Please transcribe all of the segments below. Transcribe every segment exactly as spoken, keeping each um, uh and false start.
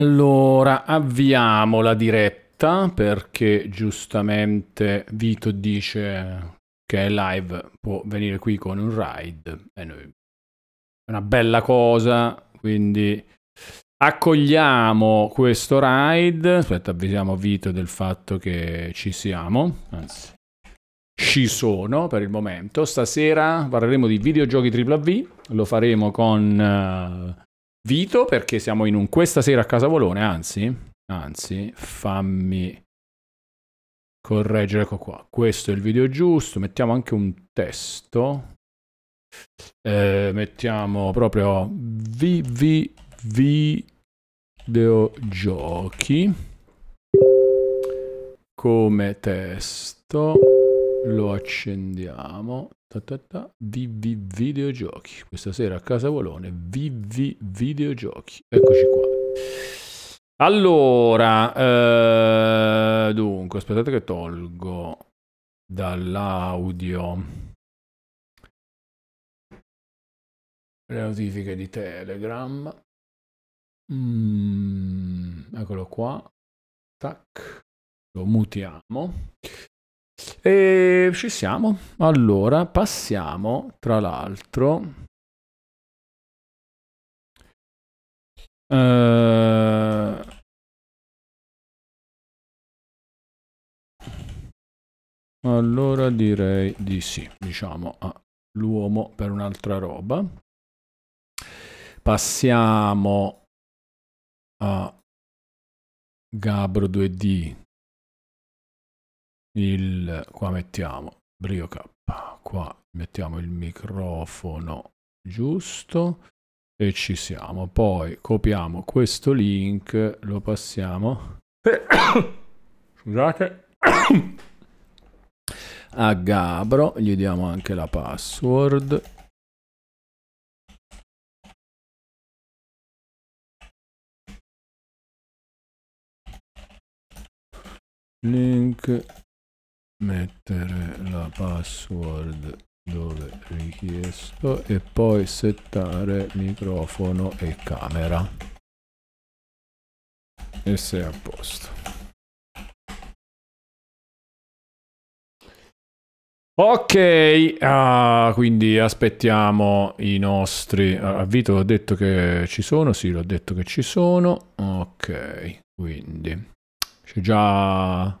Allora, avviamo la diretta perché giustamente Vito dice che è live, può venire qui con un ride e noi è una bella cosa, quindi accogliamo questo ride. Aspetta, avvisiamo Vito del fatto che ci siamo, anzi ci sono per il momento. Stasera parleremo di videogiochi tripla V, lo faremo con uh, Vito perché siamo in un questa sera a Casavolone, anzi, anzi, fammi correggere, ecco qua, questo è il video giusto, mettiamo anche un testo, eh, mettiamo proprio V V videogiochi come testo. Lo accendiamo. Ta ta ta. V V videogiochi. Questa sera a Casavolone. V V videogiochi. Eccoci qua. Allora, eh, dunque, aspettate che tolgo dall'audio le notifiche di Telegram. Mm, eccolo qua. Tac. Lo mutiamo. E ci siamo. Allora, passiamo, tra l'altro, eh, allora direi di sì, diciamo all'uomo per un'altra roba. Passiamo a Gabro due D. Il, qua mettiamo Brio K, qua mettiamo il microfono giusto e ci siamo. Poi copiamo questo link, lo passiamo scusate a Gabro, gli diamo anche la password. Link, mettere la password dove richiesto e poi settare microfono e camera e sei a posto. Ok, ah, quindi aspettiamo i nostri. A Vito ho detto che ci sono, sì, l'ho detto che ci sono. Ok, quindi c'è già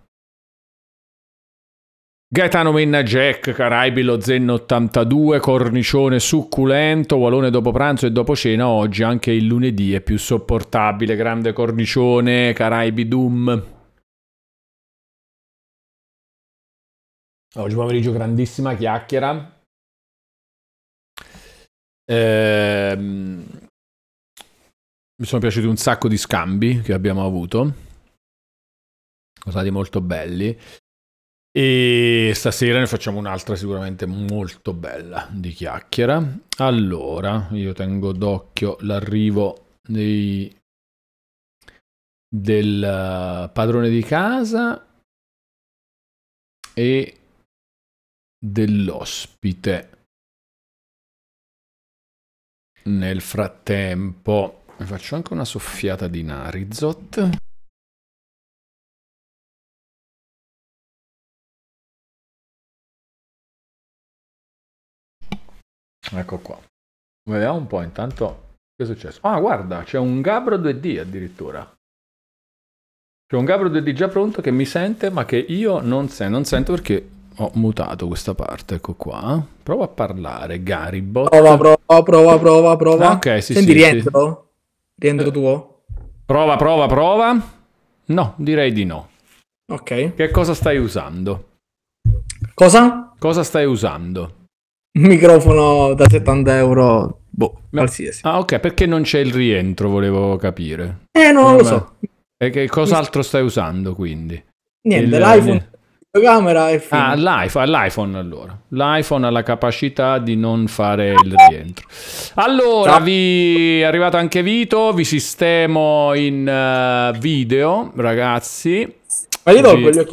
Gaetano Menna Jack, Caraibi lo Zen ottantadue, cornicione succulento, Walone dopo pranzo e dopo cena, oggi anche il lunedì è più sopportabile, grande cornicione, Caraibi Doom. Oggi pomeriggio grandissima chiacchiera. Ehm, mi sono piaciuti un sacco di scambi che abbiamo avuto, sono stati molto belli. E stasera ne facciamo un'altra sicuramente molto bella di chiacchiera. Allora, io tengo d'occhio l'arrivo dei, del padrone di casa e dell'ospite. Nel frattempo faccio anche una soffiata di Narizot. Ecco qua. Vediamo un po' intanto che è successo. Ah, guarda, c'è un Gabro due D addirittura. C'è un Gabro due D già pronto che mi sente, ma che io non sento. Non sento perché ho mutato questa parte. Ecco qua. Prova a parlare, Garibot. Prova, prova, prova, prova, prova. Ah, ok, sì, Senti, sì, rientro? sì. Rientro Eh, tuo? prova, prova, prova. No, direi di no. Ok. Che cosa stai usando? Cosa? Cosa stai usando? Un microfono da settanta euro, boh, No. qualsiasi. Ah, ok, perché non c'è il rientro, volevo capire. Eh, no, non lo so. E che cos'altro stai usando, quindi? Niente, Il, l'iPhone, la camera e fine. Ah, l'iPhone, l'iPhone allora. L'iPhone ha la capacità di non fare il rientro. Allora, Ciao. vi è arrivato anche Vito, vi sistemo in uh, video, ragazzi. Ma io tolgo Vi... gli occhiali.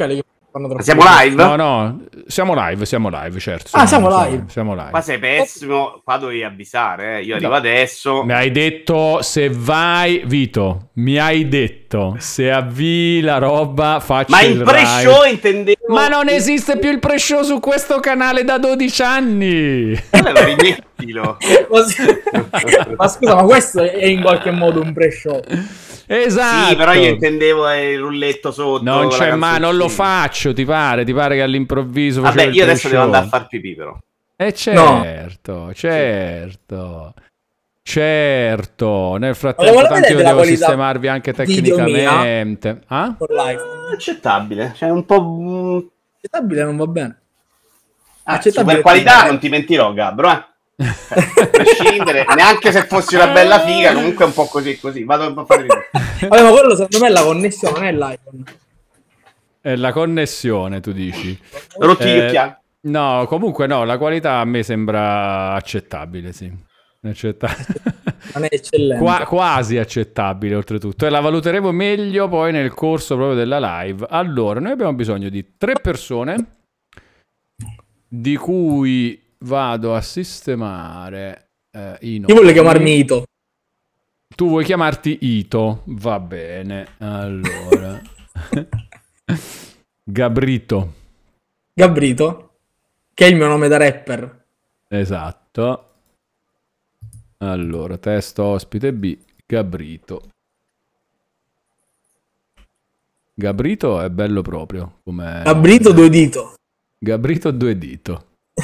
Siamo live? No, no, siamo live, siamo live, certo. Ah, siamo, siamo siamo live. Siamo live. Qua sei pessimo, qua dovevi avvisare, eh. Io arrivo no. adesso. Mi hai detto se vai, Vito, mi hai detto se avvii la roba faccio Ma il in pre-show intendevo. Ma non esiste più il pre-show su questo canale da dodici anni. Allora rimettilo. Ma scusa, ma questo è in qualche modo un pre-show. Esatto. Sì, però io intendevo il rulletto sotto. Non c'è, ma non lo faccio, ti pare? Ti pare che all'improvviso Vabbè, io adesso show? devo andare a far pipì, però. Eh certo, no. certo. Sì. Certo. Nel frattempo tanto io devo sistemarvi anche tecnicamente. Ah? Uh, accettabile. Cioè un po'... Accettabile non va bene. Ah, accettabile per qualità non ti mentirò, Gabbro, eh. A prescindere, neanche se fossi una bella figa, comunque è un po' così così. Vado a fare Vabbè, ma quello secondo me è la connessione, non è l'iPhone. È la connessione, tu dici. Rotti eh, no, comunque no, la qualità a me sembra accettabile, sì. Accettabile. Non è eccellente. Qua, quasi accettabile, oltretutto. E la valuteremo meglio poi nel corso proprio della live. Allora, noi abbiamo bisogno di tre persone, di cui vado a sistemare eh, i nomi. Io voglio chiamarmi Ito. Tu vuoi chiamarti Ito? Va bene. Allora. Gabrito. Gabrito, che è il mio nome da rapper. Esatto. Allora, testo ospite B, Gabrito. Gabrito è bello proprio. Com'è... Gabrito due dito. Gabrito due dito.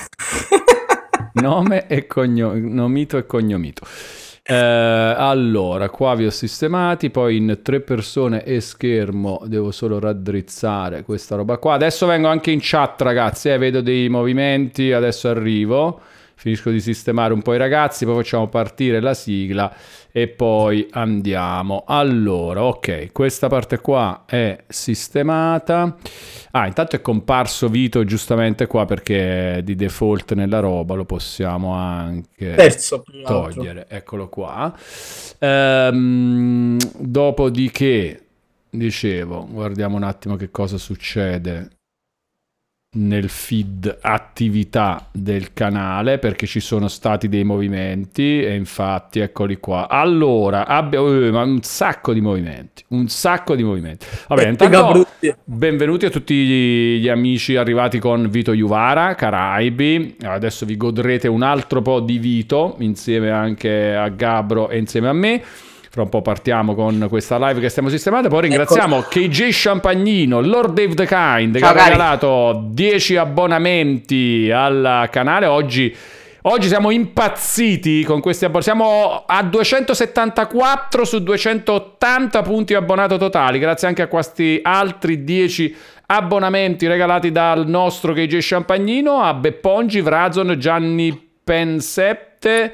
Nome e cognome, nomito e cognomito. Eh, allora, qua vi ho sistemati, poi in tre persone e schermo devo solo raddrizzare questa roba qua. Adesso vengo anche in chat, ragazzi, eh, vedo dei movimenti, adesso arrivo. Finisco di sistemare un po' i ragazzi, poi facciamo partire la sigla e poi andiamo. Allora, ok, questa parte qua è sistemata. Ah, intanto è comparso Vito giustamente qua perché di default nella roba lo possiamo anche Terzo, togliere. Eccolo qua. Ehm, dopodiché, dicevo, guardiamo un attimo che cosa succede nel feed attività del canale, perché ci sono stati dei movimenti e infatti eccoli qua. Allora abbiamo uh, un sacco di movimenti un sacco di movimenti vabbè, intanto benvenuti a tutti gli amici arrivati con Vito Juvara Caraibi. Adesso vi godrete un altro po' di Vito insieme anche a Gabbro e insieme a me. Fra un po' partiamo con questa live che stiamo sistemando. Poi ringraziamo ecco. K J Champagnino, Lord Dave the Kind, Ciao, che ha regalato dieci abbonamenti al canale. Oggi, oggi siamo impazziti con questi abbonamenti. Siamo a duecentosettantaquattro su duecentottanta punti abbonato totali. Grazie anche a questi altri dieci abbonamenti regalati dal nostro K J Champagnino, a Beppongi, Vrazon, Gianni Pensette,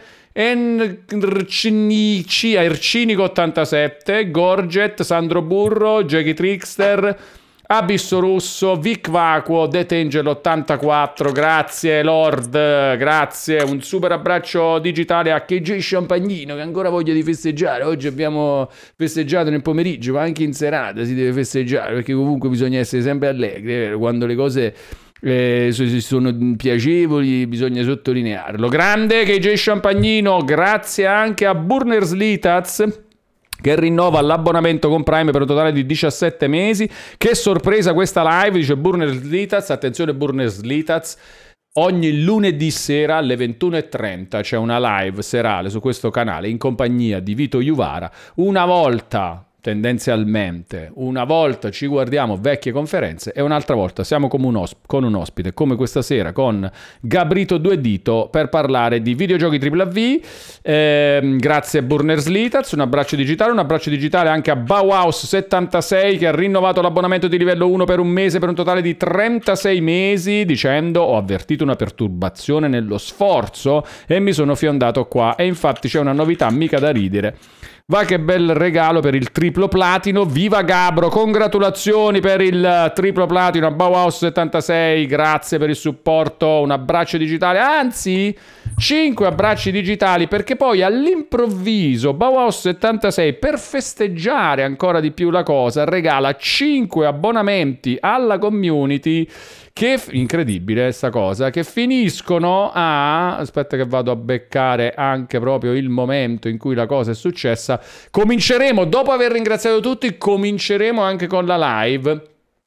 Ercinici, Ercinico ottantasette, Gorget, Sandro Burro, Jackie Trickster, Abisso Russo, Vic Vacuo, Detangel ottantaquattro, grazie Lord, grazie, un super abbraccio digitale a K J Champagnino che ancora voglia di festeggiare. Oggi abbiamo festeggiato nel pomeriggio, ma anche in serata si deve festeggiare, perché comunque bisogna essere sempre allegri, quando le cose Eh, sono piacevoli bisogna sottolinearlo. Grande K J Champagnino, grazie anche a Burners Litaz che rinnova l'abbonamento con Prime per un totale di diciassette mesi. Che sorpresa questa live, dice Burners Litaz. Attenzione Burners Litaz, ogni lunedì sera alle ventuno e trenta c'è una live serale su questo canale in compagnia di Vito Juvara. Una volta tendenzialmente una volta ci guardiamo vecchie conferenze e un'altra volta siamo come un osp- con un ospite come questa sera con Gabrito Due Dito per parlare di videogiochi tripla V. Eh, grazie a Burners Litaz, un abbraccio digitale, un abbraccio digitale anche a Bauhaus settantasei che ha rinnovato l'abbonamento di livello uno per un mese per un totale di trentasei mesi dicendo: ho avvertito una perturbazione nello sforzo e mi sono fiondato qua, e infatti c'è una novità mica da ridere. Va che bel regalo per il triplo platino. Viva Gabro, congratulazioni per il triplo platino a Bauhaus settantasei, grazie per il supporto, un abbraccio digitale, anzi cinque abbracci digitali, perché poi all'improvviso Bauhaus settantasei, per festeggiare ancora di più la cosa, regala cinque abbonamenti alla community che, incredibile sta cosa, che finiscono a, aspetta che vado a beccare anche proprio il momento in cui la cosa è successa, cominceremo, dopo aver ringraziato tutti, cominceremo anche con la live.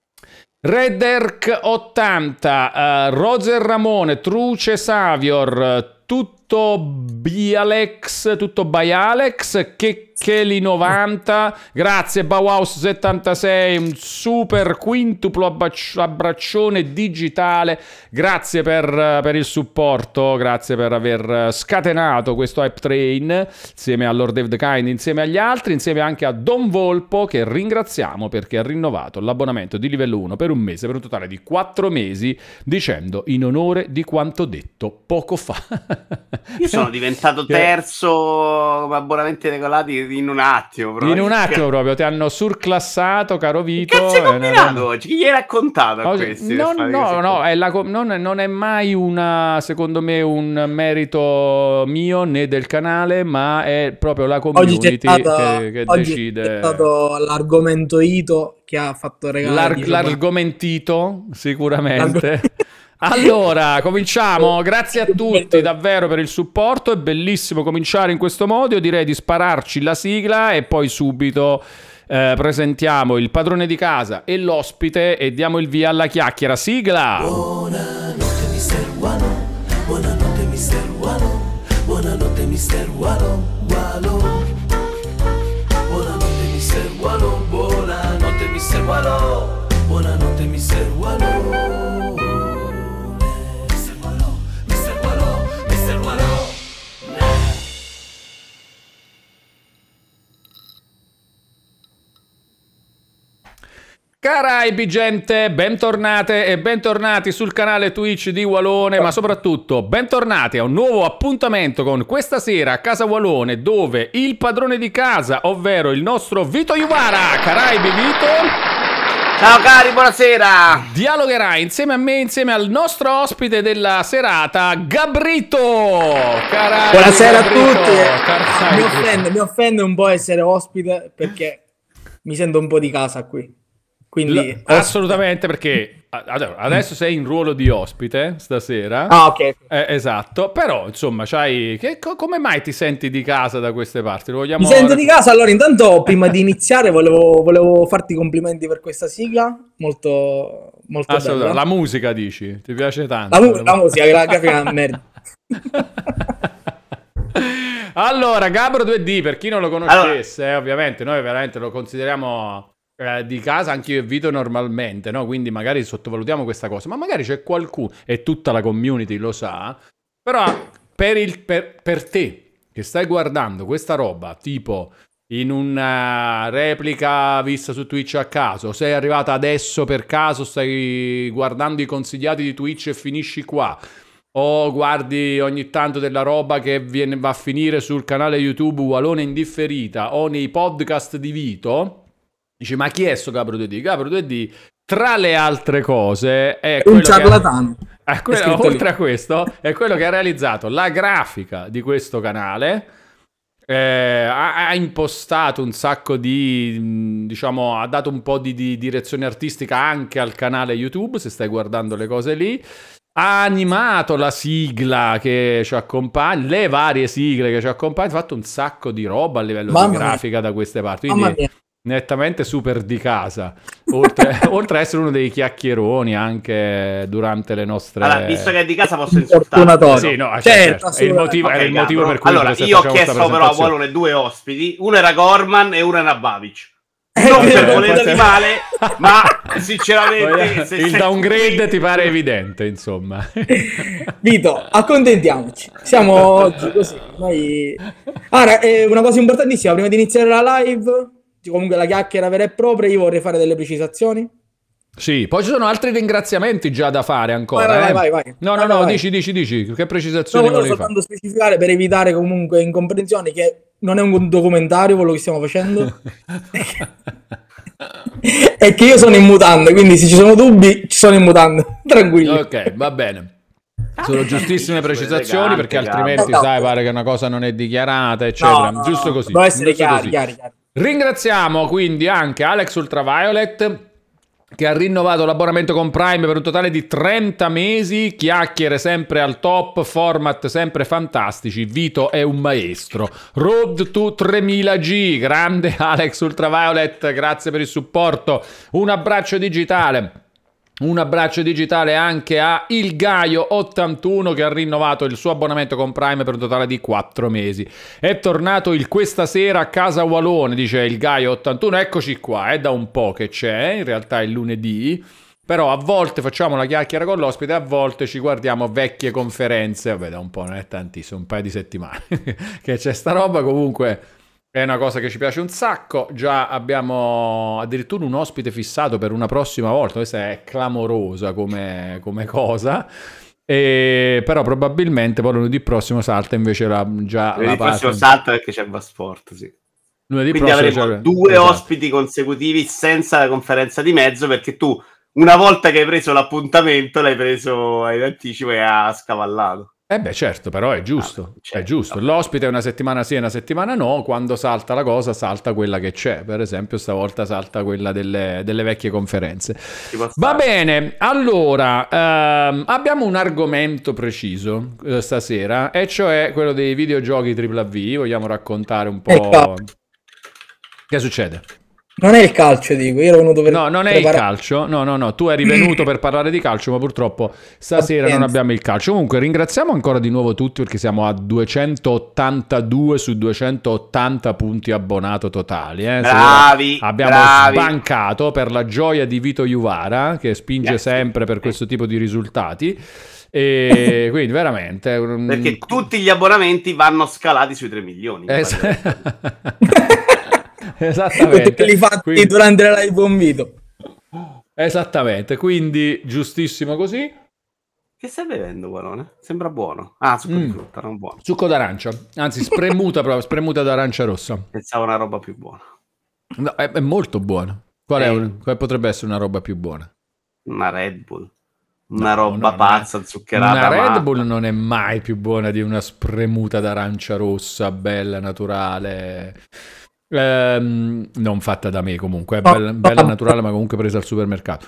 Redderk ottanta, uh, Roger Ramone, Truce Savior, tutto Bialex, tutto Bialex, Checcheli novanta, grazie Bauhaus settantasei, un super quintuplo abbracci- abbraccione digitale, grazie per, per il supporto, grazie per aver scatenato questo hype train insieme a Lord Dave the Kind, insieme agli altri, insieme anche a Don Volpo, che ringraziamo perché ha rinnovato l'abbonamento di livello uno per un mese, per un totale di quattro mesi, dicendo in onore di quanto detto poco fa. Io sono diventato terzo abbonamenti regolati in un attimo. Proprio. In un attimo proprio, ti hanno surclassato, caro Vito. Che cazzo hai combinato oggi? Chi gli hai raccontato a oggi, questi? No, no, no, è la, non, non è mai una, secondo me, un merito mio né del canale, ma è proprio la community stata, che, che oggi decide. È stato l'argomento Ito che ha fatto regalare. L'ar- diciamo, l'argomentito, sicuramente. L'arg- Allora, cominciamo. Grazie a tutti davvero per il supporto. È bellissimo cominciare in questo modo. Io direi di spararci la sigla e poi subito eh, presentiamo il padrone di casa e l'ospite e diamo il via alla chiacchiera. Sigla! Buonanotte mister Walo, buonanotte mister Walo, buonanotte mister Walo, Walo. Buonanotte mister Walo, buonanotte mister Walo, buonanotte mister Walo. Caraibi gente, bentornate e bentornati sul canale Twitch di Walone, ma soprattutto bentornati a un nuovo appuntamento con questa sera a Casa Walone, dove il padrone di casa, ovvero il nostro Vito Iuvara, Caraibi Vito, ciao cari, buonasera, dialogherà insieme a me, insieme al nostro ospite della serata, Gabrito. Caraibi, buonasera Gabrito. a tutti. Mi offende, mi offende un po' essere ospite perché mi sento un po' di casa qui. Quindi, L- assolutamente, perché adesso sei in ruolo di ospite stasera. Ah, ok. Eh, esatto, però insomma, c'hai... Che, co- come mai ti senti di casa da queste parti? Lo vogliamo... Mi sento di casa. Allora, intanto, prima di iniziare, volevo, volevo farti i complimenti per questa sigla. Molto, molto bella. La musica, dici? Ti piace tanto? La, mu- la musica, la grafica è merda. Allora, Gabro due D, per chi non lo conoscesse, allora... eh, ovviamente noi veramente lo consideriamo... Eh, di casa anche io e Vito normalmente, no? Quindi magari sottovalutiamo questa cosa, ma magari c'è qualcuno e tutta la community lo sa, però per, il, per, per te che stai guardando questa roba tipo in una replica vista su Twitch a caso, sei arrivata adesso per caso, stai guardando i consigliati di Twitch e finisci qua, o guardi ogni tanto della roba che viene, va a finire sul canale YouTube Walone Indifferita o nei podcast di Vito, dici, ma chi è sto Gabro due D? Gabro due D, tra le altre cose, è un ciarlatano. Che, è quello, è oltre lì. A questo, è quello che ha realizzato la grafica di questo canale, eh, ha, ha impostato un sacco di, diciamo, ha dato un po' di, di direzione artistica anche al canale YouTube, se stai guardando le cose lì. Ha animato la sigla che ci accompagna, le varie sigle che ci accompagnano, ha fatto un sacco di roba a livello Mamma di grafica mia. Da queste parti. Quindi, nettamente super di casa, oltre, oltre a essere uno dei chiacchieroni anche durante le nostre... Allora, visto che è di casa posso insultare. Sì, no, certo, certo. È il motivo, okay, è il motivo per cui... Allora, io ho chiesto però a Walone due ospiti, uno era Gorman e uno era Babic. Non per volerli male, ma sinceramente... Se il se downgrade ti pare evidente, insomma. Vito, accontentiamoci. Siamo oggi così. Noi... Allora, eh, una cosa importantissima, prima di iniziare la live... comunque la chiacchiera vera e propria, io vorrei fare delle precisazioni. Sì, poi ci sono altri ringraziamenti già da fare ancora. Vai, vai, eh. vai, vai. No, no, vai, no, vai. dici, dici, dici. Che No, precisazioni volevo volevi fare? soltanto specificare per evitare comunque incomprensioni che non è un documentario quello che stiamo facendo è che io sono in mutande, quindi se ci sono dubbi ci sono in mutande, tranquilli. Ok, va bene. Sono Ah, giustissime elegante, precisazioni perché Gabro. altrimenti, No, no. sai, pare che una cosa non è dichiarata, eccetera. No, no, Giusto no, così. devono essere giusto chiari, così. chiari, chiari. Ringraziamo quindi anche Alex Ultraviolet che ha rinnovato l'abbonamento con Prime per un totale di trenta mesi, chiacchiere sempre al top, format sempre fantastici, Vito è un maestro. Road to tremila G, grande Alex Ultraviolet, grazie per il supporto, un abbraccio digitale. Un abbraccio digitale anche a Il Gaio ottantuno che ha rinnovato il suo abbonamento con Prime per un totale di quattro mesi. È tornato il questa sera a casa Walone, dice Il Gaio ottantuno. Eccoci qua, è da un po' che c'è, in realtà è lunedì. Però a volte facciamo la chiacchiera con l'ospite, a volte ci guardiamo vecchie conferenze. Vabbè, da un po', non è tantissimo, un paio di settimane che c'è sta roba. Comunque è una cosa che ci piace un sacco. Già abbiamo addirittura un ospite fissato per una prossima volta. Questa è clamorosa come, come cosa. E, però probabilmente poi lunedì prossimo salta invece la, già Lunedì la parte... prossimo salta perché c'è Vasport, sì. Lunedì Quindi prossimo avremo c'è- due esatto. ospiti consecutivi senza la conferenza di mezzo, perché tu una volta che hai preso l'appuntamento l'hai preso in anticipo e ha scavallato. Eh beh, certo, però è giusto, Ah, certo. è giusto. L'ospite è una settimana sì e una settimana no, quando salta la cosa salta quella che c'è. Per esempio stavolta salta quella delle, delle vecchie conferenze. Ci può Va stare. bene, allora ehm, abbiamo un argomento preciso eh, stasera, e cioè quello dei videogiochi tripla V. Vogliamo raccontare un po' Ecco. che succede? Non è il calcio, dico, io ero venuto per No, non è il preparare- calcio, no, no, no, tu eri venuto per parlare di calcio, ma purtroppo stasera non abbiamo il calcio. Comunque ringraziamo ancora di nuovo tutti perché siamo a duecentottantadue su duecentottanta punti abbonato totali. Eh. Bravi, Abbiamo bravi. sbancato per la gioia di Vito Juvara che spinge Grazie. sempre per questo tipo di risultati. E quindi veramente... un- Perché tutti gli abbonamenti vanno scalati sui tre milioni. Es- Tutti Esattamente. quelli fatti Quindi- durante la live con Vito. Esattamente, quindi giustissimo così. Che stai bevendo, Guarone? Sembra buono. Ah, succo Mm. di frutta, non buono. Succo d'arancia, anzi spremuta proprio, spremuta d'arancia rossa. Pensavo una roba più buona. No, è, è molto buono. Qual, è Eh. un- quale potrebbe essere una roba più buona? Una Red Bull. Una No, roba no, pazza, no. zuccherata. Una Red matta. Bull non è mai più buona di una spremuta d'arancia rossa, bella, naturale. Ehm, non fatta da me comunque, è bella, bella naturale, ma comunque presa al supermercato.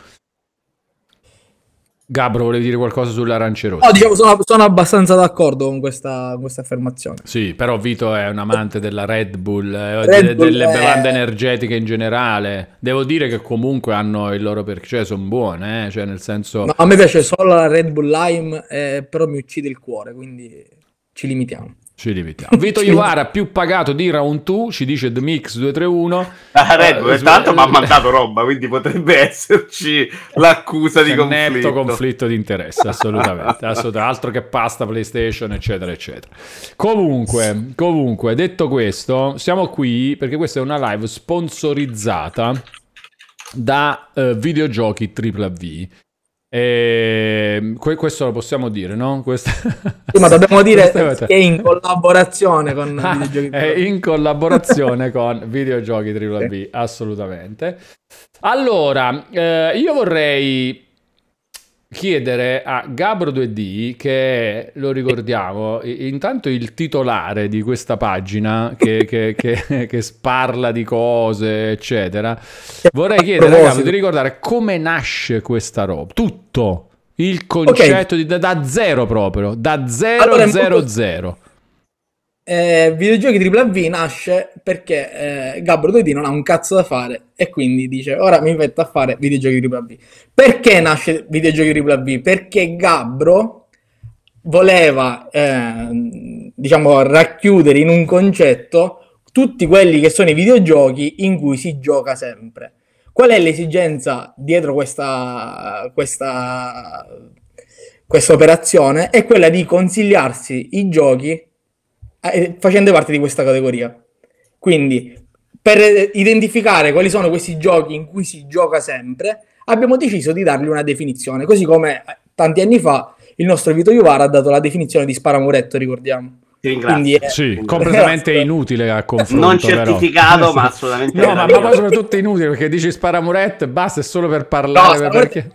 Gabro, volevi dire qualcosa sulle arance rosse? No, diciamo, sono, sono abbastanza d'accordo con questa, con questa affermazione. Sì, però Vito è un amante della Red Bull, eh, Red de- Bull delle è- bevande energetiche in generale. Devo dire che comunque hanno il loro perché, cioè sono buone, eh? Cioè nel senso... No, a me piace solo la Red Bull Lime, eh, però mi uccide il cuore, quindi ci limitiamo. Ci limitiamo. Vito Ci Iuvara più pagato di Round due, ci dice The Mix due tre uno. La Red Bull, Eh, tanto eh, mi ha mandato roba, quindi potrebbe esserci l'accusa di C'è conflitto. netto conflitto di interesse, assolutamente, assolutamente, altro che pasta, PlayStation, eccetera, eccetera. Comunque, comunque, detto questo, siamo qui perché questa è una live sponsorizzata da eh, videogiochi tripla V. E que- questo lo possiamo dire, no? Questa... Sì, ma dobbiamo dire Questa- che è in collaborazione con Ah, videogiochi. è in collaborazione con videogiochi tripla V, assolutamente. Allora, eh, io vorrei chiedere a Gabro due D, che è, lo ricordiamo, i- intanto il titolare di questa pagina che, che, che, che parla di cose, eccetera. Vorrei chiedere a Gabro di ricordare come nasce questa roba, tutto. Il concetto di, da, da zero proprio, da zero Allora, è zero molto- zero. Eh, videogiochi tripla V nasce perché eh, Gabro due D non ha un cazzo da fare e quindi dice ora mi metto a fare videogiochi tripla V. Perché nasce videogiochi tripla V? Perché Gabro voleva eh, diciamo racchiudere in un concetto tutti quelli che sono i videogiochi in cui si gioca sempre. Qual è l'esigenza dietro questa questa questa operazione? È quella di consigliarsi i giochi eh, facendo parte di questa categoria. Quindi per identificare quali sono questi giochi in cui si gioca sempre, abbiamo deciso di dargli una definizione, così come tanti anni fa il nostro Vito Iuvara ha dato la definizione di sparamuretto, ricordiamo. Quindi è sì, completamente inutile a confronto, non certificato, però. ma assolutamente no, ma, ma poi soprattutto inutile, perché dici sparamuretto e basta, è solo per parlare, no, perché...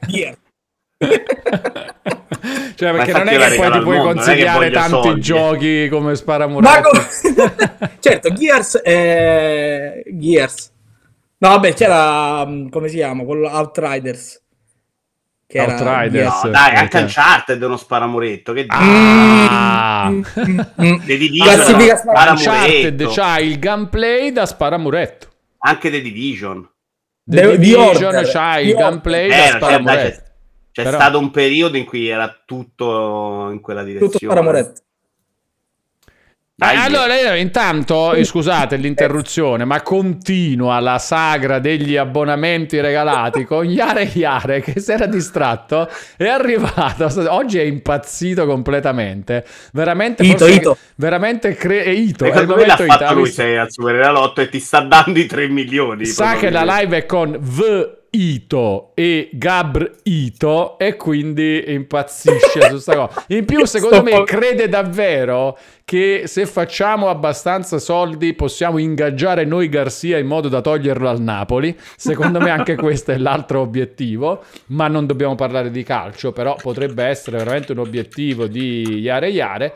cioè, perché non è che poi ti puoi mondo, consigliare tanti soldi. Giochi come sparamuretto. Come... certo, Gears è... Gears. No, vabbè, c'era, come si chiama, quello Outriders. Che Outriders. No, dai, anche Uncharted è uno sparamuretto. Che ah. The Division Uncharted c'ha il gameplay da sparamuretto. Anche The Division. The, The Division c'ha il gameplay da sparamuretto. C'è Però... stato un periodo in cui era tutto in quella direzione. Tutto sparamuretto. Eh, allora, intanto, eh, scusate l'interruzione, ma continua la sagra degli abbonamenti regalati con Yare Yare che si era distratto, è arrivato, oggi è impazzito completamente, veramente Ito, forse, Ito. veramente cre- è Ito, è il momento Ito. Fatto lui sei al Superenalotto e ti sta dando i tre milioni. Sa che la live è con V Ito e Gabr Ito e quindi impazzisce su sta cosa. In più, secondo me, crede davvero che se facciamo abbastanza soldi possiamo ingaggiare noi Garcia in modo da toglierlo al Napoli. Secondo me anche questo è l'altro obiettivo, ma non dobbiamo parlare di calcio, però potrebbe essere veramente un obiettivo di Yare Yare,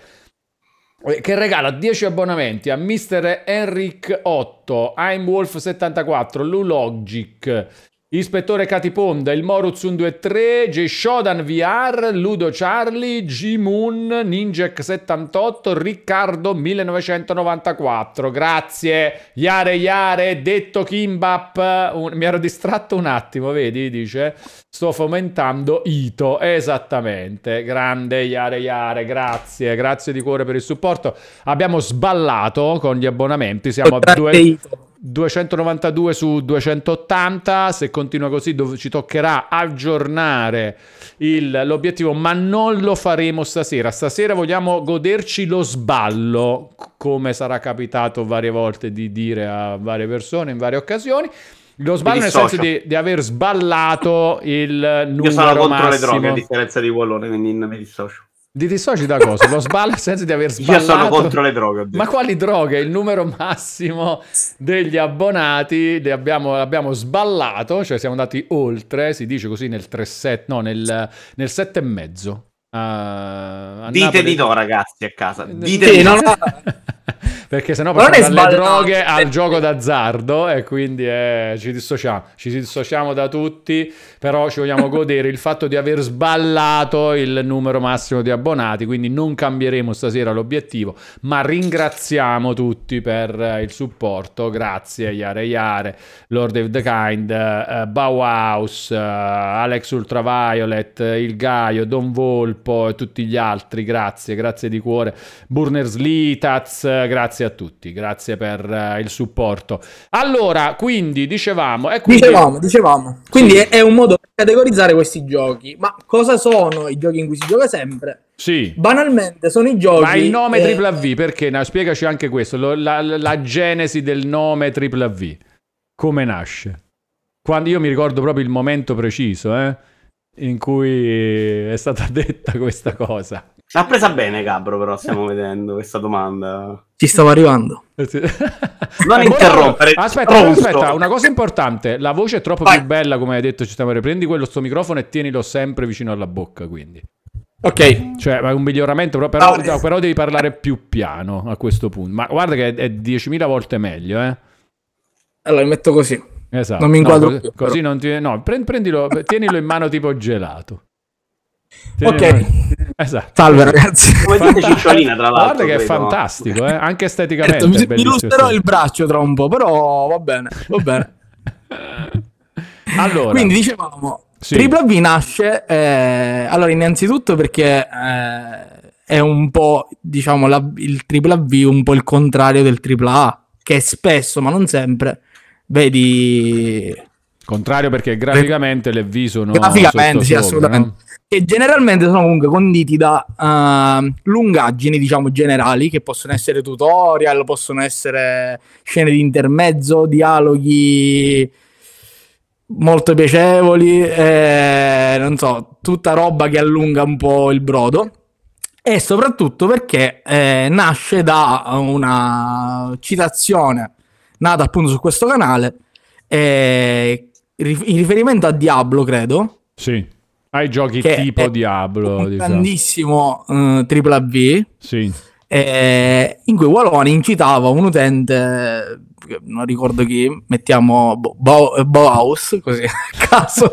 che regala dieci abbonamenti a mister Enric otto, I'm Wolf settantaquattro, Lulogic, Ispettore Catiponda, il Moruz centoventisette, J Shodan V R, Ludo Charlie, G Moon, Ninjek settantotto, Riccardo millenovecentonovantaquattro. Grazie Yare Yare, detto Kimbap. Un... mi ero distratto un attimo, vedi, dice sto fomentando Ito, esattamente. Grande Yare Yare, grazie, grazie di cuore per il supporto. Abbiamo sballato con gli abbonamenti, siamo a due... duecentonovantadue su duecentottanta. Se continua così dov- ci toccherà aggiornare il, l'obiettivo, ma non lo faremo stasera. Stasera vogliamo goderci lo sballo, come sarà capitato varie volte di dire a varie persone in varie occasioni. Lo sballo nel senso di, di aver sballato il numero massimo. Io sono contro massimo. Le droghe a differenza di Wallone, quindi mi dissocio. Di dissoci da cosa? Lo sballo nel senso di aver sballato. Io sono contro le droghe. Ma quali droghe? Il numero massimo degli abbonati li abbiamo, abbiamo sballato, cioè siamo andati oltre, si dice così nel tre sette, no, nel, nel sette e mezzo. Uh, Dite Napoli... di no, ragazzi, a casa. Dite sì, di no. no. Perché sennò passiamo dalle droghe al gioco d'azzardo e quindi eh, ci dissociamo, ci dissociamo da tutti, però ci vogliamo godere il fatto di aver sballato il numero massimo di abbonati, quindi non cambieremo stasera l'obiettivo, ma ringraziamo tutti per il supporto. Grazie Yare Yare, Lord of the Kind, uh, Bauhaus, uh, Alex Ultraviolet, Il Gaio, Don Volpo e tutti gli altri, grazie, grazie di cuore, Burners Litaz, grazie a tutti, grazie per uh, il supporto. Allora, quindi dicevamo, e quindi... dicevamo, dicevamo. Quindi sì. è, è un modo per categorizzare questi giochi. Ma cosa sono i giochi in cui si gioca sempre? Sì. Banalmente sono i giochi. Ma il nome eh... tripla V, perché? No, spiegaci anche questo, lo, la, la, la genesi del nome tripla V. Come nasce? Quando io mi ricordo proprio il momento preciso, eh, in cui è stata detta questa cosa. L'ha presa bene Gabbro, però stiamo vedendo questa domanda. Ci stavo arrivando. Non interrompere. Aspetta, Ronzo. aspetta, una cosa importante. La voce è troppo Vai. più bella, come hai detto, ci stiamo riprendi quello sto microfono e tienilo sempre vicino alla bocca, quindi. Ok. Cioè, è un miglioramento, però, però, oh. però devi parlare più piano a questo punto. Ma guarda che è, è diecimila volte meglio, eh. Allora, mi metto così. Esatto. Non mi inquadro no, più. Così, così non ti... No, prendilo, tienilo in mano tipo gelato. Ok, esatto. Salve ragazzi. Come dite Cicciolina, tra l'altro. Guarda che credo. è fantastico, eh? Anche esteticamente. Certo, mi illustrerò il braccio tra un po', però va bene, va bene. Allora, quindi dicevamo, sì. Tripla V nasce, eh, allora innanzitutto perché eh, è un po', diciamo, la, il Tripla V un po' il contrario del Tripla A, che spesso, ma non sempre, vedi... Contrario perché graficamente le V sono graficamente sì, sopra, assolutamente no? E generalmente sono comunque conditi da uh, lungaggini, diciamo, generali, che possono essere tutorial, possono essere scene di intermezzo, dialoghi molto piacevoli, eh, non so, tutta roba che allunga un po' il brodo, e soprattutto perché eh, nasce da una citazione nata appunto su questo canale, eh, in riferimento a Diablo, credo. Sì, ai giochi che tipo è Diablo, un diciamo. grandissimo uh, tripla V, Sì. eh, in cui Walone incitava un utente, non ricordo chi, mettiamo Bo- Bo- Bauhaus, così a caso,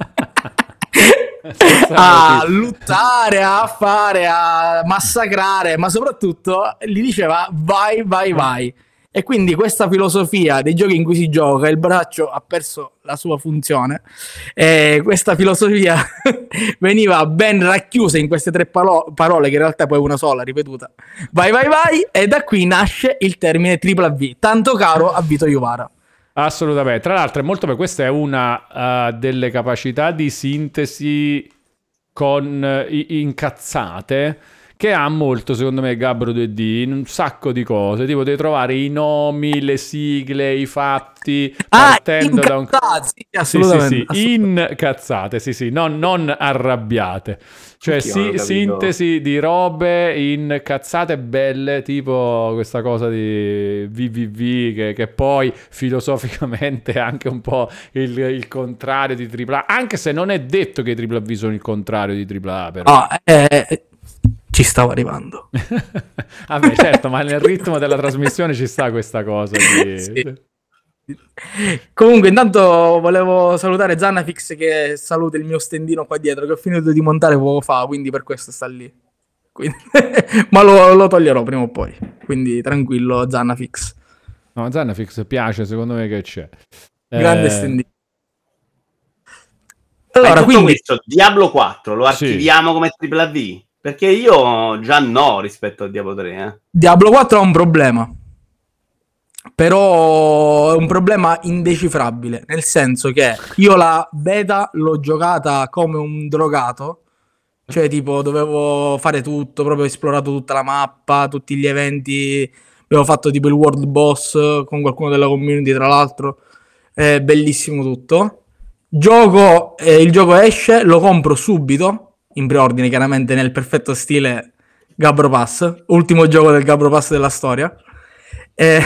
a lottare, a fare, a massacrare, ma soprattutto gli diceva vai, vai, vai. E quindi questa filosofia dei giochi in cui si gioca, il braccio ha perso la sua funzione, e questa filosofia veniva ben racchiusa in queste tre palo- parole, che in realtà poi è una sola ripetuta, vai, vai, vai, e da qui nasce il termine tripla V, tanto caro a Vito Iuvara. Assolutamente. Tra l'altro è molto per questa è una uh, delle capacità di sintesi con uh, incazzate che ha molto, secondo me, Gabbro due D in un sacco di cose, tipo devi trovare i nomi, le sigle, i fatti, ah, partendo da un... Sì, assolutamente, sì, sì, sì, assolutamente. incazzate, sì, sì, non, non arrabbiate. Cioè, sì, sintesi di robe in cazzate belle, tipo questa cosa di V V V, che, che poi filosoficamente è anche un po' il, il contrario di tripla A, anche se non è detto che i tripla V sono il contrario di tripla A, però. No, eh, ci stavo arrivando. Vabbè, certo, ma nel ritmo della trasmissione ci sta questa cosa di... Sì. Comunque intanto volevo salutare Zannafix, che saluta il mio stendino qua dietro, che ho finito di montare poco fa, quindi per questo sta lì. Quindi... ma lo, lo toglierò prima o poi, quindi tranquillo Zannafix. No, Zannafix piace, secondo me che c'è. Grande Eh... stendino. Allora, quindi questo Diablo quattro lo archiviamo sì. come tripla V? Perché io già no rispetto a Diablo tre. Eh. Diablo quattro ha un problema. Però è un problema indecifrabile, nel senso che io la beta l'ho giocata come un drogato, cioè tipo dovevo fare tutto, proprio ho esplorato tutta la mappa, tutti gli eventi, avevo fatto tipo il world boss con qualcuno della community, tra l'altro, è bellissimo tutto. Gioco, eh, il gioco esce, lo compro subito, in preordine chiaramente, nel perfetto stile Gabbro Pass, ultimo gioco del Gabbro Pass della storia. Eh,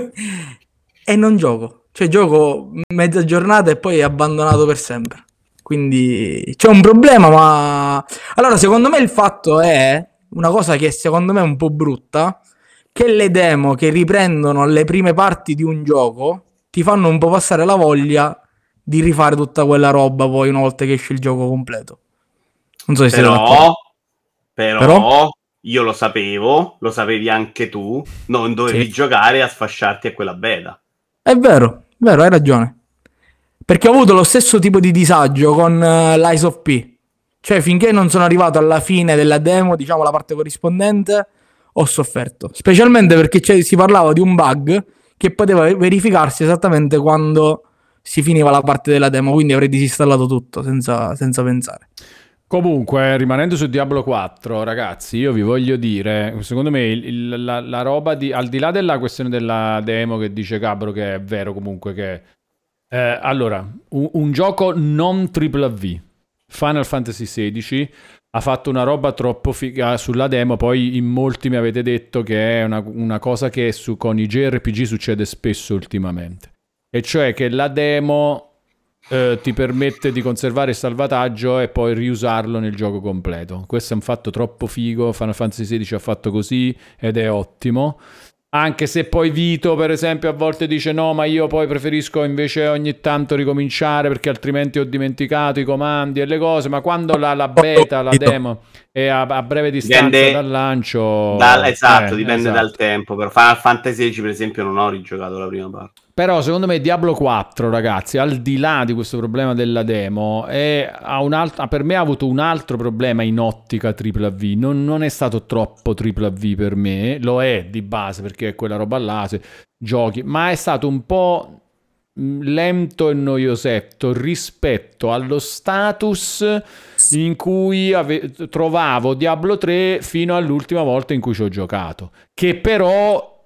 e non gioco, cioè gioco mezza giornata e poi è abbandonato per sempre, quindi c'è un problema. Ma allora secondo me il fatto è una cosa che secondo me è un po' brutta, che le demo che riprendono le prime parti di un gioco ti fanno un po' passare la voglia di rifare tutta quella roba poi una volta che esce il gioco completo. Non so se però, siete d'accordo. Però, però io lo sapevo, lo sapevi anche tu, non dovevi sì. giocare a sfasciarti a quella beta. È vero, vero, hai ragione. Perché ho avuto lo stesso tipo di disagio con uh, l'Eyes of P. Cioè, finché non sono arrivato alla fine della demo, diciamo la parte corrispondente, ho sofferto. Specialmente perché si parlava di un bug che poteva verificarsi esattamente quando si finiva la parte della demo, quindi avrei disinstallato tutto senza, senza pensare. Comunque, rimanendo su Diablo quattro, ragazzi, io vi voglio dire, secondo me il, il, la, la roba di, al di là della questione della demo che dice Gabbro, che è vero comunque che eh, allora, un, un gioco non tripla V, Final Fantasy sedici, ha fatto una roba troppo figa sulla demo, poi in molti mi avete detto che è una, una cosa che su, con i J R P G succede spesso ultimamente, e cioè che la demo eh, ti permette di conservare il salvataggio e poi riusarlo nel gioco completo. Questo è un fatto troppo figo, Final Fantasy sedici ha fatto così ed è ottimo. Anche se poi Vito, per esempio, a volte dice no, ma io poi preferisco invece ogni tanto ricominciare perché altrimenti ho dimenticato i comandi e le cose, ma quando la, la beta, la demo è a, a breve distanza dipende dal lancio... Dal, esatto, eh, dipende esatto. dal tempo. Per Final Fantasy sedici, per esempio, non ho rigiocato la prima parte. Però secondo me Diablo quattro, ragazzi, al di là di questo problema della demo, è, ha un alt- per me ha avuto un altro problema in ottica tripla V. Non, non è stato troppo tripla V per me, lo è di base perché è quella roba là, se giochi, ma è stato un po' lento e noiosetto rispetto allo status in cui ave- trovavo Diablo tre fino all'ultima volta in cui ci ho giocato, che però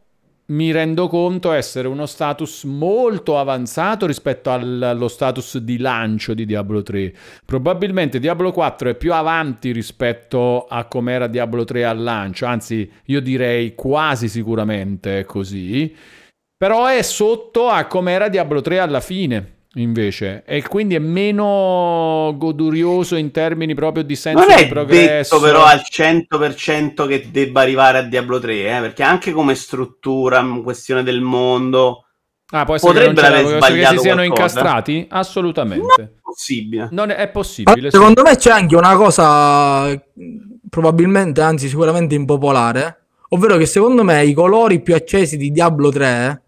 mi rendo conto essere uno status molto avanzato rispetto al, allo status di lancio di Diablo tre. Probabilmente Diablo quattro è più avanti rispetto a com'era Diablo tre al lancio, anzi io direi quasi sicuramente così, però è sotto a com'era Diablo tre alla fine invece, e quindi è meno godurioso in termini proprio di senso non di è progresso. detto però al cento per cento che debba arrivare a Diablo tre, eh, perché anche come struttura, questione del mondo, ah, può essere potrebbero che, non aver che si sbagliato siano qualcosa. Incastrati? Assolutamente. Non è possibile. Non è, è possibile. Secondo sì. me c'è anche una cosa probabilmente, anzi sicuramente impopolare, ovvero che secondo me i colori più accesi di Diablo tre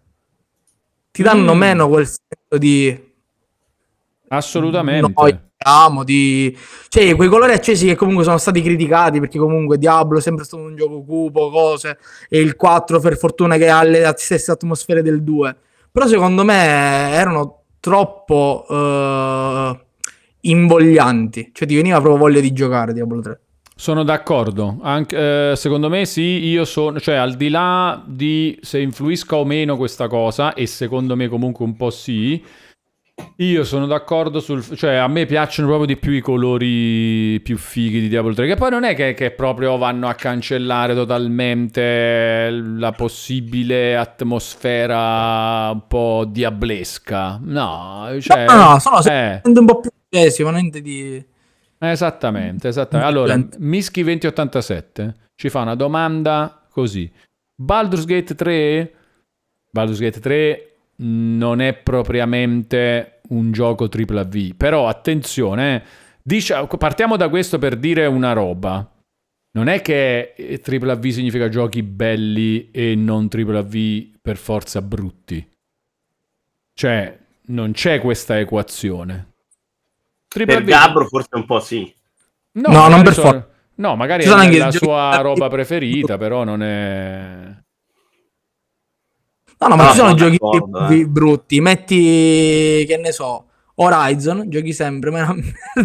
ti danno Mm. meno quel senso di Assolutamente. noi amo di cioè quei colori accesi che comunque sono stati criticati, perché comunque Diablo è sempre stato un gioco cupo, cose, e il quattro per fortuna che ha le stesse atmosfere del due, però secondo me erano troppo uh, invoglianti, cioè ti veniva proprio voglia di giocare Diablo tre. Sono d'accordo, anche, eh, secondo me sì, io sono, cioè al di là di se influisca o meno questa cosa, e secondo me comunque un po' sì, io sono d'accordo sul, cioè a me piacciono proprio di più i colori più fighi di Diablo tre, che poi non è che, che proprio vanno a cancellare totalmente la possibile atmosfera un po' diablesca, no, cioè, no, no, sono eh. un po' più accesi, ma niente di... Esattamente, esattamente. Allora, Mischi venti ottantasette ci fa una domanda così. Baldur's Gate tre? Baldur's Gate tre non è propriamente un gioco tripla V, però attenzione, eh, dice, partiamo da questo per dire una roba. Non è che tripla V significa giochi belli e non tripla V per forza brutti. Cioè, non c'è questa equazione. Triple per Gabbro forse un po' sì. No, no non per forza. for- no, magari è la sua roba preferita, però non è... No, no, ma no, ci sono giochi eh. brutti. Metti, che ne so, Horizon, giochi sempre, ma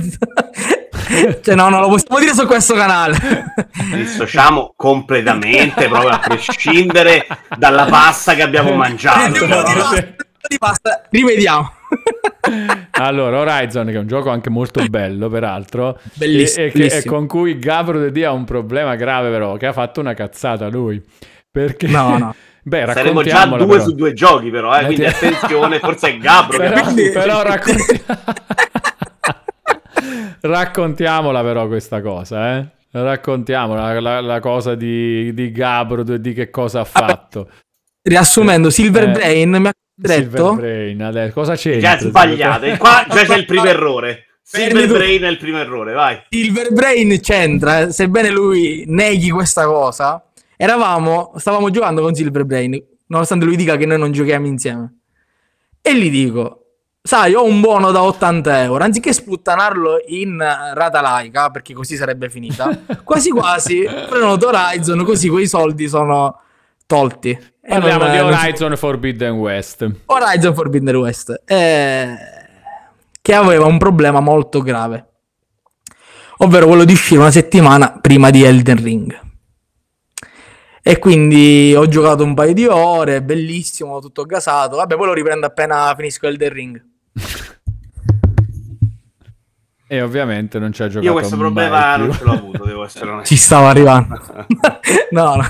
cioè no, non lo possiamo dire su questo canale. Dissociamo completamente, proprio a prescindere dalla pasta che abbiamo mangiato. Di pasta, di pasta, rivediamo. Allora, Horizon, che è un gioco anche molto bello, peraltro, bellissimo, e, e, che, e con cui Gabro De Dia ha un problema grave, però, che ha fatto una cazzata lui. Perché... No, no. Beh, saremo già due però. su due giochi, però, eh, quindi attenzione, forse è Gabro. Però, che... però racconti... raccontiamola però questa cosa, eh? Raccontiamola la, la cosa di, di Gabro, di che cosa ha fatto. Riassumendo, Silver eh, Brain mi ha detto... Silver Brain, adesso, cosa c'entra? Già sbagliato, qua già c'è il primo errore. Silver Brain è il primo errore, vai. Silver Brain c'entra, sebbene lui neghi questa cosa. Eravamo, stavamo giocando con Silver Brain, nonostante lui dica che noi non giochiamo insieme. E gli dico, sai, ho un buono da ottanta euro, anziché sputtanarlo in rata laica, perché così sarebbe finita, quasi quasi prenoto Horizon, così quei soldi sono tolti. Parliamo non, di non Horizon si... Forbidden West. Horizon Forbidden West, eh, che aveva un problema molto grave, ovvero quello di uscire una settimana prima di Elden Ring. E quindi ho giocato un paio di ore, bellissimo, tutto gasato. Vabbè, poi lo riprendo appena finisco Elden Ring. E ovviamente non ci ha giocato. Io questo problema non ce l'ho avuto, devo essere onesto. Ci stavo arrivando. no, no.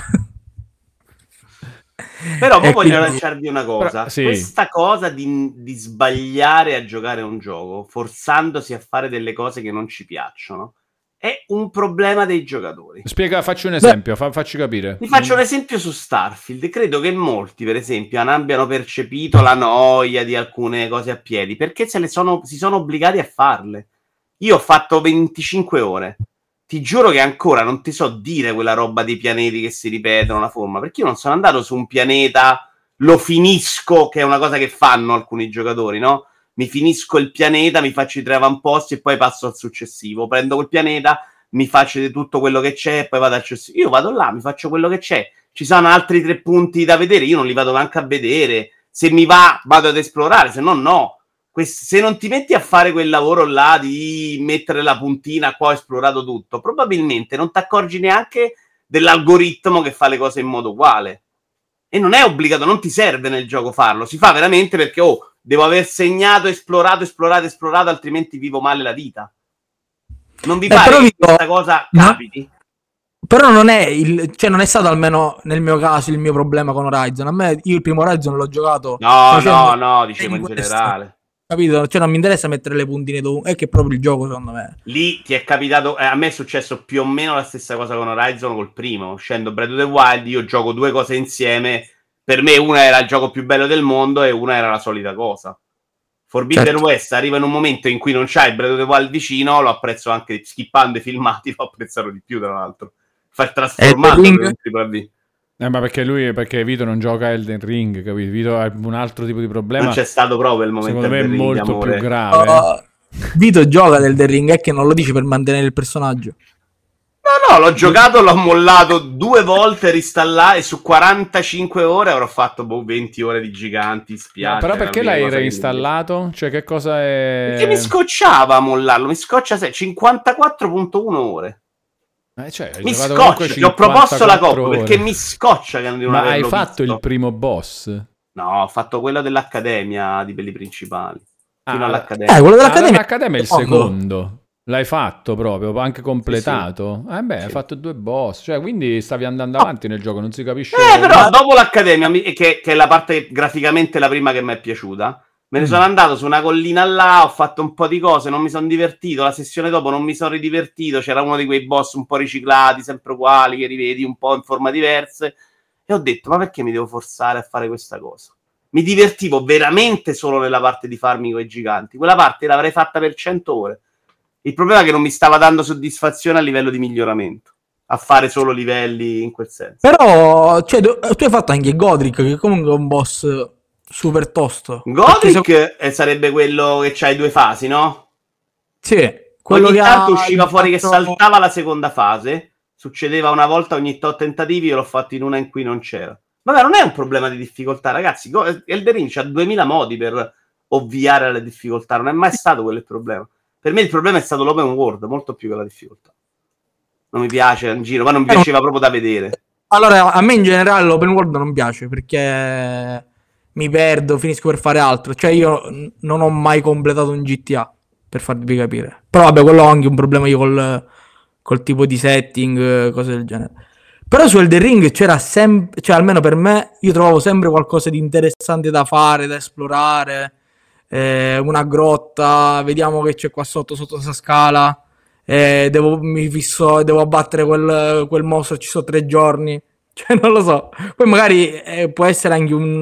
Però poi voglio quindi... lanciarvi una cosa. Però, sì. Questa cosa di, di sbagliare a giocare un gioco, forzandosi a fare delle cose che non ci piacciono, è un problema dei giocatori. Spiega, facci un esempio, fa, facci capire. Vi faccio un esempio su Starfield. Credo che molti, per esempio, non abbiano percepito la noia di alcune cose a piedi, perché se le sono, si sono obbligati a farle. Io ho fatto venticinque ore. Ti giuro che ancora non ti so dire quella roba dei pianeti che si ripetono, la forma, perché io non sono andato su un pianeta, lo finisco, che è una cosa che fanno alcuni giocatori, no? Mi finisco il pianeta, mi faccio i tre avamposti e poi passo al successivo. Prendo quel pianeta, mi faccio di tutto quello che c'è e poi vado al successivo. Io vado là, mi faccio quello che c'è. Ci sono altri tre punti da vedere, io non li vado neanche a vedere. Se mi va, vado ad esplorare, se no, no. Quest- se non ti metti a fare quel lavoro là di mettere la puntina, qua ho esplorato tutto, probabilmente non ti accorgi neanche dell'algoritmo che fa le cose in modo uguale. E non è obbligato, non ti serve nel gioco farlo, si fa veramente perché oh, devo aver segnato, esplorato, esplorato, esplorato, altrimenti vivo male la vita. Non vi Eh, pare però che vi dico- questa cosa no. capiti? Però non è il, cioè non è stato almeno nel mio caso il mio problema con Horizon. A me io il primo Horizon l'ho giocato No, facendo- no, no, dicevo in questo, generale. capito? Cioè non mi interessa mettere le puntine dovunque, è che è proprio il gioco secondo me. Lì ti è capitato, eh, a me è successo più o meno la stessa cosa con Horizon col primo, uscendo Breath of the Wild, io gioco due cose insieme, per me una era il gioco più bello del mondo e una era la solita cosa. Forbidden Certo. West arriva in un momento in cui non c'hai Breath of the Wild vicino, lo apprezzo anche, skippando i filmati, lo apprezzerò di più tra l'altro. Fa trasformato Elden per Ring? un tripla V. Eh, ma perché lui, perché Vito non gioca Elden Ring, capito? Vito ha un altro tipo di problema. Non c'è stato proprio il momento Secondo me è Elden Ring, molto amore. più grave. Uh, Vito gioca del The Ring, è che non lo dici per mantenere il personaggio. No, no, l'ho giocato, l'ho mollato due volte, ristallato e su quarantacinque ore avrò fatto boh, venti ore di giganti, spiace. No, però perché era l'unica l'hai cosa che mi reinstallato? Cioè, che cosa è... Perché mi scocciava a mollarlo, mi scoccia se- cinquantaquattro virgola uno ore. Eh, cioè, hai Mi giocato comunque scoccia, ti ho proposto la cinquantaquattro coppa ore. perché mi scoccia che non Ma hai averlo fatto visto. il primo boss? No, ho fatto quello dell'Accademia di quelli principali. Fino Ah, all'Accademia. Eh, quello Ah, dell'Accademia l'Accademia è il secondo. secondo. L'hai fatto proprio, anche completato? Eh beh, hai Sì. fatto due boss, cioè quindi stavi andando Ah. avanti nel gioco, non si capisce... Eh, però Ma- dopo l'Accademia, mi- che, che è la parte graficamente la prima che mi è piaciuta, me ne Mm. sono andato su una collina là, ho fatto un po' di cose, non mi sono divertito, la sessione dopo non mi sono ridivertito, c'era uno di quei boss un po' riciclati, sempre uguali, che rivedi un po' in forma diverse, e ho detto, ma perché mi devo forzare a fare questa cosa? Mi divertivo veramente solo nella parte di farmi quei giganti, quella parte l'avrei fatta per cento ore. Il problema è che non mi stava dando soddisfazione a livello di miglioramento, a fare solo livelli in quel senso. Però cioè, tu tu hai fatto anche Godric, che comunque è un boss super tosto. Perché Godric eh, sarebbe quello che c'ha i due fasi, no? se- Sì, quello Ogni che tanto ha usciva il fuori che quattro- saltava la seconda fase, succedeva una volta ogni tot tentativi, io l'ho fatto in una in cui non c'era. Vabbè, non è un problema di difficoltà, ragazzi. Go- Elden Ring c'ha duemila modi per ovviare alle difficoltà, non è mai stato quello il problema. Per me il problema è stato l'open world, molto più che la difficoltà. Non mi piace in giro, ma non mi Eh, non- piaceva proprio da vedere. Allora, a me in generale l'open world non piace perché mi perdo, finisco per fare altro. Cioè, io n- non ho mai completato un G T A, per farvi capire. Però, vabbè, quello ho anche un problema io col, col tipo di setting, eh, cose del genere. Però su Elden Ring c'era sempre, cioè almeno per me, io trovavo sempre qualcosa di interessante da fare, da esplorare. Eh, una grotta, vediamo che c'è qua sotto, sotto questa scala. Eh, devo, mi fisso, devo abbattere quel, quel mostro, ci sono tre giorni. Cioè, non lo so. Poi magari eh, può essere anche un...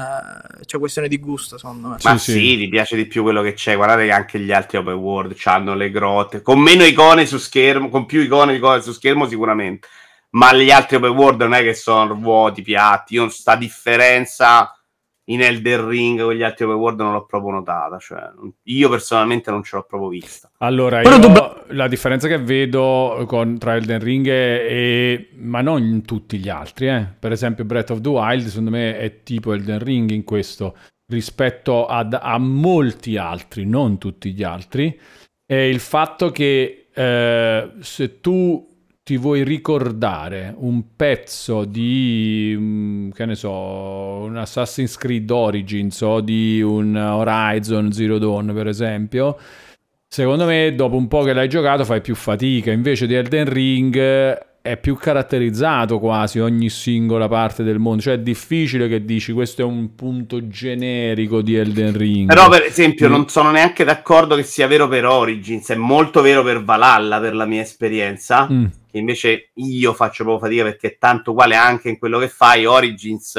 eh, cioè, questione di gusto, secondo me. Ma Sì, sì, sì. ti piace di più quello che c'è. Guardate che anche gli altri open world hanno le grotte, con meno icone su schermo, con più icone, icone su schermo sicuramente. Ma gli altri open world non è che sono vuoti, piatti. Io sta differenza in Elden Ring con gli altri open world non l'ho proprio notata. Cioè, io personalmente non ce l'ho proprio vista. Allora, Però io tu- la differenza che vedo con, tra Elden Ring e, e- ma non in tutti gli altri, eh. Per esempio Breath of the Wild, secondo me è tipo Elden Ring in questo, rispetto ad, a molti altri, non tutti gli altri, è il fatto che eh, se tu ti vuoi ricordare un pezzo di, mm, che ne so, un Assassin's Creed Origins o di un Horizon Zero Dawn, per esempio, secondo me dopo un po' che l'hai giocato fai più fatica, invece di Elden Ring eh, è più caratterizzato quasi ogni singola parte del mondo, cioè è difficile che dici questo è un punto generico di Elden Ring. Però per esempio Mm. non sono neanche d'accordo che sia vero per Origins, è molto vero per Valhalla per la mia esperienza, Mm. che invece io faccio proprio fatica perché è tanto uguale anche in quello che fai. Origins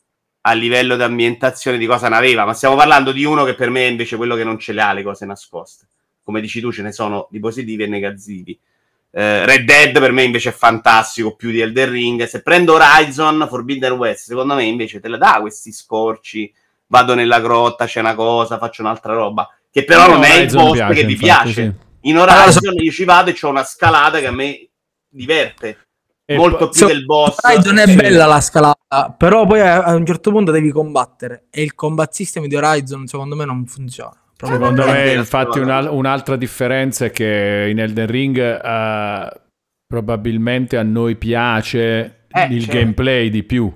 a livello di ambientazione di cosa ne aveva, ma stiamo parlando di uno che per me è invece quello che non ce le ha le cose nascoste. Come dici tu, ce ne sono di positivi e negativi. Eh, Red Dead per me invece è fantastico, più di Elden Ring. Se prendo Horizon Forbidden West, secondo me invece te la dà questi scorci, vado nella grotta, c'è una cosa, faccio un'altra roba, che però A me non è il Horizon boss piace, che ti infatti, piace. sì. In Horizon io ci vado e c'ho una scalata che a me diverte E molto poi- più del boss. Horizon è Sì. bella la scalata, però poi a, a un certo punto devi combattere e il combat system di Horizon secondo me non funziona. Proprio Secondo non è me, vero, infatti, no, no. una- un'altra differenza è che in Elden Ring eh, probabilmente a noi piace Eh, il certo. gameplay di più.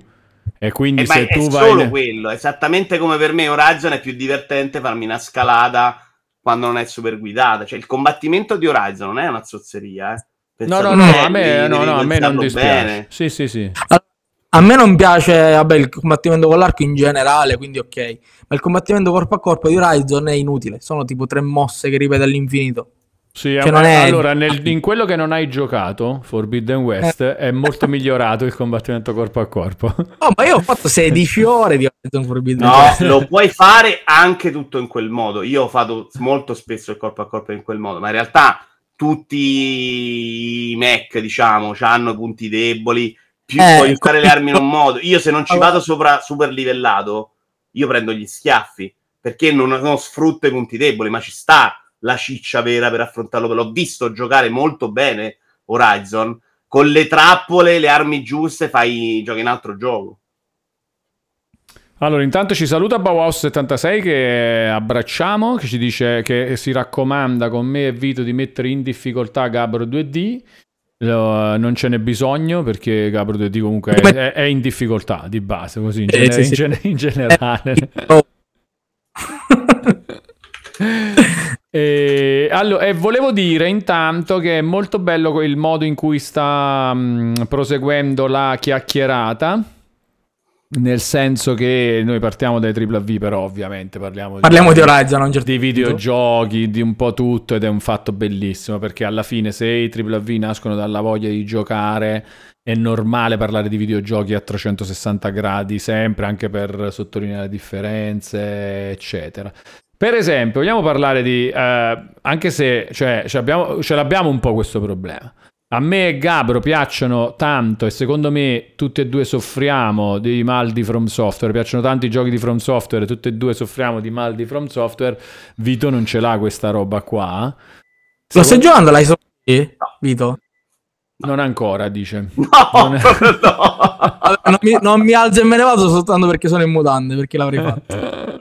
E quindi E se ma tu è vai... solo ne- quello, esattamente come per me Horizon è più divertente farmi una scalata quando non è super guidata. Cioè il combattimento di Horizon non è una zozzeria, eh. No, no, Pensato no, bene, a me, devi, no, devi no, a me non pensarlo dispiace. bene. Sì, sì, sì. A me non piace, vabbè, il combattimento con l'arco in generale, quindi ok. Ma il combattimento corpo a corpo di Horizon è inutile. Sono tipo tre mosse che ripete all'infinito. Sì, Cioè, eh, non è... allora nel- in quello che non hai giocato, Forbidden West, è molto migliorato il combattimento corpo a corpo. Oh, ma io ho fatto sedici ore di Horizon Forbidden No, West. lo puoi fare anche tutto in quel modo. Io ho fatto molto spesso il corpo a corpo in quel modo, ma in realtà tutti i mech, diciamo, hanno punti deboli. Più Eh, puoi usare le armi in un con- modo. Io se non ci vado sopra super livellato, io prendo gli schiaffi, perché non, non sfrutto i punti deboli, ma ci sta la ciccia vera per affrontarlo. L'ho visto giocare molto bene Horizon. Con le trappole, le armi giuste, fai giochi in altro gioco. Allora, intanto ci saluta Bauhaus settantasei che abbracciamo, che ci dice che si raccomanda con me e Vito di mettere in difficoltà Gabbro due D. Lo- non ce n'è bisogno perché Gabbro due D comunque è, è- è in difficoltà di base, così in, Sì, gene- sì, in sì. gene- in generale. Oh. E, allora, e volevo dire intanto che è molto bello il modo in cui sta mh, proseguendo la chiacchierata, nel senso che noi partiamo dai tripla V, però ovviamente parliamo, Parliamo di Horizon a un certo di punto. videogiochi, di un po' tutto, ed è un fatto bellissimo perché alla fine se i tripla V nascono dalla voglia di giocare è normale parlare di videogiochi a trecentosessanta gradi sempre, anche per sottolineare differenze eccetera. Per esempio vogliamo parlare di eh, anche se cioè, ce l'abbiamo, ce l'abbiamo un po' questo problema. A me e Gabro piacciono tanto e secondo me tutti e due soffriamo di mal di From Software, piacciono tanto i giochi di From Software, tutti e due soffriamo di mal di From Software. Vito non ce l'ha questa roba qua. Lo stai Secondo- giocando l'hai so- Vito? Non ancora, dice. No, Non è- proprio no. Vabbè, non, mi, non mi alzo e me ne vado soltanto perché sono in mutande, perché l'avrei fatto.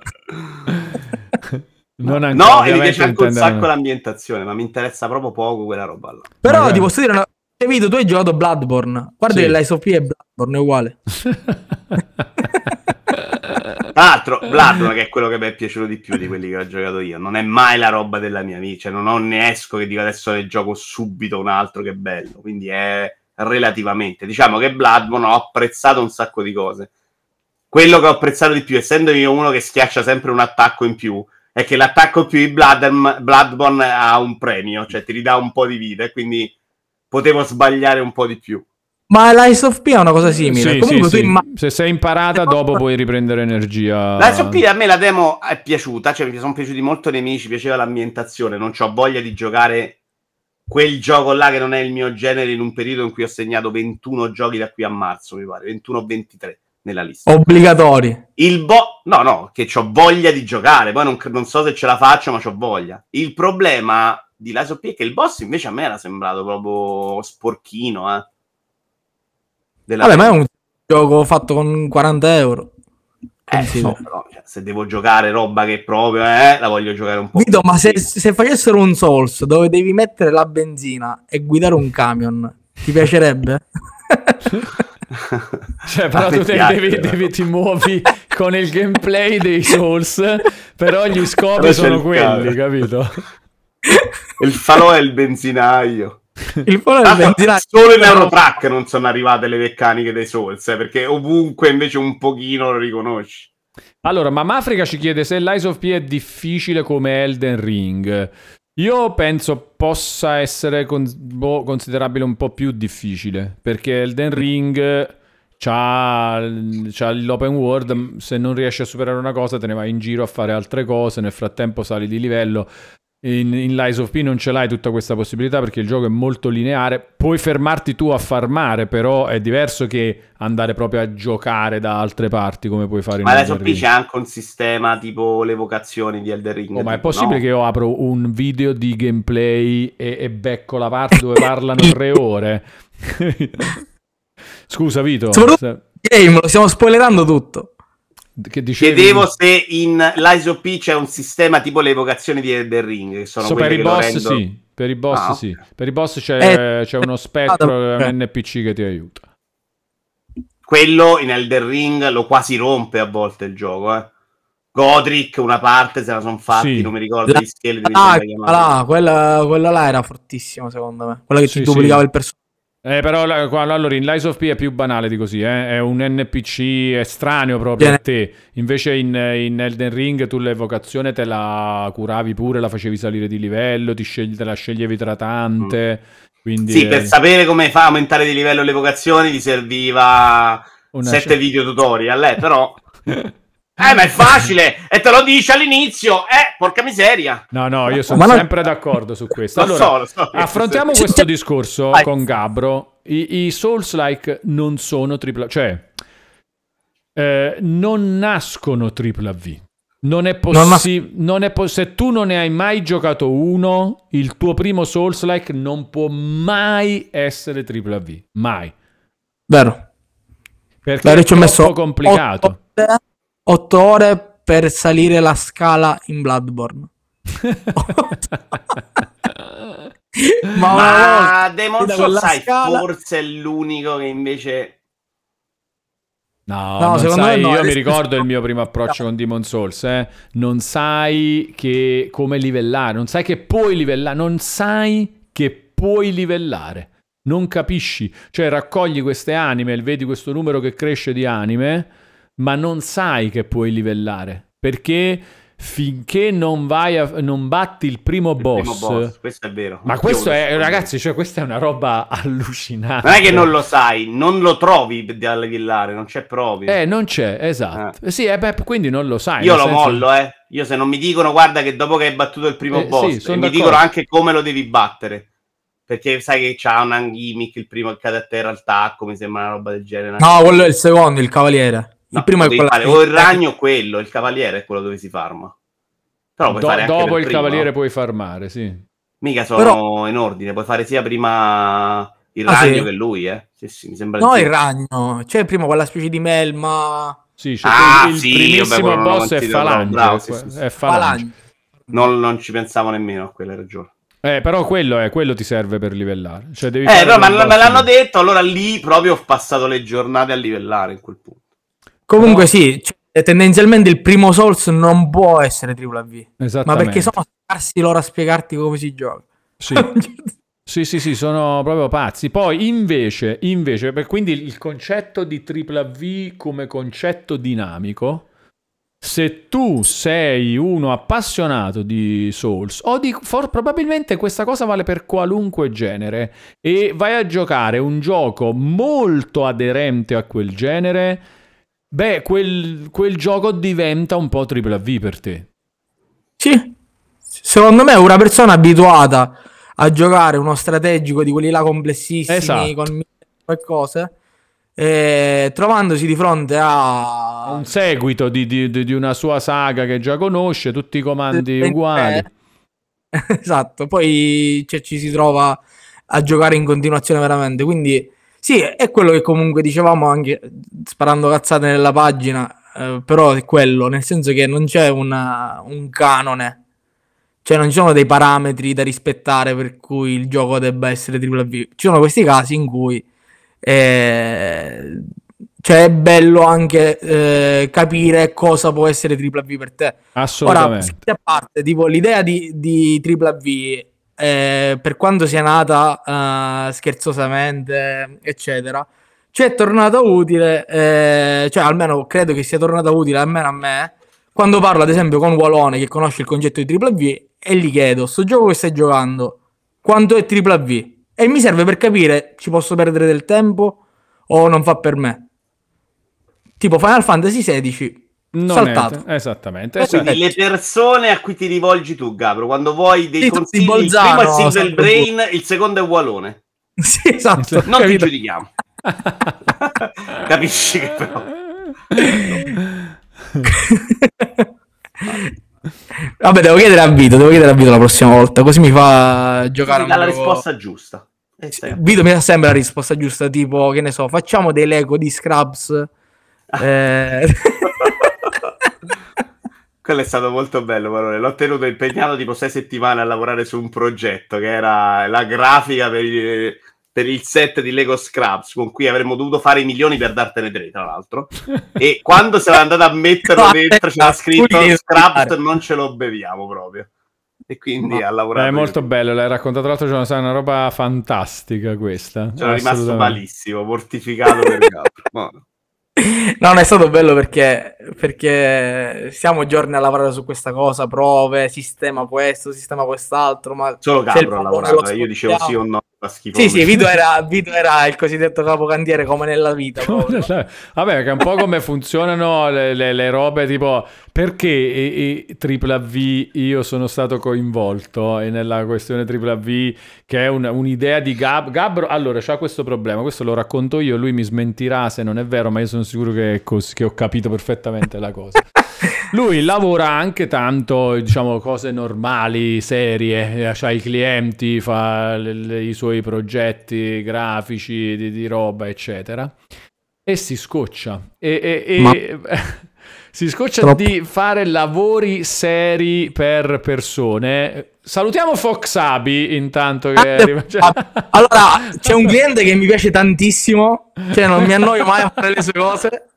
Non ancora, No, e mi ovviamente piace anche un intenderanno- sacco l'ambientazione, ma mi interessa proprio poco quella roba là. Però Magari. ti posso dire una cosa, Vito, tu hai giocato Bloodborne. Guarda Sì. che l'I S O P è Bloodborne, è uguale. Tra l'altro, Bloodborne, che è quello che mi è piaciuto di più di quelli che ho giocato io, non è mai la roba della mia vita, cioè non ho ne esco che dico adesso ne gioco subito un altro che è bello, quindi è relativamente. Diciamo che Bloodborne ho apprezzato un sacco di cose. Quello che ho apprezzato di più, essendo io uno che schiaccia sempre un attacco in più, è che l'attacco in più di Bloodborne, Bloodborne ha un premio, cioè ti ridà un po' di vita, e quindi potevo sbagliare un po' di più. Ma l'I S O P è una cosa simile. Sì, Comunque sì, tu sì. immagini... Se sei imparata dopo puoi riprendere energia. La S O P a me la demo è piaciuta, cioè mi sono piaciuti molto i nemici, piaceva l'ambientazione, non c'ho voglia di giocare quel gioco là che non è il mio genere in un periodo in cui ho segnato ventuno giochi da qui a marzo, mi pare, ventuno o ventitré nella lista. Obbligatori. Il bo... No, no, che c'ho voglia di giocare, poi non, non so se ce la faccio, ma c'ho voglia. Il problema di la S O P è che il boss invece a me era sembrato proprio sporchino, eh. Della Vabbè, ma è un gioco fatto con quaranta euro. Eh, so, però, cioè, se devo giocare roba che proprio, eh, la voglio giocare un po'. Vito, ma se, più. se facessero un Souls dove devi mettere la benzina e guidare un camion, ti piacerebbe? Cioè, però A tu me te- piace, devi, però. devi- ti muovi con il gameplay dei Souls, però gli scopi Però c'è sono il quelli, camion. capito? Il falò è il benzinaio. Il polo del Tanto benzina... solo in Eurotrack non sono arrivate le meccaniche dei Souls, eh, perché ovunque invece un pochino lo riconosci. Allora, Mamafrica ci chiede se l'Ice of P è difficile come Elden Ring. Io penso possa essere con- boh, considerabile un po' più difficile, perché Elden Ring c'ha, c'ha l'open world, se non riesci a superare una cosa te ne vai in giro a fare altre cose, nel frattempo sali di livello. In, in Lies of P non ce l'hai tutta questa possibilità perché il gioco è molto lineare. Puoi fermarti tu a farmare, però è diverso che andare proprio a giocare da altre parti come puoi fare in Ma la Elden S O P Ring. c'è anche un sistema tipo le vocazioni di Elden Ring. Oh, ma è tipo, possibile no? che io apro un video di gameplay e, e becco la parte dove parlano tre ore? Scusa Vito, Soprattutto game, lo stiamo spoilerando tutto. che dicevi? Chiedevo se in Lies of P c'è un sistema tipo le evocazioni di Elden Ring, che sono So, per quelle i che lo boss rendono... sì, per i boss Ah, sì. ok. Per i boss c'è, Eh, c'è uno spettro, eh. un N P C che ti aiuta. quello in Elden Ring lo quasi rompe a volte il gioco, eh. Godric, una parte se la sono fatti, Sì. non mi ricordo La- gli scheletri. Ah, là, quella, quella là era fortissima secondo me. Quella che Sì, ti duplicava sì. il personaggio. Eh, però la- qua- allora in Lies of P è più banale di così, eh? È un N P C estraneo proprio Viene- a te. Invece in, in Elden Ring tu l'evocazione te la curavi pure, la facevi salire di livello, ti scegli, te la sceglievi tra tante. Quindi Sì, è per sapere come fa a aumentare di livello le vocazioni ti serviva una sette sce- video tutorial, eh, però... Eh, ma è facile! E te lo dice all'inizio! Eh, porca miseria! No, no, io sono Ma non- sempre d'accordo su questo. Lo Allora, so, lo so. affrontiamo Sì, questo sì. discorso Vai. con Gabbro. I, i Souls-like non sono tripla... Cioè, eh, non nascono tripla V. Non è Non nas- possibile... Po- se tu non ne hai mai giocato uno, il tuo primo Souls-like non può mai essere tripla V. Mai. Vero. Perché Vero, è ci ho messo troppo complicato. otto ore, otto ore per salire la scala in Bloodborne. Ma una volta Ma Demon da Souls, quella sai, scala- forse è l'unico che invece... No, No, non secondo sai, me no, io mi adesso- ricordo il mio primo approccio con Demon Souls, eh. Non sai che come livellare, non sai che puoi livellare, non sai che puoi livellare. Non capisci, cioè raccogli queste anime, vedi questo numero che cresce di anime, ma non sai che puoi livellare, perché finché non vai a, non batti il primo, Il boss, primo boss, questo è vero. ma Io questo lo è, so. ragazzi, cioè questa è una roba allucinante. Non è che non lo sai, non lo trovi da livellare, non c'è proprio. Eh, non c'è, esatto. Sì, eh, beh, quindi non lo sai. Io nel lo senso- mollo, eh. Io se non mi dicono, guarda che dopo che hai battuto il primo Eh, boss, sì, sono e mi d'accordo. dicono anche come lo devi battere. Perché sai che c'ha una gimmick, il primo che cade a terra al tacco, mi sembra una roba del genere. No, quello è il secondo, il cavaliere. No, Il primo è devi quello fare o il ragno o quello, il cavaliere è quello dove si farma. Però puoi Do- fare anche dopo per il primo, cavaliere no? puoi farmare, sì. Mica sono Però- in ordine, puoi fare sia prima il Ah, ragno sì? che lui, eh. Sì, sì, mi sembra No, di sì. il ragno. C'è prima quella specie di melma. Sì, cioè, Ah, il, il sì, primissimo vabbè, quello non lo boss è considero Falange. bravo, sì, è- sì, sì. è Falange. Falange. Non, non ci pensavo nemmeno a quella ragione. Eh, però quello, è, quello ti serve per livellare. Cioè, devi Eh, fare però quel me, boss me l'hanno lì. detto, allora lì proprio ho passato le giornate a livellare in quel punto. Comunque Però- sì, cioè, tendenzialmente il primo Souls non può essere tripla V. Ma Esattamente. perché sono scarsi loro a spiegarti come si gioca. Sì. Sì, sì, sì, sono proprio pazzi. Poi invece, invece, per- quindi il concetto di tripla V come concetto dinamico, se tu sei uno appassionato di Souls, o di, for- probabilmente questa cosa vale per qualunque genere, e vai a giocare un gioco molto aderente a quel genere, beh, quel, quel gioco diventa un po' tripla V per te. Sì, secondo me una persona abituata a giocare uno strategico di quelli là complessissimi Esatto. con mille cose, eh, trovandosi di fronte a Un seguito di, di- di una sua saga che già conosce, tutti i comandi uguali. Esatto, poi cioè, ci si trova a giocare in continuazione veramente, quindi sì, è quello che comunque dicevamo anche sparando cazzate nella pagina, eh, però è quello, nel senso che non c'è una- un canone, cioè non ci sono dei parametri da rispettare per cui il gioco debba essere tripla V. Ci sono questi casi in cui eh, cioè è bello anche eh, capire cosa può essere tripla V per te. Ora, Assolutamente. scherzi a parte, tipo l'idea di, di tripla V, eh, per quanto sia nata eh, scherzosamente, eccetera, ci è tornata utile, eh, cioè almeno credo che sia tornata utile almeno a me, quando parlo ad esempio con Walone che conosce il concetto di tripla V e gli chiedo, sto gioco che stai giocando, quanto è tripla V? E mi serve per capire, ci posso perdere del tempo o non fa per me. Tipo Final Fantasy sedici, Non saltato. è, esattamente. Eh, Esatto. Quindi le persone a cui ti rivolgi tu, Gabro, quando vuoi dei Sì, tutti consigli, il Bolzano, primo è Silver sempre Brain, il secondo è Walone. Sì, esatto. Non ti capito? giudichiamo. Capisci che però... Vabbè, devo chiedere a Vito, devo chiedere a Vito la prossima volta, così mi fa giocare Ti dà un la gioco- risposta giusta. E stai a- Vito mi dà sempre la risposta giusta, tipo, che ne so, facciamo dei Lego di Scrubs. Eh... Quello è stato molto bello, Parole. L'ho tenuto impegnato tipo sei settimane a lavorare su un progetto che era la grafica per i- per il set di Lego Scraps, con cui avremmo dovuto fare i milioni per dartene tre, tra l'altro. E quando se l'è andata a metterlo dentro c'era scritto Scraps, non ce lo beviamo proprio. E quindi no. ha lavorato. È molto bello, l'hai raccontato l'altro giorno, è una roba fantastica questa. Sono rimasto malissimo, mortificato per il capo. No. No, non è stato bello perché, perché siamo giorni a lavorare su questa cosa, prove, sistema questo, sistema quest'altro, ma solo Capro ha lavorato, io dicevo sì o no, fa schifo. Sì, sì, Vito era, Vito era il cosiddetto capocantiere come nella vita. Vabbè, che è un po' come funzionano le, le, le robe, tipo perché e, e Tripla V io sono stato coinvolto e nella questione Tripla V, che è un, un'idea di Gab, Gabbro. Allora, c'ha questo problema, questo lo racconto io, lui mi smentirà se non è vero, ma io sono sicuro che, è così, che ho capito perfettamente la cosa. Lui lavora anche tanto, diciamo, cose normali, serie, ha i clienti, fa le, le, i suoi progetti grafici di, di roba, eccetera, e si scoccia e, e, e Ma... si scoccia Troppo. di fare lavori seri per persone. Salutiamo Fox Abi intanto che arriva. Allora, c'è un cliente che mi piace tantissimo, cioè non mi annoio mai a fare le sue cose.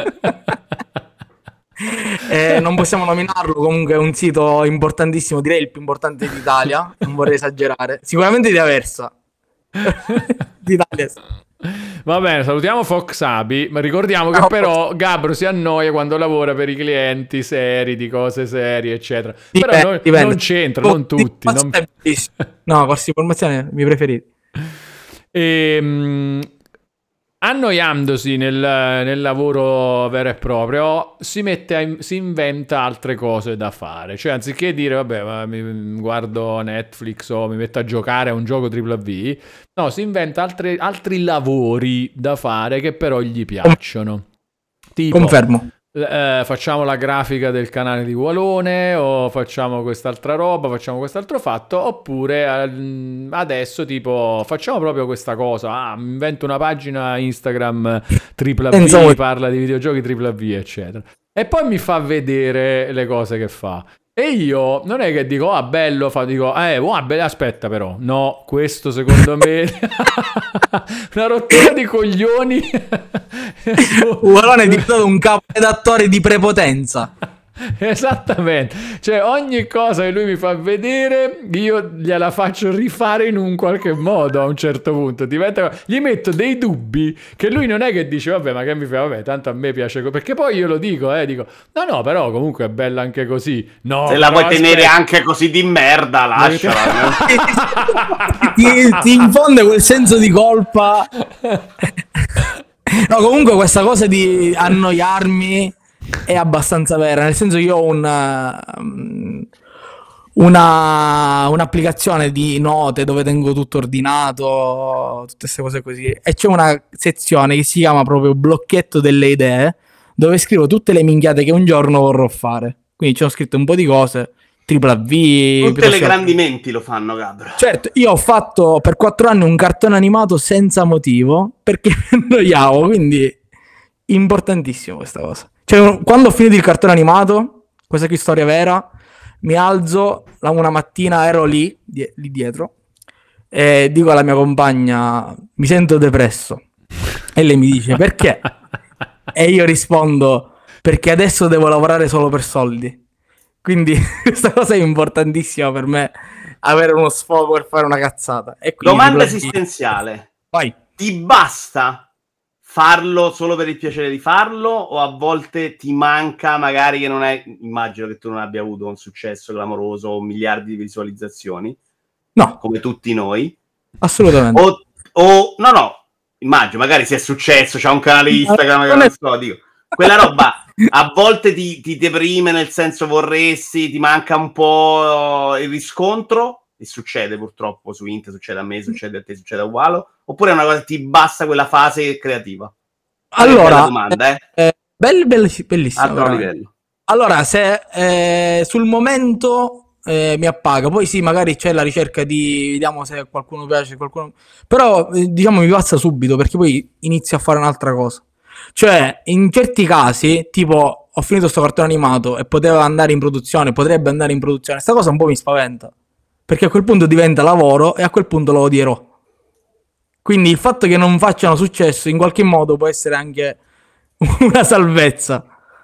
Eh, non possiamo nominarlo, comunque è un sito importantissimo, direi il più importante d'Italia, non vorrei esagerare, sicuramente di Aversa. D'Italia. Va bene, salutiamo Fox Abi, ma ricordiamo che no, però Gabbro si annoia quando lavora per i clienti seri, di cose serie, eccetera. Dipende, però non, dipende. non c'entra, non tutti. Non... No, corsi di formazione mi preferite. Ehm... Annoiandosi nel, nel lavoro vero e proprio, si mette a, si inventa altre cose da fare. Cioè, anziché dire vabbè, ma mi guardo Netflix o mi metto a giocare a un gioco tripla V, no, si inventa altri, altri lavori da fare che però gli piacciono. Tipo, confermo. Eh, facciamo la grafica del canale di Walone, o facciamo quest'altra roba, facciamo quest'altro fatto, oppure eh, adesso tipo facciamo proprio questa cosa, ah, invento una pagina Instagram tripla V, parla di videogiochi tripla V, eccetera, e poi mi fa vedere le cose che fa. E io non è che dico, ah bello, fa, dico, eh, oh, bello, aspetta però, no, questo secondo me una rottura di coglioni. Ualone è diventato un capo redattore di prepotenza. Esattamente, cioè ogni cosa che lui mi fa vedere io gliela faccio rifare in un qualche modo. A un certo punto diventa, gli metto dei dubbi che lui non è che dice vabbè ma che mi fa, vabbè tanto a me piace, perché poi io lo dico eh dico no no però comunque è bella anche così, no, se la vuoi aspetta. tenere anche così di merda lasciala. ti, ti infonde quel senso di colpa. No, comunque questa cosa di annoiarmi è abbastanza vera, nel senso io ho una, una un'applicazione di note dove tengo tutto ordinato, tutte queste cose così, e c'è una sezione che si chiama proprio blocchetto delle idee, dove scrivo tutte le minchiate che un giorno vorrò fare. Quindi ci ho scritto un po' di cose, tripla V, tutte le grandi menti lo fanno, Gabbro. Certo, io ho fatto per quattro anni un cartone animato senza motivo perché mi annoiavo, quindi importantissimo questa cosa. Cioè, quando ho finito il cartone animato, questa qui è storia vera, mi alzo una mattina, ero lì, die- lì dietro, e dico alla mia compagna, mi sento depresso. E lei mi dice, perché? E io rispondo, perché adesso devo lavorare solo per soldi. Quindi questa cosa è importantissima per me, avere uno sfogo per fare una cazzata. E domanda esistenziale. Vai. Ti basta farlo solo per il piacere di farlo, o a volte ti manca magari che non è, immagino che tu non abbia avuto un successo clamoroso o miliardi di visualizzazioni, no, come tutti noi, assolutamente, o, o no no immagino magari se è successo, c'ha un canale Instagram, non è... so, dico, quella roba a volte ti, ti deprime, nel senso vorresti, ti manca un po' il riscontro, e succede purtroppo su internet, succede a me, succede a te, succede a Walo, oppure è una cosa che ti basta quella fase creativa? Allora, domanda, eh? eh, bell, bell, bellissimo. Alto livello. Allora, se eh, sul momento eh, mi appaga, poi sì, magari c'è la ricerca di, vediamo se qualcuno piace, qualcuno, però eh, diciamo mi passa subito, perché poi inizio a fare un'altra cosa. Cioè, in certi casi, tipo, ho finito sto cartone animato e poteva andare in produzione, potrebbe andare in produzione, sta cosa un po' mi spaventa, perché a quel punto diventa lavoro e a quel punto lo odierò. Quindi il fatto che non facciano successo in qualche modo può essere anche una salvezza.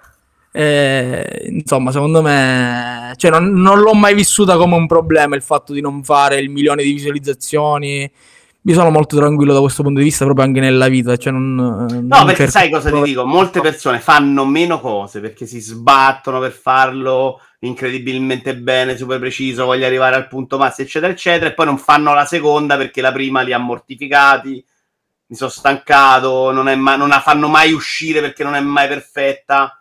Eh, insomma, secondo me, cioè, non, non l'ho mai vissuta come un problema il fatto di non fare il milione di visualizzazioni. Mi sono molto tranquillo da questo punto di vista, proprio anche nella vita. Cioè non, no, non perché cerco... sai cosa ti dico? Molte persone fanno meno cose perché si sbattono per farlo incredibilmente bene, super preciso, voglio arrivare al punto massimo, eccetera, eccetera, e poi non fanno la seconda perché la prima li ha mortificati, mi sono stancato, non, è ma- non la fanno mai uscire perché non è mai perfetta.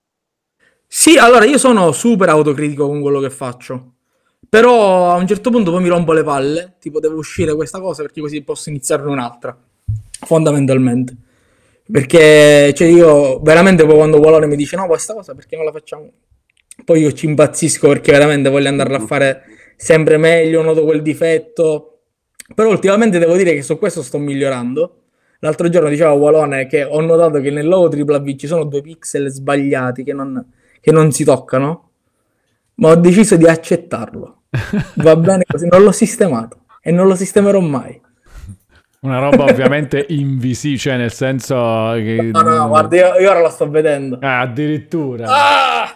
Sì, allora io sono super autocritico con quello che faccio. Però a un certo punto poi mi rompo le palle, tipo devo uscire questa cosa perché così posso iniziarne un'altra, fondamentalmente. Perché cioè io veramente poi quando Walone mi dice no, questa cosa perché non la facciamo? Poi io ci impazzisco perché veramente voglio andarla a fare sempre meglio, noto quel difetto. Però ultimamente devo dire che su questo sto migliorando. L'altro giorno diceva Walone che ho notato che nel logo tripla V ci sono due pixel sbagliati che non, che non si toccano, ma ho deciso di accettarlo. Va bene così, non l'ho sistemato e non lo sistemerò mai. Una roba ovviamente invisibile, cioè nel senso che... No, no, guarda, io, io ora lo sto vedendo. Ah, addirittura. Ah!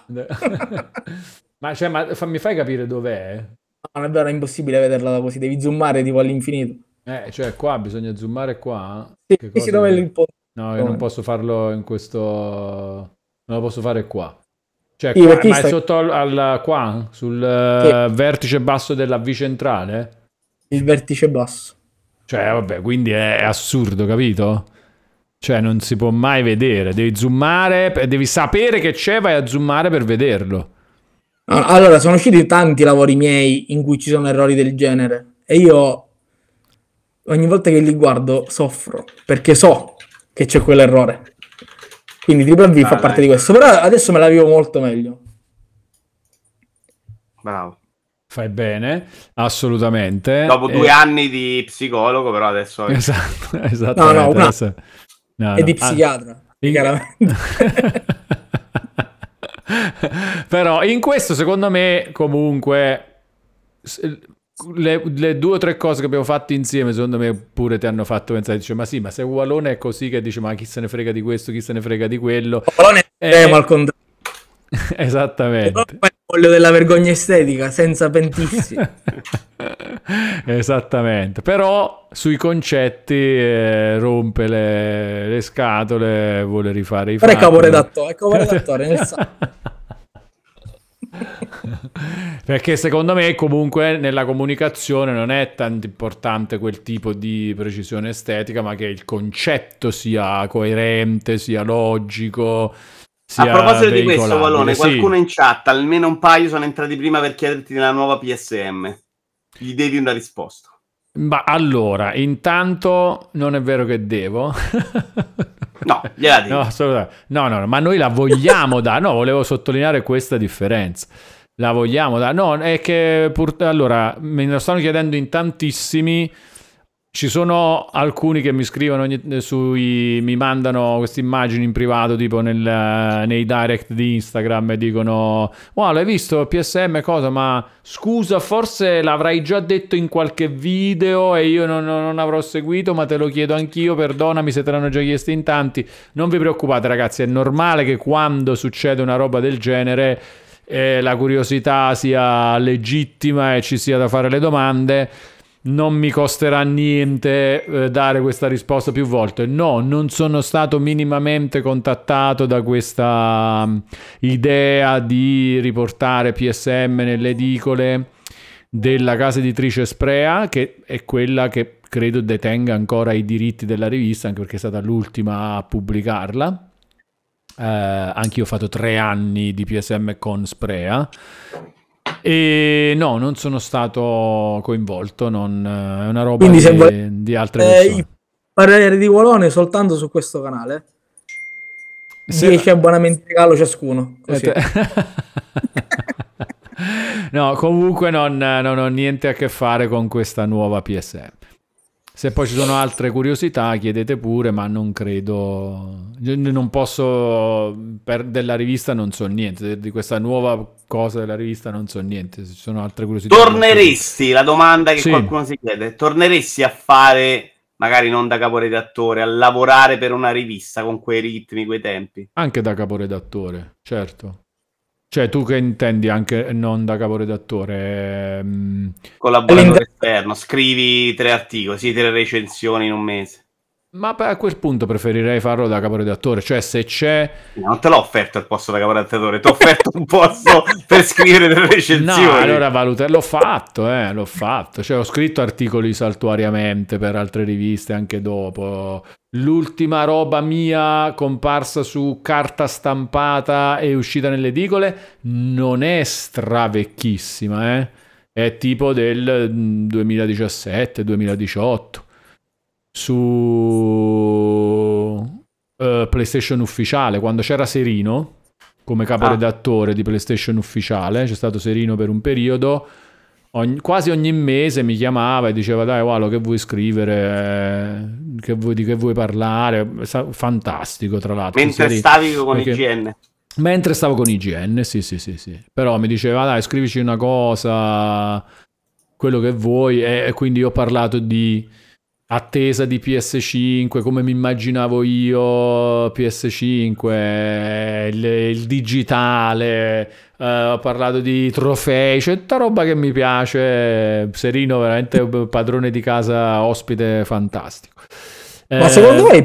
ma, cioè, ma fa, mi fai capire dov'è? No, non è vero, è impossibile vederla da così, devi zoomare tipo all'infinito. Eh, cioè qua bisogna zoomare qua. Sì, Che sì, cosa... dove è il punto? No, io non posso farlo in questo... Non lo posso fare qua. Cioè, Sì, qua, perché ma è sta- sotto al, al- qua, sul eh, vertice basso della V centrale? Il vertice basso. Cioè, vabbè, quindi è, è assurdo, capito? Cioè, non si può mai vedere. Devi zoomare, pe- devi sapere che c'è, vai a zoomare per vederlo. Ah, allora, sono usciti tanti lavori miei in cui ci sono errori del genere e io ogni volta che li guardo soffro perché so che c'è quell'errore. Quindi Triple V Ah, fa dai. parte di questo, però adesso me la vivo molto meglio. Bravo. Fai bene, assolutamente. Dopo E- due anni di psicologo, però adesso... Esatto, No, esattamente. no, una- adesso- no, E no. di Ah, psichiatra, in- chiaramente. Però in questo secondo me comunque s- le, le due o tre cose che abbiamo fatto insieme secondo me pure ti hanno fatto pensare, dice, ma sì, ma se Walone è così che dice ma chi se ne frega di questo, chi se ne frega di quello. Pallone Eh, è al contrario. Esattamente. Voglio della vergogna estetica, senza pentirsi. Esattamente, però sui concetti eh, rompe le, le scatole, vuole rifare i Però è fatti. caporedattore, è caporedattore nel senso. Perché secondo me comunque nella comunicazione non è tanto importante quel tipo di precisione estetica, ma che il concetto sia coerente, sia logico, sia A proposito di questo, veicolabile. Valone, Sì. qualcuno in chat, almeno un paio sono entrati prima per chiederti della nuova P S M. Gli devi una risposta. Ma allora, intanto non è vero che devo. No, gliela dico. No, assolutamente. No, no, no, ma noi la vogliamo dare. No, volevo sottolineare questa differenza. La vogliamo dare. No, è che pur... allora me ne stanno chiedendo in tantissimi. Ci sono alcuni che mi scrivono ogni... sui mi mandano queste immagini in privato, tipo nel... nei direct di Instagram e dicono: wow, l'hai visto P S M cosa? Ma scusa, forse l'avrai già detto in qualche video e io non, non avrò seguito, ma te lo chiedo anch'io, perdonami se te l'hanno già chiesto in tanti. Non vi preoccupate ragazzi, è normale che quando succede una roba del genere eh, la curiosità sia legittima e ci sia da fare le domande. Non mi costerà niente eh, dare questa risposta più volte. No, non sono stato minimamente contattato da questa um, idea di riportare P S M nelle edicole della casa editrice Sprea, che è quella che credo detenga ancora i diritti della rivista, anche perché è stata l'ultima a pubblicarla. Eh, anche io ho fatto tre anni di P S M con Sprea. E no, non sono stato coinvolto, non, è una roba Quindi di, se vuoi- di altre Eh, persone. il parere di Walone soltanto su questo canale. Se- dieci abbonamenti in regalo ciascuno. Così. Eh, te- No, comunque non, non ho niente a che fare con questa nuova P S M. Se poi ci sono altre curiosità chiedete pure, ma non credo, non posso, per della rivista non so niente, di questa nuova cosa della rivista non so niente, se ci sono altre curiosità. Torneresti, la domanda che Sì. qualcuno si chiede, torneresti a fare magari non da caporedattore, a lavorare per una rivista con quei ritmi, quei tempi? Anche da caporedattore, certo. Cioè, tu che intendi anche non da caporedattore? Ehm... Collaboratore esterno, scrivi tre articoli, sì, tre recensioni in un mese. Ma a quel punto preferirei farlo da caporedattore, cioè se c'è... No, non te l'ho offerto il posto da caporedattore, ti ho offerto un posto per scrivere delle recensioni. No, allora valuta, l'ho fatto, eh, l'ho fatto, cioè ho scritto articoli saltuariamente per altre riviste anche dopo. L'ultima roba mia comparsa su carta stampata e uscita nelle edicole non è stravecchissima, eh? È tipo del duemiladiciassette duemiladiciotto. Su uh, PlayStation Ufficiale, quando c'era Serino come caporedattore ah. di PlayStation Ufficiale, c'è stato Serino per un periodo, ogni, quasi ogni mese mi chiamava e diceva dai Walo, che vuoi scrivere, che vuoi, di che vuoi parlare, fantastico tra l'altro. Mentre Serino, stavi con perché... I G N? Mentre stavo con I G N, sì sì sì sì, però mi diceva dai scrivici una cosa, quello che vuoi, e, e quindi ho parlato di attesa di P S cinque, come mi immaginavo io P S cinque, il, il digitale, uh, ho parlato di trofei, c'è tutta roba che mi piace. Serino veramente un padrone di casa, ospite fantastico. Ma eh... secondo voi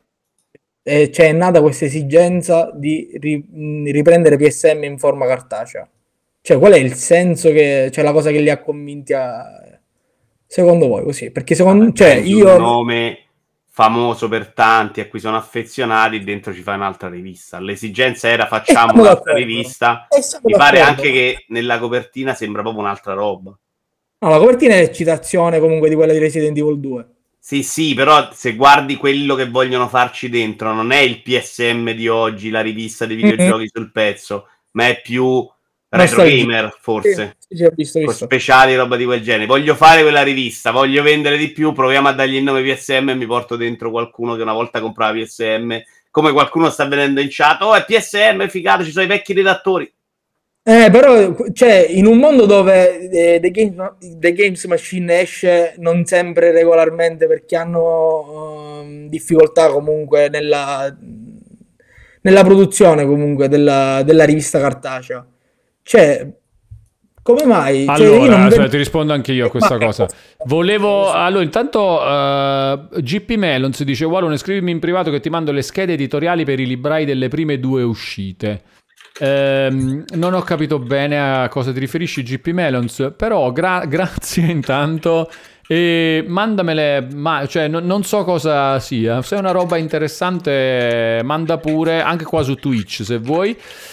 eh, c'è nata questa esigenza di ri- riprendere P S M in forma cartacea? Cioè qual è il senso, che cioè la cosa che li ha convinti a... Secondo voi così? Perché secondo me, cioè, io... un nome famoso per tanti a cui sono affezionati, dentro ci fai un'altra rivista. L'esigenza era facciamo un'altra d'accordo. rivista. Mi pare anche che nella copertina sembra proprio un'altra roba. No, la copertina è citazione comunque di quella di Resident Evil due. Sì, sì, però se guardi quello che vogliono farci dentro, non è il P S M di oggi, la rivista dei videogiochi mm-hmm. sul pezzo, ma è più... Retro Gamer forse, sì, sì, ho visto, con visto. speciali, roba di quel genere. Voglio fare quella rivista, voglio vendere di più, proviamo a dargli il nome P S M e mi porto dentro qualcuno che una volta comprava P S M, come qualcuno sta venendo in chat, oh è P S M, è figato, ci sono i vecchi redattori. Eh, però, cioè, in un mondo dove eh, The, Game, The Games Machine esce non sempre regolarmente perché hanno uh, difficoltà comunque nella, nella produzione comunque della, della rivista cartacea. Cioè, come mai? Allora, cioè, io non cioè, ti rispondo anche io a questa ma... cosa. Volevo... Allora, intanto uh, G P Melons dice Walone, scrivimi in privato che ti mando le schede editoriali per i librai delle prime due uscite. Um, non ho capito bene a cosa ti riferisci G P Melons, però gra- grazie intanto e mandamele, ma, cioè, no, non so cosa sia. Se è una roba interessante manda pure, anche qua su Twitch se vuoi.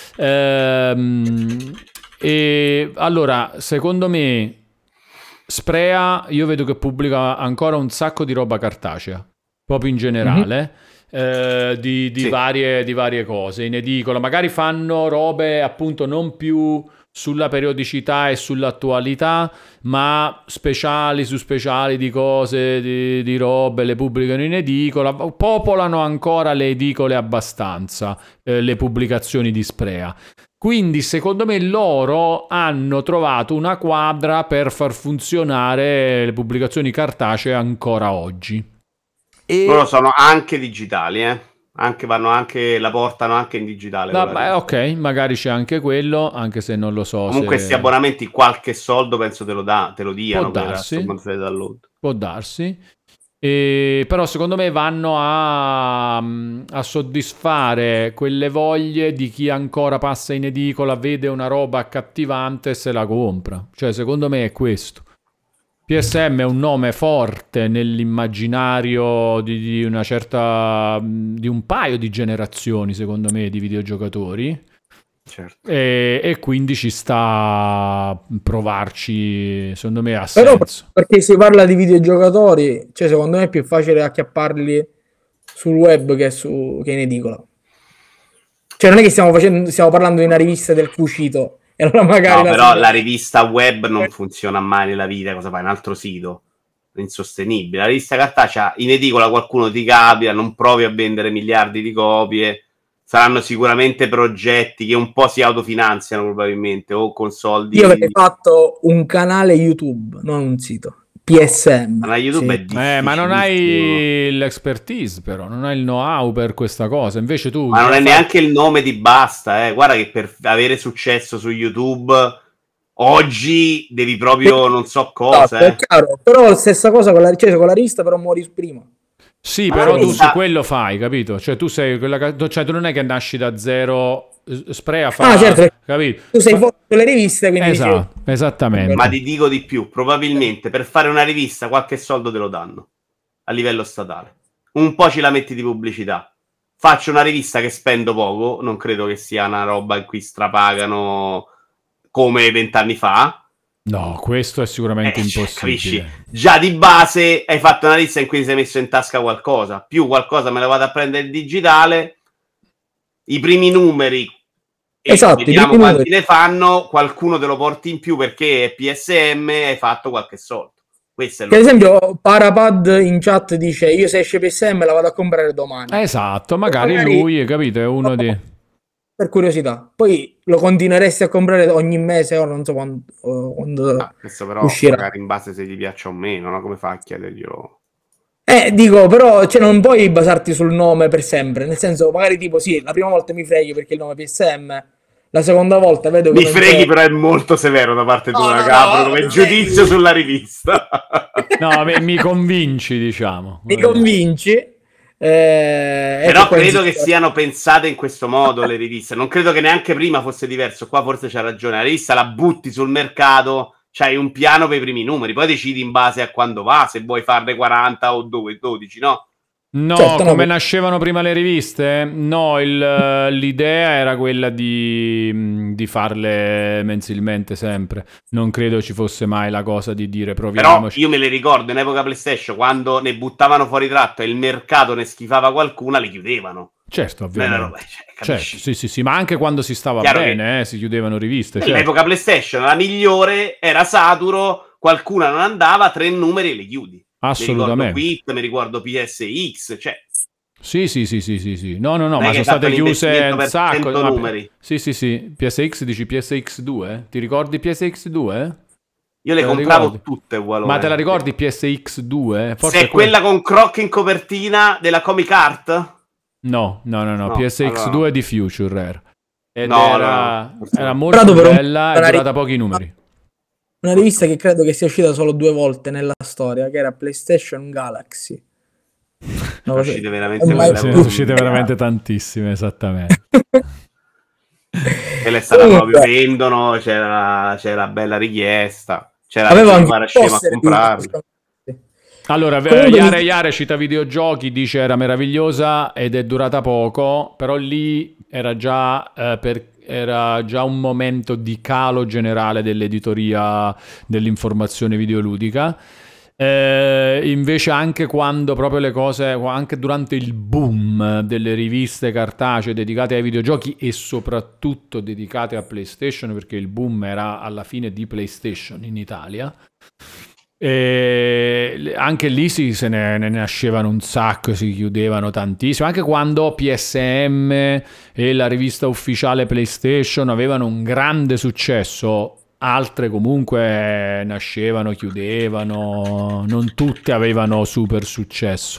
Ehm, e allora secondo me Sprea io vedo che pubblica ancora un sacco di roba cartacea proprio in generale, mm-hmm. eh, di, di, sì. varie, di varie cose in edicola, magari fanno robe appunto non più sulla periodicità e sull'attualità, ma speciali su speciali di cose, di, di robe, le pubblicano in edicola, popolano ancora le edicole abbastanza, eh, le pubblicazioni di Sprea. Quindi secondo me loro hanno trovato una quadra per far funzionare le pubblicazioni cartacee ancora oggi. E... loro sono anche digitali, eh? Anche vanno anche, la portano anche in digitale. Vabbè, ok, magari c'è anche quello, anche se non lo so. Comunque se... questi abbonamenti qualche soldo penso te lo, da, te lo diano. Può darsi, può darsi. E, però secondo me vanno a, a soddisfare quelle voglie di chi ancora passa in edicola, vede una roba accattivante e se la compra. Cioè secondo me è questo. P S M è un nome forte nell'immaginario di, di una certa, di un paio di generazioni, secondo me, di videogiocatori. Certo. E, e quindi ci sta a provarci, secondo me ha Però senso. Perché si parla di videogiocatori, cioè secondo me è più facile acchiapparli sul web che, su, che in edicola. Cioè non è che stiamo, facendo, stiamo parlando di una rivista del cucito. E allora magari no, la però sera... la rivista web non funziona mai nella vita, cosa fai? Un altro sito? È insostenibile. La rivista cartacea in edicola qualcuno ti capita, non provi a vendere miliardi di copie, saranno sicuramente progetti che un po' si autofinanziano probabilmente, o con soldi... Io avrei fatto un canale YouTube, non un sito. P S M. Ma YouTube sì. è difficile. Eh, ma non hai l'expertise, però, non hai il know-how per questa cosa. Invece tu. Ma non già è fai- neanche il nome di basta, eh. Guarda che per avere successo su YouTube oggi devi proprio non so cosa, Esatto, è eh. chiaro. Però stessa cosa con la, cioè, con la rivista, però muori prima. Sì, Ma però la tu rivista- su quello fai, capito? Cioè tu sei quella ca- cioè tu non è che nasci da zero, s- Sprea fa, Ah, certo. capito? Tu sei Fa- fuori sulle riviste, quindi Esatto, dici, esattamente. Ma ti dico di più, probabilmente per fare una rivista qualche soldo te lo danno a livello statale. Un po' ci la metti di pubblicità. Faccio una rivista che spendo poco, non credo che sia una roba in cui strapagano come vent'anni fa. No, questo è sicuramente Eh, cioè, impossibile. capisci? Già di base hai fatto una lista in cui ti sei messo in tasca qualcosa, più qualcosa me la vado a prendere il digitale, i primi numeri, e Esatto, i vediamo primi quanti numeri. ne fanno, qualcuno te lo porti in più perché è P S M e hai fatto qualche soldo. Questo è Che ad lo... esempio Parapad in chat dice io se esce P S M la vado a comprare domani. Esatto, magari, Magari- lui, capito, è uno di... Per curiosità. Poi lo continueresti a comprare ogni mese o non so quando, o quando Ah, questo però uscirà. magari in base se gli piaccia o meno, no? Come fa a chiederglielo? Eh, dico, però cioè, non puoi basarti sul nome per sempre. Nel senso, magari tipo sì, la prima volta mi freghi perché il nome è P S M, la seconda volta vedo che Mi non freghi, c'è... però è molto severo da parte No, tua, no, no, Capro, no, come non giudizio è- sulla rivista. No, beh, mi convinci, diciamo. Mi convinci. Eh, Però ecco, credo che pensi- siano pensate in questo modo le riviste. Non credo che neanche prima fosse diverso. Qua forse c'ha ragione. La rivista la butti sul mercato, c'hai un piano per i primi numeri, poi decidi in base a quando va, se vuoi farne quaranta o dodici, no? No, Certo, no, come per- nascevano prima le riviste? No, il- l'idea era quella di, di farle mensilmente sempre. Non credo ci fosse mai la cosa di dire Però proviamoci. io me le ricordo in epoca PlayStation, quando ne buttavano fuori tratto e il mercato ne schifava qualcuna, le chiudevano. Certo, Non è una roba, ovviamente. cioè, Certo, capisci? sì, sì, sì, ma anche quando si stava Chiaro bene, eh, si chiudevano riviste. Certo. Nell'epoca PlayStation la migliore era Saturo, qualcuna non andava, tre numeri e le chiudi. Mi ricordo Assolutamente. Quit, mi ricordo P S X, cioè Sì, sì, sì, sì, sì, sì. No, no, no, non è ma che sono hai fatto state chiuse l'investimento un per sacco. cento ma- numeri. Sì, sì, sì. P S X dici P S X due? Ti ricordi P S X due? Io le Te la compravo ricordi? tutte uguali. Ma te la ricordi P S X due? Forse Se è que- quella con Croc in copertina della Comic Art? No, no, no, no, No, P S X allora due no. di Future era. Ed No, era, no, no, forse era no. molto Però dopo- bella e una durata ri- pochi numeri. Una rivista che credo che sia uscita solo due volte nella storia, che era PlayStation Galaxy. No, Sono uscite veramente ormai- quelle Sì, con- sono uscite veramente tantissime, esattamente. Quella è stata Comunque- proprio vendono, c'era, c'era bella richiesta. C'era Avevo gente anche che il guarda, scema a poster di- comprarli. Allora, Comunque Iare mi- Iare cita videogiochi, dice era meravigliosa ed è durata poco, però lì era già, eh, per- era già un momento di calo generale dell'editoria dell'informazione videoludica. Eh, invece anche quando proprio le cose, anche durante il boom delle riviste cartacee dedicate ai videogiochi e soprattutto dedicate a PlayStation, perché il boom era alla fine di PlayStation in Italia, e anche lì si, se ne, ne nascevano un sacco, si chiudevano tantissimo, anche quando P S M e la rivista ufficiale PlayStation avevano un grande successo, altre comunque nascevano, chiudevano, non tutte avevano super successo.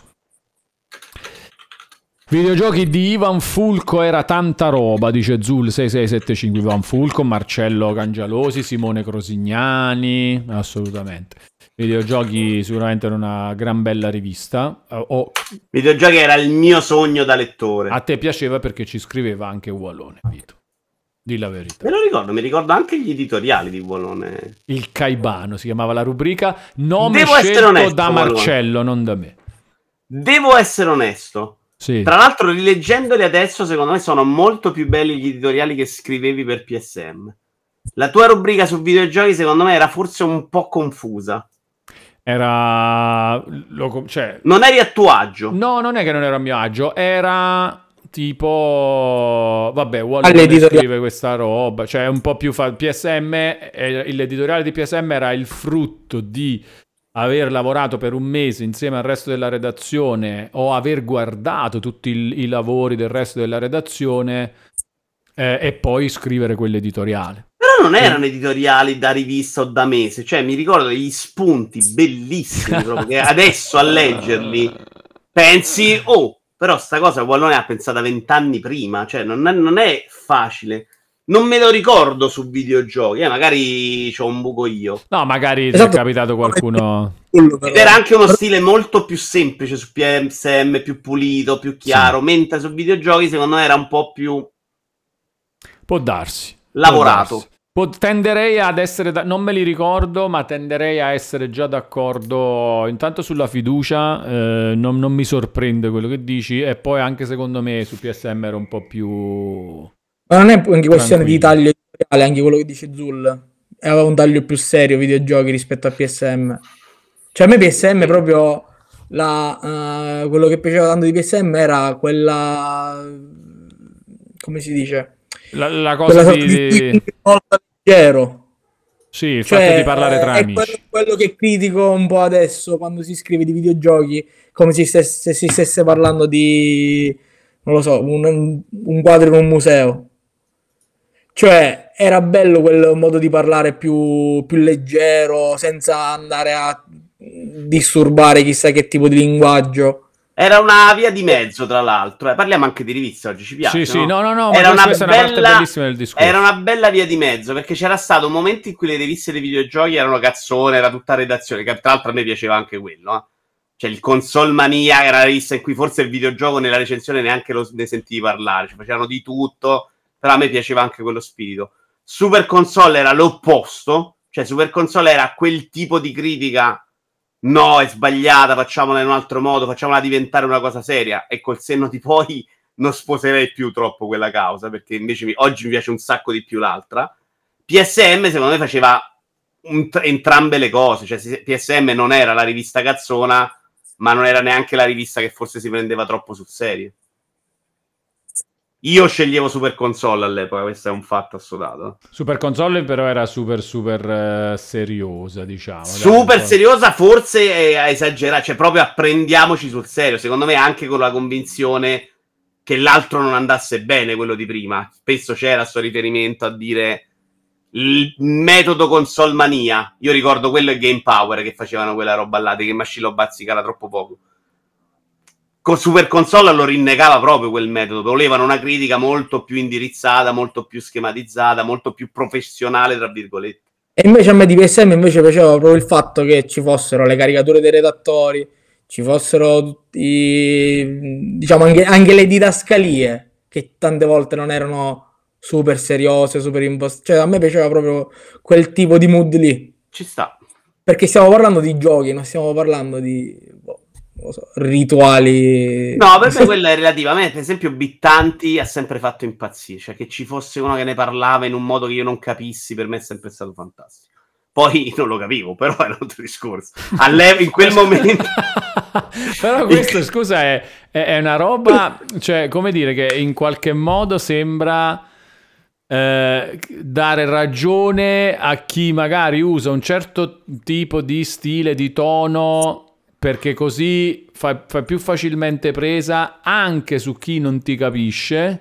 Videogiochi di Ivan Fulco era tanta roba, dice Zul sei sei sette cinque. Ivan Fulco, Marcello Cangialosi, Simone Crosignani, assolutamente. Videogiochi sicuramente era una gran bella rivista. Uh, oh, Videogiochi era il mio sogno da lettore. a te piaceva perché ci scriveva anche Wallone, Vito. Di la verità. Me lo ricordo, mi ricordo anche gli editoriali di Wallone. Il Caibano si chiamava la rubrica. Nome Devo essere scelto onesto, da Wallone. Marcello, non da me. Devo essere onesto. Sì. Tra l'altro, rileggendoli adesso, secondo me sono molto più belli gli editoriali che scrivevi per P S M. La tua rubrica su videogiochi, secondo me, era forse un po' confusa. Era... lo- cioè, Non eri a tuo agio. no, non è che non era a mio agio, era tipo... Vabbè, Wallone All'editoriale. scrive questa roba, cioè è un po' più... Fa... P S M, eh, l'editoriale di P S M era il frutto di aver lavorato per un mese insieme al resto della redazione o aver guardato tutti il- i lavori del resto della redazione, eh, e poi scrivere quell'editoriale. Però non erano editoriali da rivista o da mese, cioè mi ricordo degli spunti bellissimi proprio, che adesso a leggerli pensi, oh, però sta cosa Wallone ha pensata vent'anni prima, cioè non è, non è facile. Non me lo ricordo su videogiochi, eh, magari c'ho un buco io. No, magari Esatto. ti è capitato qualcuno... Ed era anche uno stile molto più semplice su P S M, più pulito, più chiaro, Sì. mentre su videogiochi secondo me era un po' più Può darsi. lavorato. Può darsi. Po- tenderei ad essere, da- non me li ricordo, ma tenderei a essere già d'accordo. Intanto sulla fiducia, eh, non, non mi sorprende quello che dici, e poi anche secondo me su P S M era un po' più... Ma non è anche questione Tranquillo. di taglio editoriale, anche quello che dice Zul. Aveva un taglio più serio videogiochi rispetto a P S M. Cioè a me P S M proprio la, eh, quello che piaceva tanto di P S M era quella, come si dice? La, la Quella cosa sorta di... di di- tweet molto leggero. Sì, il Cioè, fatto di parlare tra è amici. quello, quello che critico un po' adesso quando si scrive di videogiochi, come se, stesse, se si stesse parlando di, non lo so, un, un quadro in un museo. Cioè, era bello quel modo di parlare più, più leggero, senza andare a disturbare chissà che tipo di linguaggio. Era una via di mezzo, tra l'altro. Eh, parliamo anche di riviste oggi, ci piace, Sì, sì, no? no, no, no, ma Era una questa è una parte bella- bellissima del discorso. Era una bella via di mezzo, perché c'era stato un momento in cui le riviste dei videogiochi erano cazzone, era tutta redazione, che tra l'altro a me piaceva anche quello, eh. Cioè il Console Mania era la rivista in cui forse il videogioco nella recensione neanche lo, ne sentivi parlare, cioè facevano di tutto, però a me piaceva anche quello spirito. Super Console era l'opposto, cioè Super Console era quel tipo di critica, no, è sbagliata, facciamola in un altro modo, facciamola diventare una cosa seria, e col senno di poi non sposerei più troppo quella causa, perché invece mi, oggi mi piace un sacco di più l'altra. P S M secondo me faceva un, entrambe le cose, cioè P S M non era la rivista cazzona, ma non era neanche la rivista che forse si prendeva troppo sul serio. Io sceglievo Super Console all'epoca, questo è un fatto assodato. Super Console però era super super eh, seriosa, diciamo. dai, Super un po'. seriosa, forse è esagerato, cioè proprio apprendiamoci sul serio, secondo me anche con la convinzione che l'altro non andasse bene, quello di prima. Spesso c'era sto riferimento a dire il metodo Console Mania. Io ricordo quello e Game Power che facevano quella roba là, che Mascillo bazzicava troppo poco. Con Super Console lo rinnegava proprio quel metodo, volevano una critica molto più indirizzata, molto più schematizzata, molto più professionale, tra virgolette. E invece a me di P S M invece piaceva proprio il fatto che ci fossero le caricature dei redattori, ci fossero tutti, diciamo, anche, anche le didascalie, che tante volte non erano super seriose, super impostate. Cioè a me piaceva proprio quel tipo di mood lì. Ci sta. Perché stiamo parlando di giochi, non stiamo parlando di boh, non lo so, rituali. No, per me quella è relativa. A me, per esempio, Bittanti ha sempre fatto impazzire. Cioè, che ci fosse uno che ne parlava in un modo che io non capissi, per me è sempre stato fantastico. Poi non lo capivo, però era un altro discorso. All'epoca, in quel momento... Però questo, scusa, è, è, è una roba, cioè, come dire, che in qualche modo sembra... Eh, dare ragione a chi magari usa un certo tipo di stile, di tono, perché così fa, fa più facilmente presa anche su chi non ti capisce.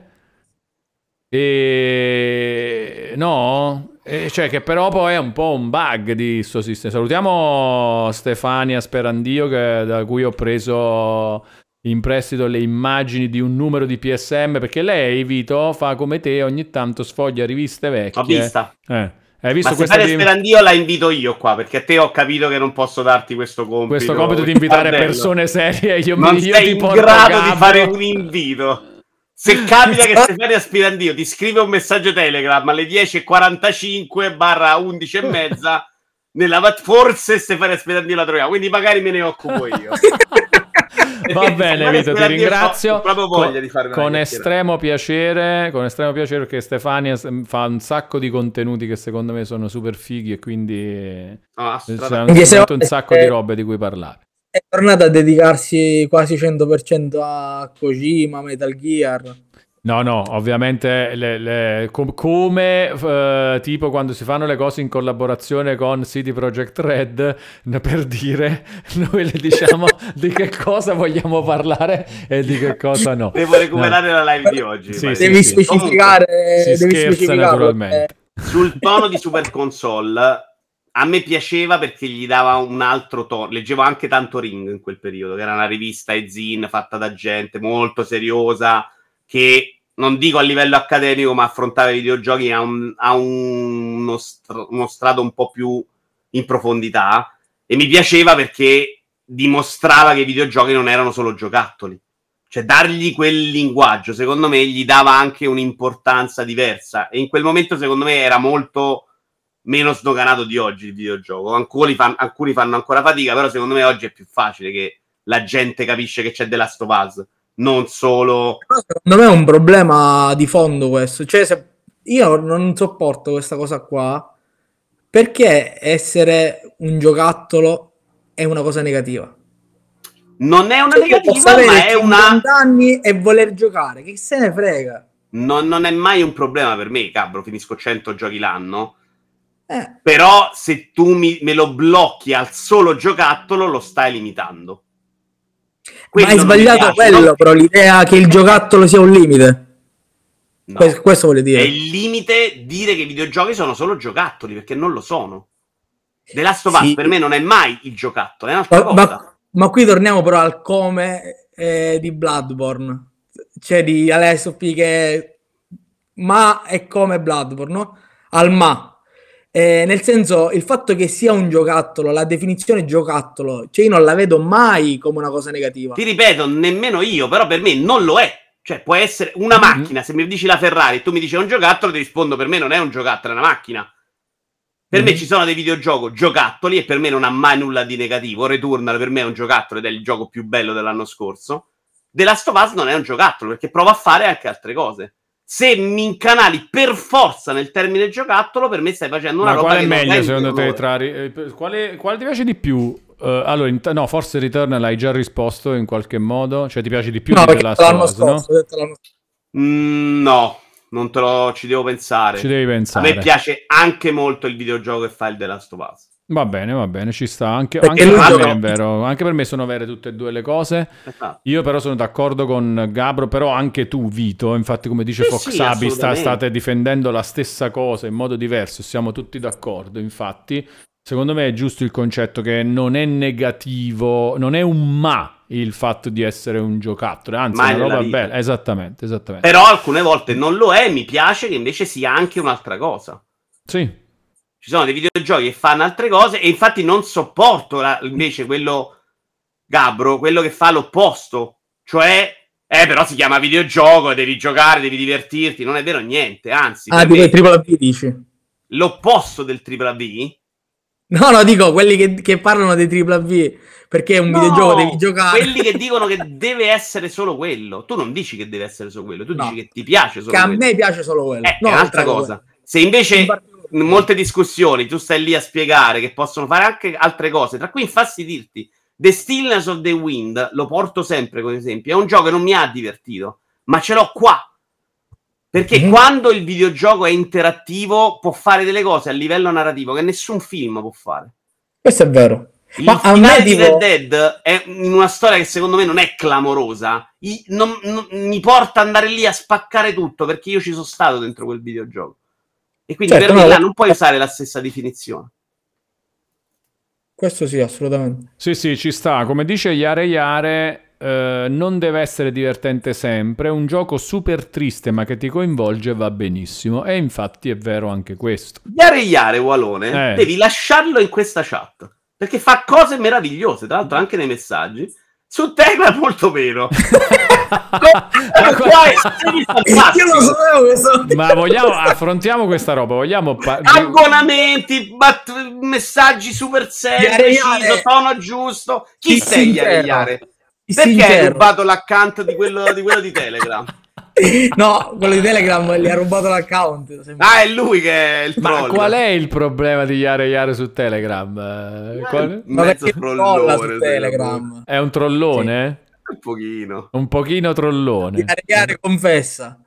E no? E cioè che però poi è un po' un bug di sto sistema. Salutiamo Stefania Sperandio, che, da cui ho preso in prestito le immagini di un numero di P S M, perché lei, Vito, fa come te, ogni tanto sfoglia riviste vecchie. Ho vista. Eh, hai visto Ma questa Stefania di... Sperandio la invito io qua, perché a te ho capito che non posso darti questo compito. questo compito di invitare Tardello. persone serie. Io, non mi, io sei ti in porto grado Gabro. di fare un invito. Se capita che Stefania Sperandio ti scrive un messaggio Telegram alle dieci e quarantacinque barra undici e mezza, nella... forse Stefania Sperandio la troviamo, quindi magari me ne occupo io. Va bene, Vito, ti ringrazio. Ho proprio voglia di fare una con chiacchierata. estremo piacere, con estremo piacere, perché Stefania fa un sacco di contenuti che secondo me sono super fighi, e quindi No, c'è assolutamente. un, un sacco di robe di cui parlare. È tornata a dedicarsi quasi cento per cento a Kojima, Metal Gear. No, no, ovviamente le, le, com- come eh, tipo quando si fanno le cose in collaborazione con C D Projekt Red, per dire, noi le diciamo di che cosa vogliamo parlare e di che cosa no. Devo recuperare no. la live di oggi. Sì, vai. sì, devi sì. specificare, Si devi scherza specificarlo, naturalmente. sul tono di Super Console a me piaceva perché gli dava un altro tono. Leggevo anche tanto Ring in quel periodo, che era una rivista e zine fatta da gente molto seriosa, che non dico a livello accademico, ma affrontava i videogiochi a, un, a un, uno, str- uno strato un po' più in profondità, e mi piaceva perché dimostrava che i videogiochi non erano solo giocattoli. Cioè, dargli quel linguaggio, secondo me, gli dava anche un'importanza diversa, e in quel momento, secondo me, era molto meno sdoganato di oggi il videogioco. Alcuni, fan, alcuni fanno ancora fatica, però secondo me oggi è più facile che la gente capisce che c'è The Last of Us, non solo... Secondo me è un problema di fondo questo, cioè se io non sopporto questa cosa qua, perché essere un giocattolo è una cosa negativa. Non è una Cioè, negativa, ma è una... anni e voler giocare, che se ne frega. Non, non è mai un problema per me, cabro, finisco cento giochi l'anno. Eh. Però se tu mi, me lo blocchi al solo giocattolo, lo stai limitando. Quello ma hai sbagliato quello, no? Però l'idea che il giocattolo sia un limite. No. Questo, questo vuole dire. È il limite dire che i videogiochi sono solo giocattoli, perché non lo sono. The Last of Us sì. per me non è mai il giocattolo, è un'altra ma, cosa. Ma, ma qui torniamo però al come eh, di Bloodborne. Cioè di Alessio P che ma è come Bloodborne, no? Al ma. Eh, nel senso, il fatto che sia un giocattolo, la definizione giocattolo, cioè io non la vedo mai come una cosa negativa. Ti ripeto, nemmeno io, però per me non lo è. Cioè, può essere una mm-hmm. macchina, se mi dici la Ferrari e tu mi dici è un giocattolo, ti rispondo per me non è un giocattolo, è una macchina. Per mm-hmm. me ci sono dei videogiochi giocattoli e per me non ha mai nulla di negativo. Returnal per me è un giocattolo ed è il gioco più bello dell'anno scorso. The Last of Us non è un giocattolo perché prova a fare anche altre cose. Se mi incanali per forza nel termine giocattolo, per me stai facendo una ma roba qual è che meglio non è secondo te tra eh, quale, quale ti piace di più? Uh, allora in, no forse Returnal hai già risposto in qualche modo, cioè ti piace di più no, di The Last of Us, no? Mm, no, non te lo ci devo pensare. Ci devi pensare. A me piace anche molto il videogioco che fa il The Last of Us. Va bene, va bene, ci sta. Anche, anche per me gioca... è vero. Anche per me sono vere tutte e due le cose. Esatto. Io però sono d'accordo con Gabro, però anche tu, Vito, infatti come dice sì, Fox sì, Abi, sta, state difendendo la stessa cosa in modo diverso, siamo tutti d'accordo, infatti. Secondo me è giusto il concetto che non è negativo, non è un ma il fatto di essere un giocattolo, anzi mai è una roba vita. bella, esattamente, esattamente. Però alcune volte non lo è, mi piace che invece sia anche un'altra cosa. Sì. Ci sono dei videogiochi che fanno altre cose e infatti non sopporto la, invece quello Gabro, quello che fa l'opposto, cioè eh però si chiama videogioco, devi giocare, devi divertirti, non è vero niente, anzi ah, tipo il tripla A dici l'opposto del tripla A. No, no, dico quelli che, che parlano dei tripla A perché è un no, videogioco, devi giocare. Quelli che dicono che deve essere solo quello. Tu non dici che deve essere solo quello, tu no. dici che ti piace solo che quello. Che a me piace solo quello. Eh, no, è un'altra cosa. Quello. Se invece in molte discussioni tu stai lì a spiegare che possono fare anche altre cose, tra cui infastidirti. The Stillness of the Wind, lo porto sempre come esempio, è un gioco che non mi ha divertito, ma ce l'ho qua. Perché mm-hmm. quando il videogioco è interattivo può fare delle cose a livello narrativo che nessun film può fare. Questo è vero. Il ma finale di Red Dead è in una storia che secondo me non è clamorosa. I, non, non, mi porta ad andare lì a spaccare tutto perché io ci sono stato dentro quel videogioco. E quindi certo, per me no, là non puoi usare la stessa definizione. Questo sì, assolutamente. Sì, sì, ci sta. Come dice Yare Yare, eh, non deve essere divertente sempre. Un gioco super triste ma che ti coinvolge va benissimo. E infatti è vero anche questo. Yare Yare, Walone, eh. devi lasciarlo in questa chat. Perché fa cose meravigliose, tra l'altro anche nei messaggi. Su Telegram molto meno. ma, qua io lo sapevo che sono... ma vogliamo affrontiamo questa roba, vogliamo pa- abbonamenti, bat- messaggi super seri, preciso, tono giusto. Chi sei Yare Yare? Perché sincero. Hai rubato l'account di quello di quello di Telegram? No, quello di Telegram gli ha rubato l'account. Ah, è lui che è il troll. Ma qual è il problema di Yare Yare su Telegram? Eh, qual... Mezzo trollone su Telegram. È un trollone? Sì. Un pochino. Un pochino trollone. Yare Yare confessa.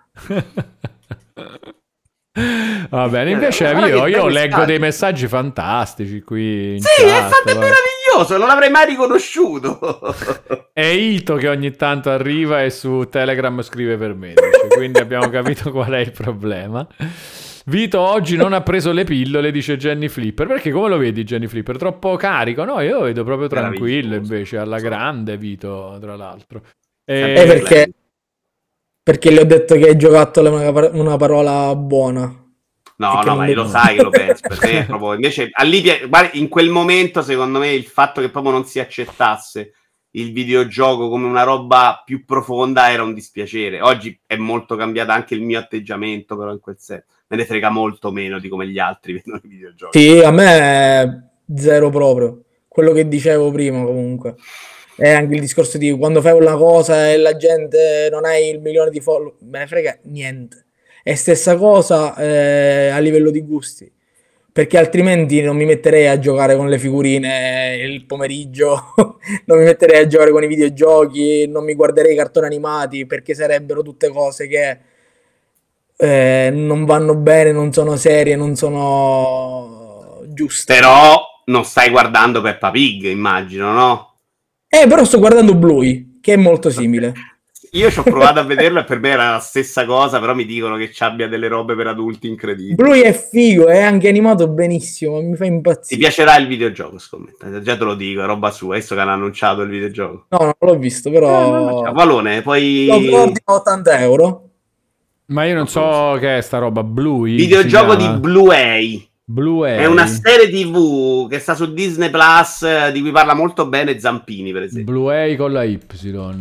Va bene, invece io, io leggo dei messaggi fantastici qui in sì, chat, è fatto meraviglioso, non l'avrei mai riconosciuto. È Ito che ogni tanto arriva e su Telegram scrive per me, dice, quindi abbiamo capito qual è il problema. Vito oggi non ha preso le pillole, dice Jenny Flipper. Perché come lo vedi Jenny Flipper? Troppo carico? No, io lo vedo proprio tranquillo invece, alla grande Vito, tra l'altro. E eh, perché, perché le ho detto che giocattolo è una, una parola buona. No, no, ma lo sai che lo penso. Per me è proprio... Invece, in quel momento, secondo me, il fatto che proprio non si accettasse il videogioco come una roba più profonda era un dispiacere. Oggi è molto cambiato anche il mio atteggiamento, però in quel senso me ne frega molto meno di come gli altri vedono i videogiochi. Sì, a me è zero proprio. Quello che dicevo prima comunque. È anche il discorso di quando fai una cosa e la gente non hai il milione di follower, me ne frega niente. È stessa cosa eh, a livello di gusti. Perché altrimenti non mi metterei a giocare con le figurine il pomeriggio, non mi metterei a giocare con i videogiochi, non mi guarderei i cartoni animati, perché sarebbero tutte cose che eh, non vanno bene, non sono serie, non sono giuste. Però non stai guardando Peppa Pig, immagino, no? Eh, però sto guardando Bluey, che è molto simile. Io ci ho provato a vederlo e per me era la stessa cosa, però mi dicono che ci abbia delle robe per adulti incredibili. Bluey è figo, è anche animato benissimo, mi fa impazzire. Ti piacerà il videogioco, scommetto, già te lo dico, è roba sua, adesso che hanno annunciato il videogioco. No, non l'ho visto, però... Eh, Valone, poi... Lo ordino ottanta euro. Ma io non so che è sta roba, Bluey? Videogioco di Bluey. Bluey. È una serie tivù che sta su Disney Plus, di cui parla molto bene Zampini, per esempio. Bluey con la Y.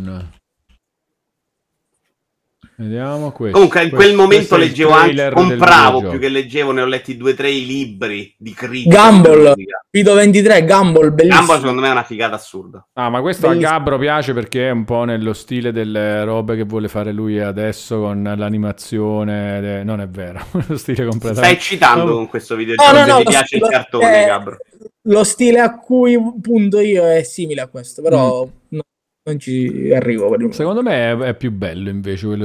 Vediamo questo. Comunque in quel questo, momento questo leggevo anche, compravo più che leggevo, ne ho letti due o tre i libri di critica. Gumball, Vito ventitré, Gumball, bellissimo. Gumball secondo me è una figata assurda. Ah, ma questo bellissimo. A Gabbro piace perché è un po' nello stile delle robe che vuole fare lui adesso con l'animazione. De... Non è vero, lo stile completamente. Stai citando no. con questo videogioco, no, no, se no, ti piace il cartone, è... Gabbro. Lo stile a cui punto io è simile a questo, però mm. no, non ci arrivo. Per Secondo me è, è più bello invece quello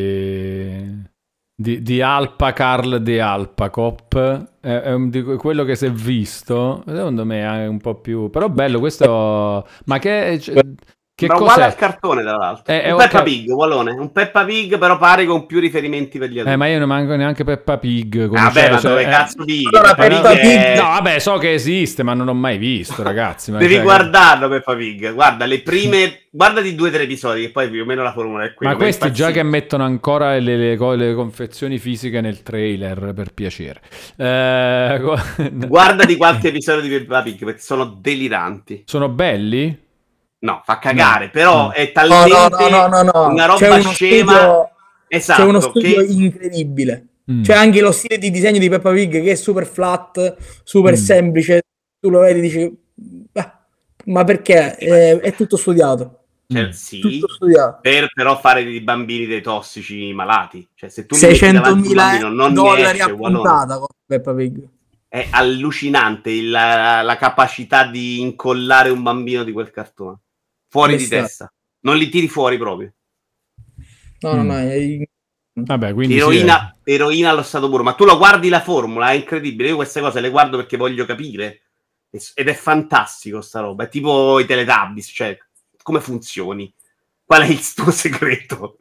di di, di Alpa Carl di Alpacop, è, è un, di quello che si è visto, secondo me è un po' più, però bello questo, ma che che ma cos'è? Uguale al cartone, tra l'altro. È, è un Peppa okay. Pig, ugualone. Un Peppa Pig, però pare con più riferimenti per gli adulti. Eh, ma io non manco neanche Peppa Pig. Come vabbè, cioè, ma cioè, dove eh, cazzo dici? Allora, Peppa Peppa Pig Pig è... No, vabbè, so che esiste, ma non l'ho mai visto, ragazzi. Ma Devi cioè, guardarlo, Peppa Pig. Guarda, le prime... Guardati due o tre episodi, che poi più o meno la formula è quella. Ma questi già che mettono ancora le, le, le, le confezioni fisiche nel trailer, per piacere. Eh... Guardati qualche episodio di Peppa Pig, perché sono deliranti. Sono belli? No, fa cagare, no. però no. è talmente no, no, no, no, no. una roba c'è scema. Studio, esatto, c'è uno studio che... incredibile. Mm. C'è anche lo stile di disegno di Peppa Pig che è super flat, super mm. semplice. Tu lo vedi e dici, ma perché? È, è tutto studiato. Cioè, sì, tutto studiato. Per però fare dei bambini dei tossici malati. Cioè, se tu seicentomila dollari a puntata con Peppa Pig. È allucinante il, la, la capacità di incollare un bambino di quel cartone. Fuori di testa. Non li tiri fuori proprio. No, no, no. È... Vabbè, quindi eroina, è... eroina allo stato puro. Ma tu lo guardi la formula, è incredibile. Io queste cose le guardo perché voglio capire. Ed è fantastico sta roba. È tipo i Teletubbies, cioè, come funzioni? Qual è il tuo segreto?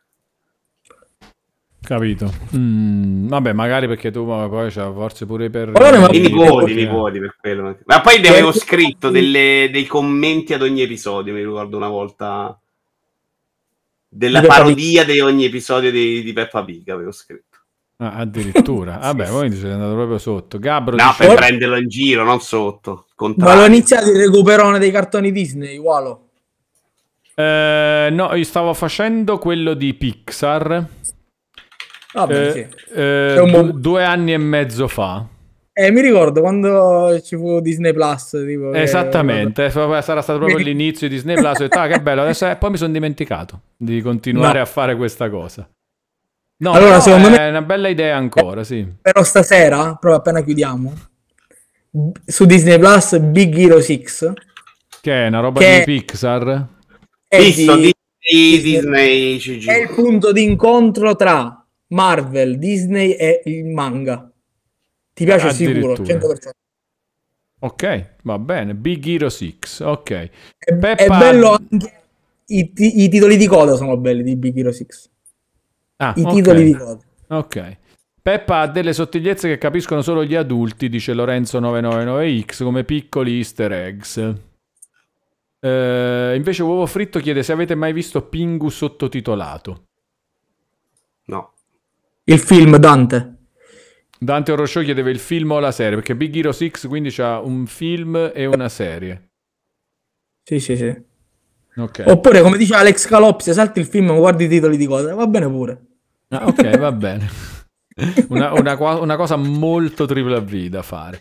Capito. Mm, vabbè, magari perché tu poi c'è forse pure per... I nipoti, i nipoti per quello. Ma poi avevo scritto delle, dei commenti ad ogni episodio, mi ricordo una volta. Della parodia di ogni episodio di, di Peppa Pig avevo scritto. Ah, addirittura. Vabbè, sì, voi siete andato proprio sotto. Gabbro no, dice... per prenderlo in giro, non sotto. Ma l'ho iniziato il recuperone dei cartoni Disney, Walo? Eh, no, io stavo facendo quello di Pixar. Vabbè, eh, sì. eh, un du- due anni e mezzo fa. Eh, mi ricordo quando ci fu Disney Plus. Tipo, esattamente, che... sarà stato proprio l'inizio di Disney Plus. Ho detto, ah, che bello, adesso è... poi mi sono dimenticato di continuare no. a fare questa cosa. No, allora, secondo è me... una bella idea ancora, sì. Però stasera, proprio appena chiudiamo, su Disney Plus Big Hero sei. Che è una roba che di Pixar? È Visto, di Disney, Disney C G. È il punto di incontro tra Marvel, Disney e il manga. Ti piace sicuro, cento per cento. Ok, va bene. Big Hero sei, ok. È, Peppa... è bello anche i, t- i titoli di coda sono belli di Big Hero sei. Ah, I okay. titoli di coda. Ok. Peppa ha delle sottigliezze che capiscono solo gli adulti, dice Lorenzo nove nove nove X, come piccoli easter eggs. Eh, invece Uovo Fritto chiede se avete mai visto Pingu sottotitolato. No. Il film Dante. Dante Horror Show chiedeva il film o la serie, perché Big Hero sei quindi c'ha un film e una serie. Sì, sì, sì. Ok. Oppure, come dice Alex Calopsi, salti il film e guardi i titoli di cose. Va bene pure. Ah, ok, va bene. Una, una, una cosa molto tripla V da fare.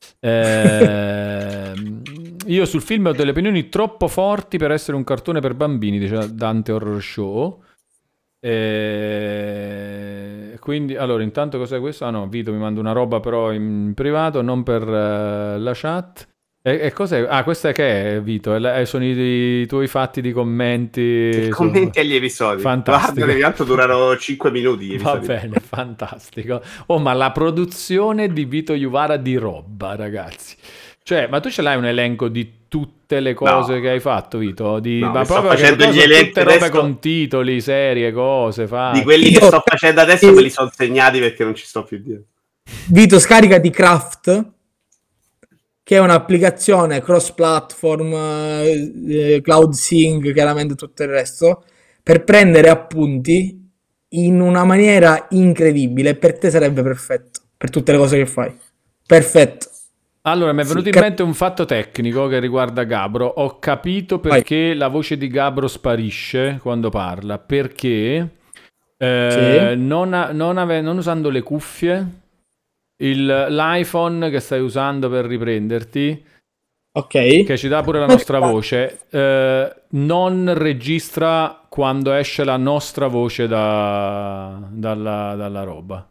Eh, io sul film ho delle opinioni troppo forti per essere un cartone per bambini, dice Dante Horror Show. Eh, quindi, allora, intanto cos'è questo? Ah no, Vito mi manda una roba però in privato, non per uh, la chat. E, e cos'è? Ah, questa è che è, Vito? È la, sono i, i tuoi fatti di commenti. I commenti agli episodi. Fantastico. Guarda, tanto durano cinque minuti. Va bene, fantastico. Oh, ma la produzione di Vito Juvara di roba, ragazzi. Cioè, ma tu ce l'hai un elenco di tutte le cose no. che hai fatto, Vito? Di, no, ma sto proprio facendo che gli elenchi tutte robe adesso... con titoli, serie, cose fatte. Di quelli che sto facendo adesso me li sono segnati perché non ci sto più dietro. Vito, scarica di Craft, che è un'applicazione cross-platform, eh, cloud sync, chiaramente tutto il resto, per prendere appunti in una maniera incredibile. Per te sarebbe perfetto, per tutte le cose che fai. Perfetto. Allora, mi è venuto sì, in cap- mente un fatto tecnico che riguarda Gabro. Ho capito perché Vai. la voce di Gabro sparisce quando parla, perché eh, sì. non, a, non, ave- non usando le cuffie, il, l'iPhone che stai usando per riprenderti, ok, che ci dà pure la nostra voce, eh, non registra quando esce la nostra voce da, dalla, dalla roba.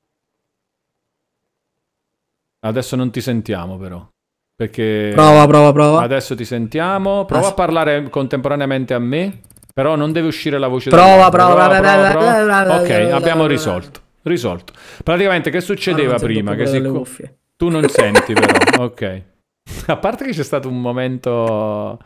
Adesso non ti sentiamo però, perché prova, prova, prova. Adesso ti sentiamo, prova ah, a parlare contemporaneamente a me, però non deve uscire la voce prova, prova, prova, prova, prova, prova, prova. prova. Ok, abbiamo risolto, risolto. Praticamente che succedeva ah, prima? Che si... Tu non senti però, ok. A parte che c'è stato un momento...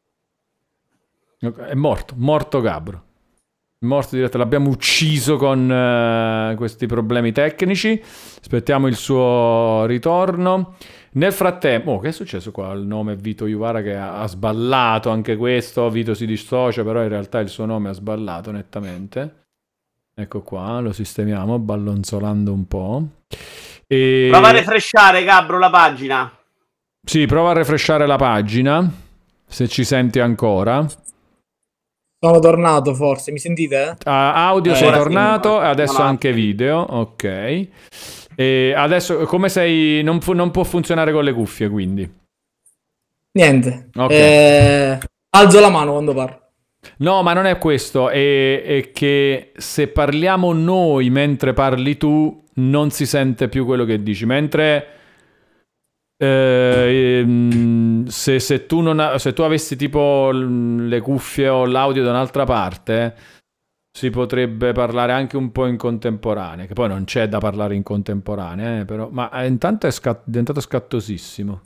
È morto, morto Gabro. Morto diretto, l'abbiamo ucciso con uh, questi problemi tecnici. Aspettiamo il suo ritorno. Nel frattempo, oh, che è successo qua? Il nome è Vito Juvara che ha, ha sballato anche questo. Vito si dissocia, però in realtà il suo nome ha sballato nettamente. Ecco qua, lo sistemiamo ballonzolando un po'. E... Prova a refreshare, Gabro, la pagina. Sì, prova a refreshare la pagina, se ci senti ancora. Sono tornato forse, mi sentite? Uh, audio eh, sei tornato e adesso no, anche video, ok. E adesso come sei, non, fu- non può funzionare con le cuffie quindi? Niente, okay. eh, alzo la mano quando parlo. No, ma non è questo, è, è che se parliamo noi mentre parli tu non si sente più quello che dici, mentre... Eh, se, se, tu non ha, se tu avessi tipo le cuffie o l'audio da un'altra parte si potrebbe parlare anche un po' in contemporanea, che poi non c'è da parlare in contemporanea, eh, però, ma intanto è scat- diventato scattosissimo,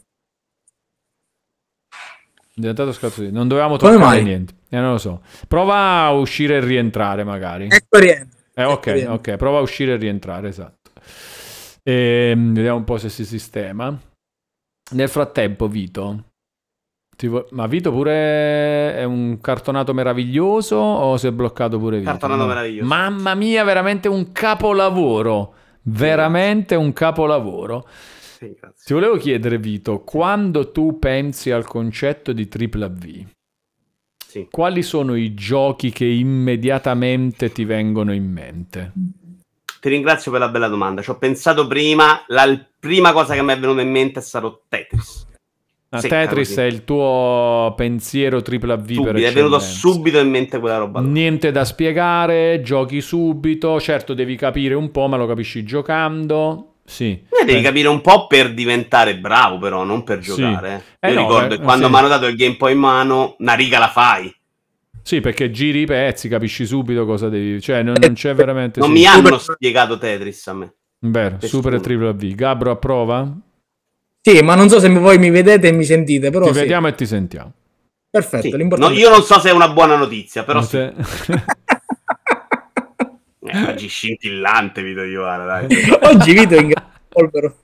è diventato scattosissimo, non dovevamo toccare niente, eh, non lo so, prova a uscire e rientrare magari, ecco rientro. Eh, ok, ecco ok, prova a uscire e rientrare, esatto, e, vediamo un po' se si sistema. Nel frattempo, Vito, ti vo- ma Vito pure è un cartonato meraviglioso o si è bloccato pure Vito? Cartonato no? meraviglioso. Mamma mia, veramente un capolavoro. Veramente un capolavoro. Sì, ti volevo chiedere, Vito, quando tu pensi al concetto di tripla V, sì. quali sono i giochi che immediatamente ti vengono in mente? Ti ringrazio per la bella domanda. Ci ho pensato prima. La prima cosa che mi è venuta in mente è stato Tetris. Ah, Tetris così. È il tuo pensiero tripla V subito, per eccellenza. È venuto subito in mente quella roba. Niente da spiegare, giochi subito. Certo, devi capire un po', ma lo capisci giocando. Sì. Eh, devi capire un po' per diventare bravo, però, non per giocare. Sì. Eh Io no, ricordo eh, che quando sì. mi hanno dato il Game Boy in mano, una riga la fai. Sì, perché giri i pezzi, capisci subito cosa devi... Cioè, non, non c'è veramente... Non sì. mi hanno spiegato Tetris a me. Vero, super tripla V. Gabro, approva? Sì, ma non so se voi mi vedete e mi sentite, però Ti sì. vediamo e ti sentiamo. Perfetto, sì. l'importante No, io non so se è una buona notizia, però non sì. te... eh, oggi scintillante Vito Iovara, dai. Oggi Vito è in polvero.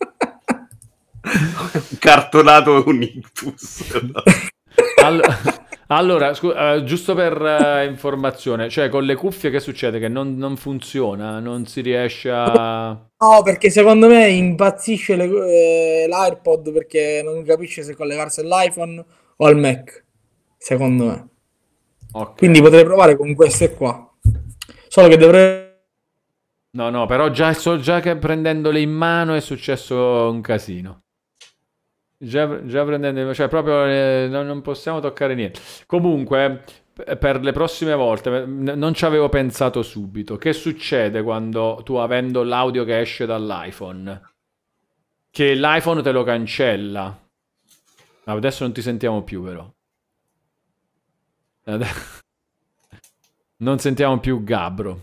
Un cartonato un ictus. All- allora, scu- eh, giusto per eh, informazione, cioè con le cuffie che succede? Che non, non funziona, non si riesce a... No, perché secondo me impazzisce le- eh, l'AirPod perché non capisce se collegarsi all'iPhone o al Mac, secondo me. Ok. Quindi potrei provare con queste qua. Solo che dovrei... No, no, però già, so già che prendendole in mano è successo un casino. Già, già prendendo, cioè proprio eh, non, non possiamo toccare niente. Comunque, p- per le prossime volte, n- non ci avevo pensato subito. Che succede quando tu, avendo l'audio che esce dall'iPhone, che l'iPhone te lo cancella? Adesso non ti sentiamo più, però. Ade- Non sentiamo più Gabbro.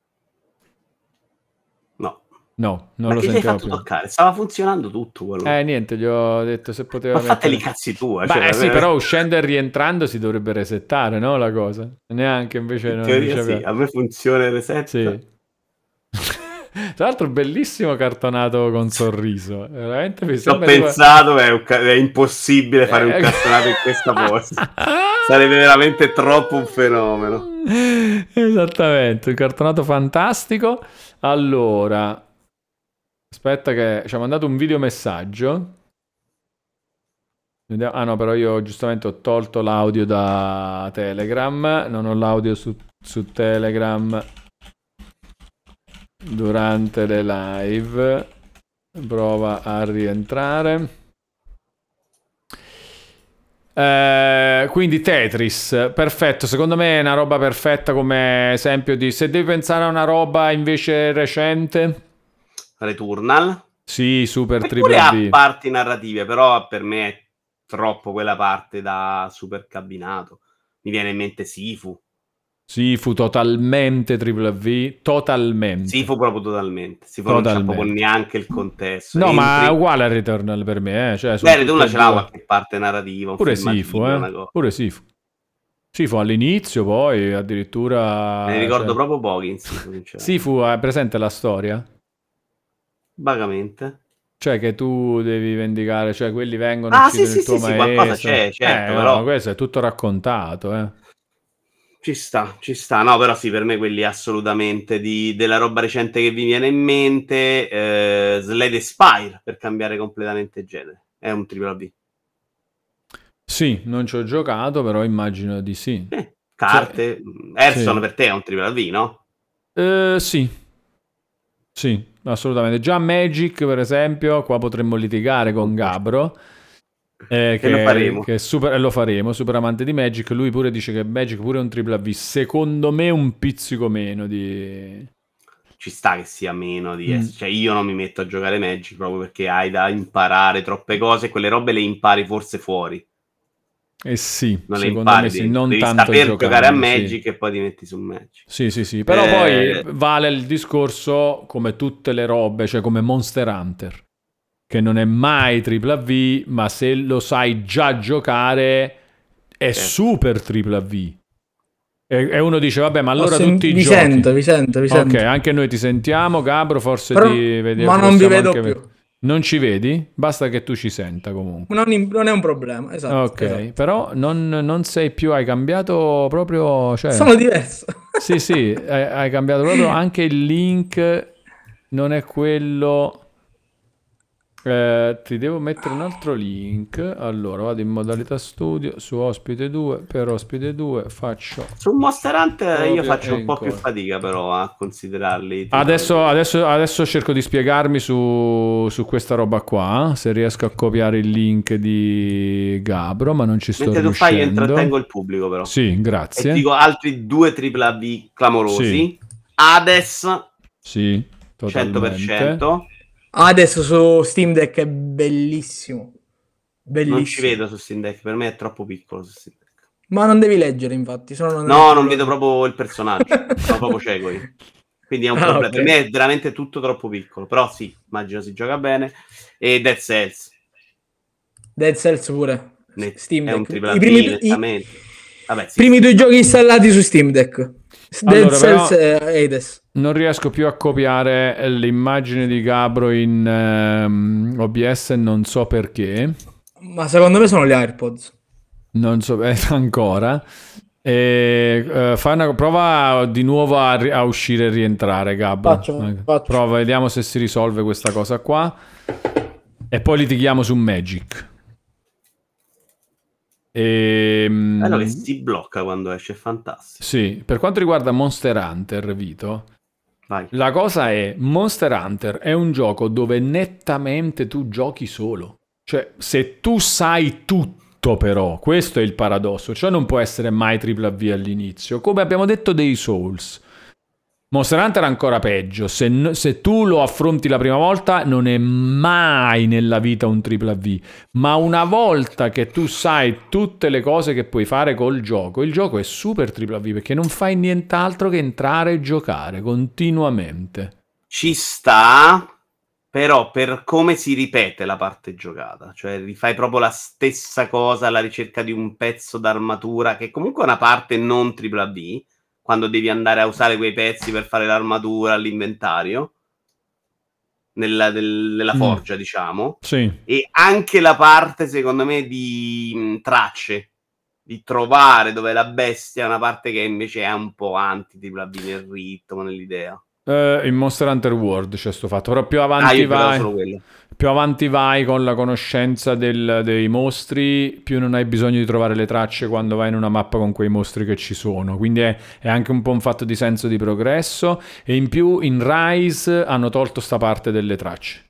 No. No, non Ma lo che ti hai sentiamo fatto più. toccare? Stava funzionando tutto quello. Eh, niente, gli ho detto se poteva Ma fateli i mettere- cazzi tua. Beh, cioè, eh sì, eh, però uscendo e rientrando si dovrebbe resettare, no? La cosa. Neanche invece in non teoria non sì, c'aveva- a me funziona il reset. Sì. Tra l'altro bellissimo cartonato con sorriso. Veramente mi Ci ho sembra tipo- pensato, è, un ca- è impossibile fare un Eh, cartonato in questa pose. Sarebbe veramente troppo un fenomeno. Esattamente, un cartonato fantastico. Allora, aspetta che ci ha mandato un videomessaggio. Vediamo- Ah no, però io giustamente ho tolto l'audio da Telegram, non ho l'audio su, su Telegram durante le live. Prova a rientrare. Eh, quindi Tetris, perfetto, secondo me è una roba perfetta come esempio di... Se devi pensare a una roba invece recente, Returnal. sì, Super Che Triple pure ha V. parti narrative, però per me è troppo quella parte da super cabinato. Mi viene in mente Sifu. Sì, fu totalmente Triple V, totalmente. Sifu proprio totalmente. Sifu non c'ha Totalmente. proprio neanche il contesto. No, ma è Entri- uguale a Returnal per me, eh. Cioè, sono Beh, Returnal tutte ce e l'ha due. qualche parte narrativa. Un Pure filmatino, Sifu, una eh. cosa. Pure Sifu. Sifu all'inizio, poi addirittura... Me ne ricordo cioè- proprio pochi in Sifu, sinceramente. Sifu, è presente la storia? Vagamente. Cioè che tu devi vendicare, cioè quelli vengono Ah, uccidono sì, il sì, tuo sì, sì, maestro. qualcosa c'è, certo, eh, però- no, questo è tutto raccontato, eh. Ci sta, ci sta. No, però sì, per me quelli assolutamente di, della roba recente che vi viene in mente. Eh, Slade Spire, per cambiare completamente genere. È un tripla B. Sì, non ci ho giocato, però immagino di sì. Eh, carte. Erson sì. per te è un tripla B, no? Eh, sì. Sì, assolutamente. Già Magic, per esempio, qua potremmo litigare con Gabbro. Eh, E lo faremo. che è super, e lo faremo, super amante di Magic. Lui pure dice che Magic pure è un tripla V. Secondo me un pizzico meno di... Ci sta che sia meno di Mm. essere. Cioè, io non mi metto a giocare Magic proprio perché hai da imparare troppe cose e quelle robe le impari forse fuori. Eh sì, Non le secondo impari me sì, dentro. non Devi tanto saper giocando, giocare a sì. Magic e poi ti metti su Magic. Sì, sì, sì, però Eh, poi vale il discorso come tutte le robe, cioè come Monster Hunter, che non è mai tripla V, ma se lo sai già giocare è Certo. super tripla V. E, e uno dice, vabbè, ma allora Ho sen- tutti i vi giochi... sento, vi sento, vi sento. Ok, anche noi ti sentiamo, Gabro, forse Però- ti vediamo. ma non vi vedo più. Non ci vedi? Basta che tu ci senta comunque. Non, in- non è un problema, esatto. Ok, esatto. però non, non sei più, hai cambiato proprio... Cioè... Sono diverso. Sì, sì, hai, hai cambiato proprio anche il link, non è quello... Eh, ti devo mettere un altro link. Allora, vado in modalità studio, su ospite due, per ospite due faccio... Su Monster Hunter io Proprio faccio un po' più ancora. fatica però a considerarli. Adesso, adesso, adesso cerco di spiegarmi su, su questa roba qua, se riesco a copiare il link di Gabro, ma non ci sto Mentre tu fai, io riuscendo. intrattengo il pubblico però. Sì, E grazie. ti dico altri due tripla B clamorosi. Sì. Hades, Sì, cento per totalmente. cento. Adesso su Steam Deck è bellissimo. Bellissimo. Non ci vedo su Steam Deck, per me è troppo piccolo su Steam Deck. Ma non devi leggere, infatti. Se no, non No, è- non vedo proprio il personaggio, sono proprio cieco io. Quindi è un Ah, problema. ok. Per me è veramente tutto troppo piccolo, però sì, immagino si gioca bene. E Dead Cells Dead Cells pure. ne- Steam è un Deck. tripla I B primi, i nettamente. Vabbè, sì, primi sì. due giochi installati su Steam Deck. Dead Allora, Cells però- e Hades. Non riesco più a copiare l'immagine di Gabro in ehm, O B S, non so perché. Ma secondo me sono gli AirPods. Non so eh, ancora. E, eh, fai una, prova di nuovo a, ri- a uscire e rientrare, Gabro. Faccio, Eh, faccio. Prova, vediamo se si risolve questa cosa qua. E poi litighiamo su Magic. E, Bello che si blocca quando esce, è fantastico. sì, per quanto riguarda Monster Hunter, Vito, Vai. la cosa è, Monster Hunter è un gioco dove nettamente tu giochi solo. Cioè, se tu sai tutto però, questo è il paradosso, cioè non può essere mai tripla V all'inizio, come abbiamo detto dei Souls. Monster Hunter è ancora peggio, se, n- se tu lo affronti la prima volta non è mai nella vita un tripla V, ma una volta che tu sai tutte le cose che puoi fare col gioco, il gioco è super tripla V perché non fai nient'altro che entrare e giocare continuamente. Ci sta, però per come si ripete la parte giocata, cioè rifai proprio la stessa cosa alla ricerca di un pezzo d'armatura, che comunque è una parte non tripla V, quando devi andare a usare quei pezzi per fare l'armatura, l'inventario, nella, del- nella Mm. forgia, diciamo, Sì. e anche la parte, secondo me, di mh, tracce, di trovare dove la bestia è una parte che invece è un po' anti-tripla V nel ritmo, nell'idea. Eh, in Monster Hunter World c'è sto fatto, però più Ah, avanti io giocavo vai, solo quello. più avanti vai con la conoscenza del- dei mostri, più non hai bisogno di trovare le tracce quando vai in una mappa con quei mostri che ci sono. Quindi è, è anche un po' un fatto di senso di progresso. E in più in Rise hanno tolto sta parte delle tracce.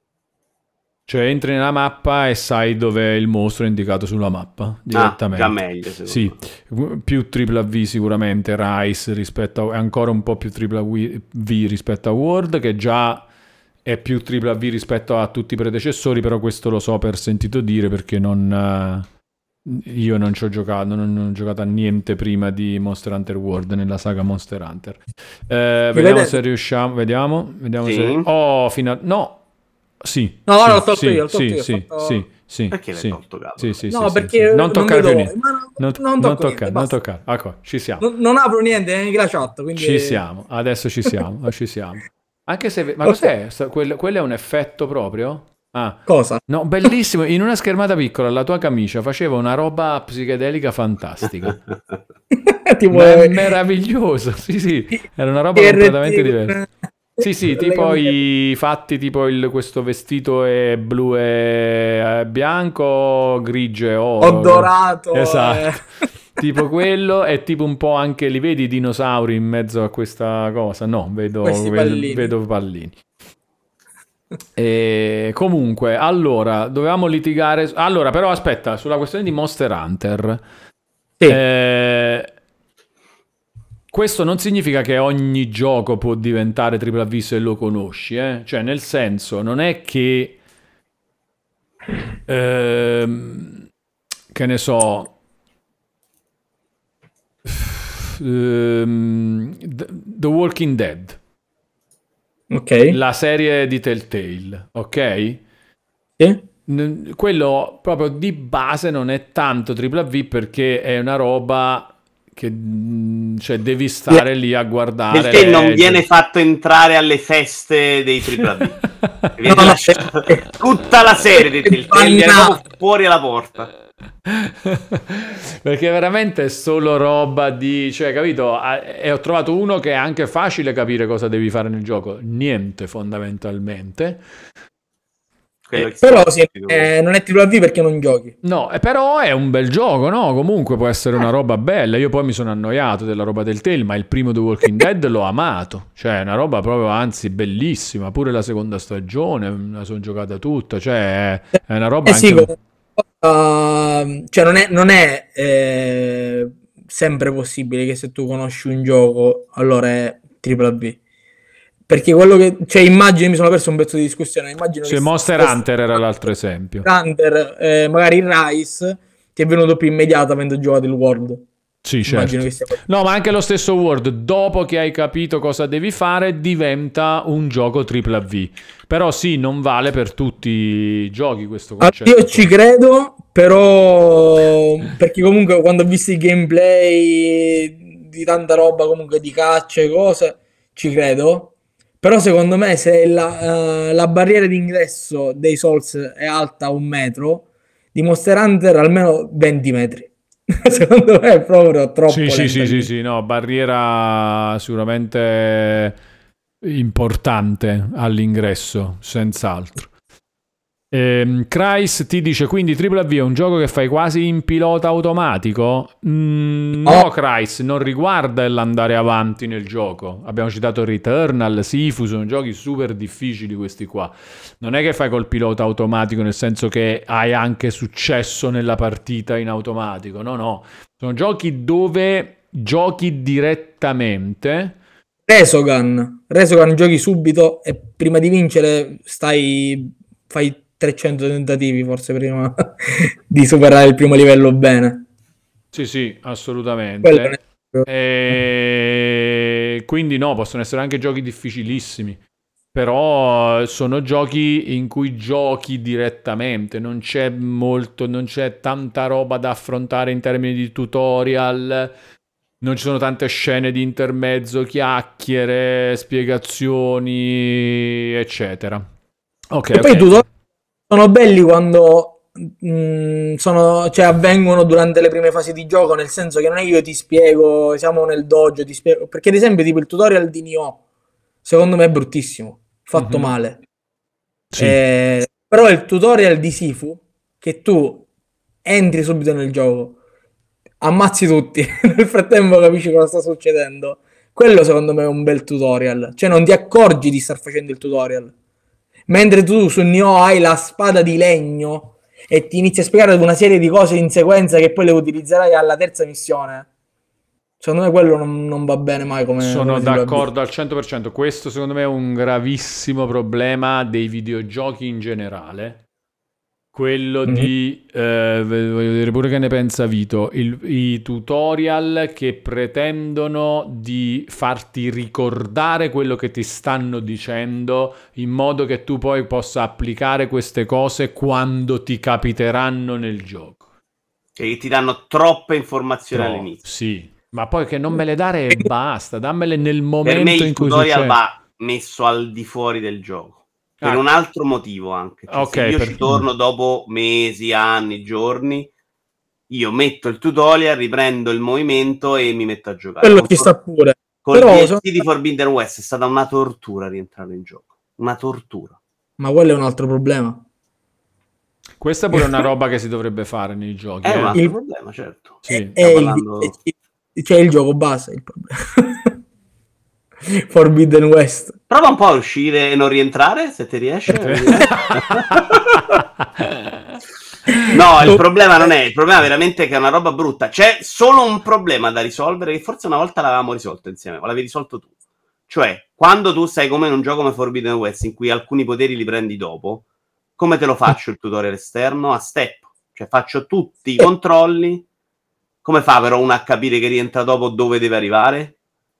Cioè entri nella mappa e sai dove è il mostro indicato sulla mappa direttamente. Ah, già meglio, secondo Sì, me. più tripla V sicuramente Rise rispetto a, è ancora un po' più tripla V rispetto a World, che già è più tripla V rispetto a tutti i predecessori, però questo lo so per sentito dire perché non eh, io non ci ho giocato, non, non ho giocato a niente prima di Monster Hunter World nella saga Monster Hunter. Eh, vediamo vedete? se riusciamo, vediamo, vediamo Sì. se oh, fino a no. Sì, No, sì, l'ho tolto sì, io, l'ho tolto sì, io, ho sì, fatto- sì, sì, Perché l'hai sì. tolto, Gabro? Sì, sì, No, sì, perché sì, sì. Non non toccare più vedo- niente. ma non- Non, non non tocco toccare, niente, non basta. toccare. Ecco, ci siamo. Non, non apro niente nella chat, quindi... Ci siamo, adesso ci siamo, ci siamo. Anche se... Ma Ok. cos'è? Sta- Quello, quello è un effetto proprio? Ah, Cosa? no, bellissimo. In una schermata piccola la tua camicia faceva una roba psichedelica fantastica. tipo... Ma è meraviglioso, sì, sì. Era una roba T R T completamente con- diversa. Sì, sì, con le tipo camicie- i fatti, tipo il, questo vestito è blu e eh, bianco, grigio e oro. Ho dorato. Esatto. eh. Tipo quello è tipo un po' anche, li vedi i dinosauri in mezzo a questa cosa? No, vedo, Questi vedo, pallini. vedo pallini. E comunque, allora, dovevamo litigare. Allora, però aspetta, sulla questione di Monster Hunter. Sì. Eh, questo non significa che ogni gioco può diventare tripla V se lo conosci, eh? Cioè, nel senso, non è che ehm, che ne so ehm, The The Walking Dead, Ok. la serie di Telltale, ok? Sì. N- quello proprio di base non è tanto tripla V perché è una roba che mm, cioè devi stare lì a guardare. Perché non leggere. viene fatto entrare alle feste dei tripla V. Viene No, no, lasciato eh, tutta la serie di è Telltale, viene bannato. proprio fuori alla porta. Perché veramente è solo roba di, cioè, capito? Ah, e ho trovato uno che è anche facile capire cosa devi fare nel gioco, niente fondamentalmente. Quello che Però si- sì, eh, non è tripla V perché non giochi. No, eh, però è un bel gioco, no? Comunque può essere una roba bella. Io poi mi sono annoiato della roba del Tale, ma il primo The Walking Dead l'ho amato. Cioè, è una roba proprio, anzi, bellissima. Pure la seconda stagione, me la sono giocata tutta. Cioè, è è una roba Eh sì, anche... comunque, uh, cioè non è, non è eh, sempre possibile che se tu conosci un gioco allora è tripla V. Perché quello che, cioè immagino, mi sono perso un pezzo di discussione, immagino Sì, che Monster questo- Hunter era l'altro esempio. Hunter, eh, magari il Rise ti è venuto più immediato avendo giocato il World. Sì, Immagino certo. che sia quello. No, ma anche lo stesso World, dopo che hai capito cosa devi fare, diventa un gioco tripla V. Però sì, non vale per tutti i giochi questo Ah, concetto. io ci credo, però perché comunque quando ho visto i gameplay di tanta roba comunque di caccia e cose, ci credo. Però secondo me se la, uh, la barriera d'ingresso dei Souls è alta un metro, di Monster Hunter almeno venti metri. Secondo me è proprio troppo. Sì, sì, sì, sì, sì, no, barriera sicuramente importante all'ingresso, senz'altro. Ehm, Kreis ti dice quindi Triple V è un gioco che fai quasi in pilota automatico? Mm, no, No. Kreis, non riguarda l'andare avanti nel gioco. Abbiamo citato Returnal, Sifu, sono giochi super difficili questi qua. Non è che fai col pilota automatico nel senso che hai anche successo nella partita in automatico. No, no, sono giochi dove giochi direttamente. Resogun, Resogun giochi subito e prima di vincere stai fai trecento tentativi forse prima di superare il primo livello bene. Sì, sì, Quello assolutamente. è- E quindi no, possono essere anche giochi difficilissimi, però sono giochi in cui giochi direttamente, non c'è molto, non c'è tanta roba da affrontare in termini di tutorial, non ci sono tante scene di intermezzo, chiacchiere, spiegazioni, eccetera. Ok, E poi i ok. tutorial sono belli quando mh, sono, cioè, avvengono durante le prime fasi di gioco, nel senso che non è che io ti spiego, siamo nel dojo, ti spiego, perché ad esempio tipo il tutorial di Nioh, secondo me è bruttissimo, fatto Mhm. male. Sì. Eh, però il tutorial di Sifu, che tu entri subito nel gioco, ammazzi tutti, nel frattempo capisci cosa sta succedendo. Quello secondo me è un bel tutorial, cioè non ti accorgi di star facendo il tutorial. Mentre tu su Nioh hai la spada di legno e ti inizi a spiegare una serie di cose in sequenza che poi le utilizzerai alla terza missione. Secondo me quello non, non va bene mai come, Sono come Triple B. d'accordo al cento per cento. Questo secondo me è un gravissimo problema dei videogiochi in generale. Quello Mhm. di, eh, voglio vedere pure che ne pensa Vito, il- i tutorial che pretendono di farti ricordare quello che ti stanno dicendo in modo che tu poi possa applicare queste cose quando ti capiteranno nel gioco. Che ti danno troppe informazioni Tro- all'inizio. sì, ma poi che non me le dare e basta, dammele nel Per me momento in il cui tutorial succede. va messo al di fuori del gioco. Per Ah, un altro motivo anche. Cioè, ok, se io per- ci torno dopo mesi, anni, giorni, io metto il tutorial, riprendo il movimento e mi metto a giocare. Quello Con, ci sta pure. col Però, D L C secondo di me- Forbidden West è stata una tortura rientrare in gioco. Una tortura. ma quello è un altro problema. Questa pure è una roba che si dovrebbe fare nei giochi, È un eh? altro Il- problema, certo. Sì. è, è Stiamo il, parlando... cioè il gioco base il problema. Forbidden West. Prova un po' a uscire e non rientrare, se ti riesce. No, il problema non è, il problema è veramente che è una roba brutta. C'è solo un problema da risolvere, che forse una volta l'avevamo risolto insieme, o l'avevi risolto tu. Cioè, quando tu sei come in un gioco come Forbidden West, in cui alcuni poteri li prendi dopo, come te lo faccio il tutorial esterno? A step. Cioè, faccio tutti i controlli. Come fa però uno a capire che rientra dopo dove deve arrivare?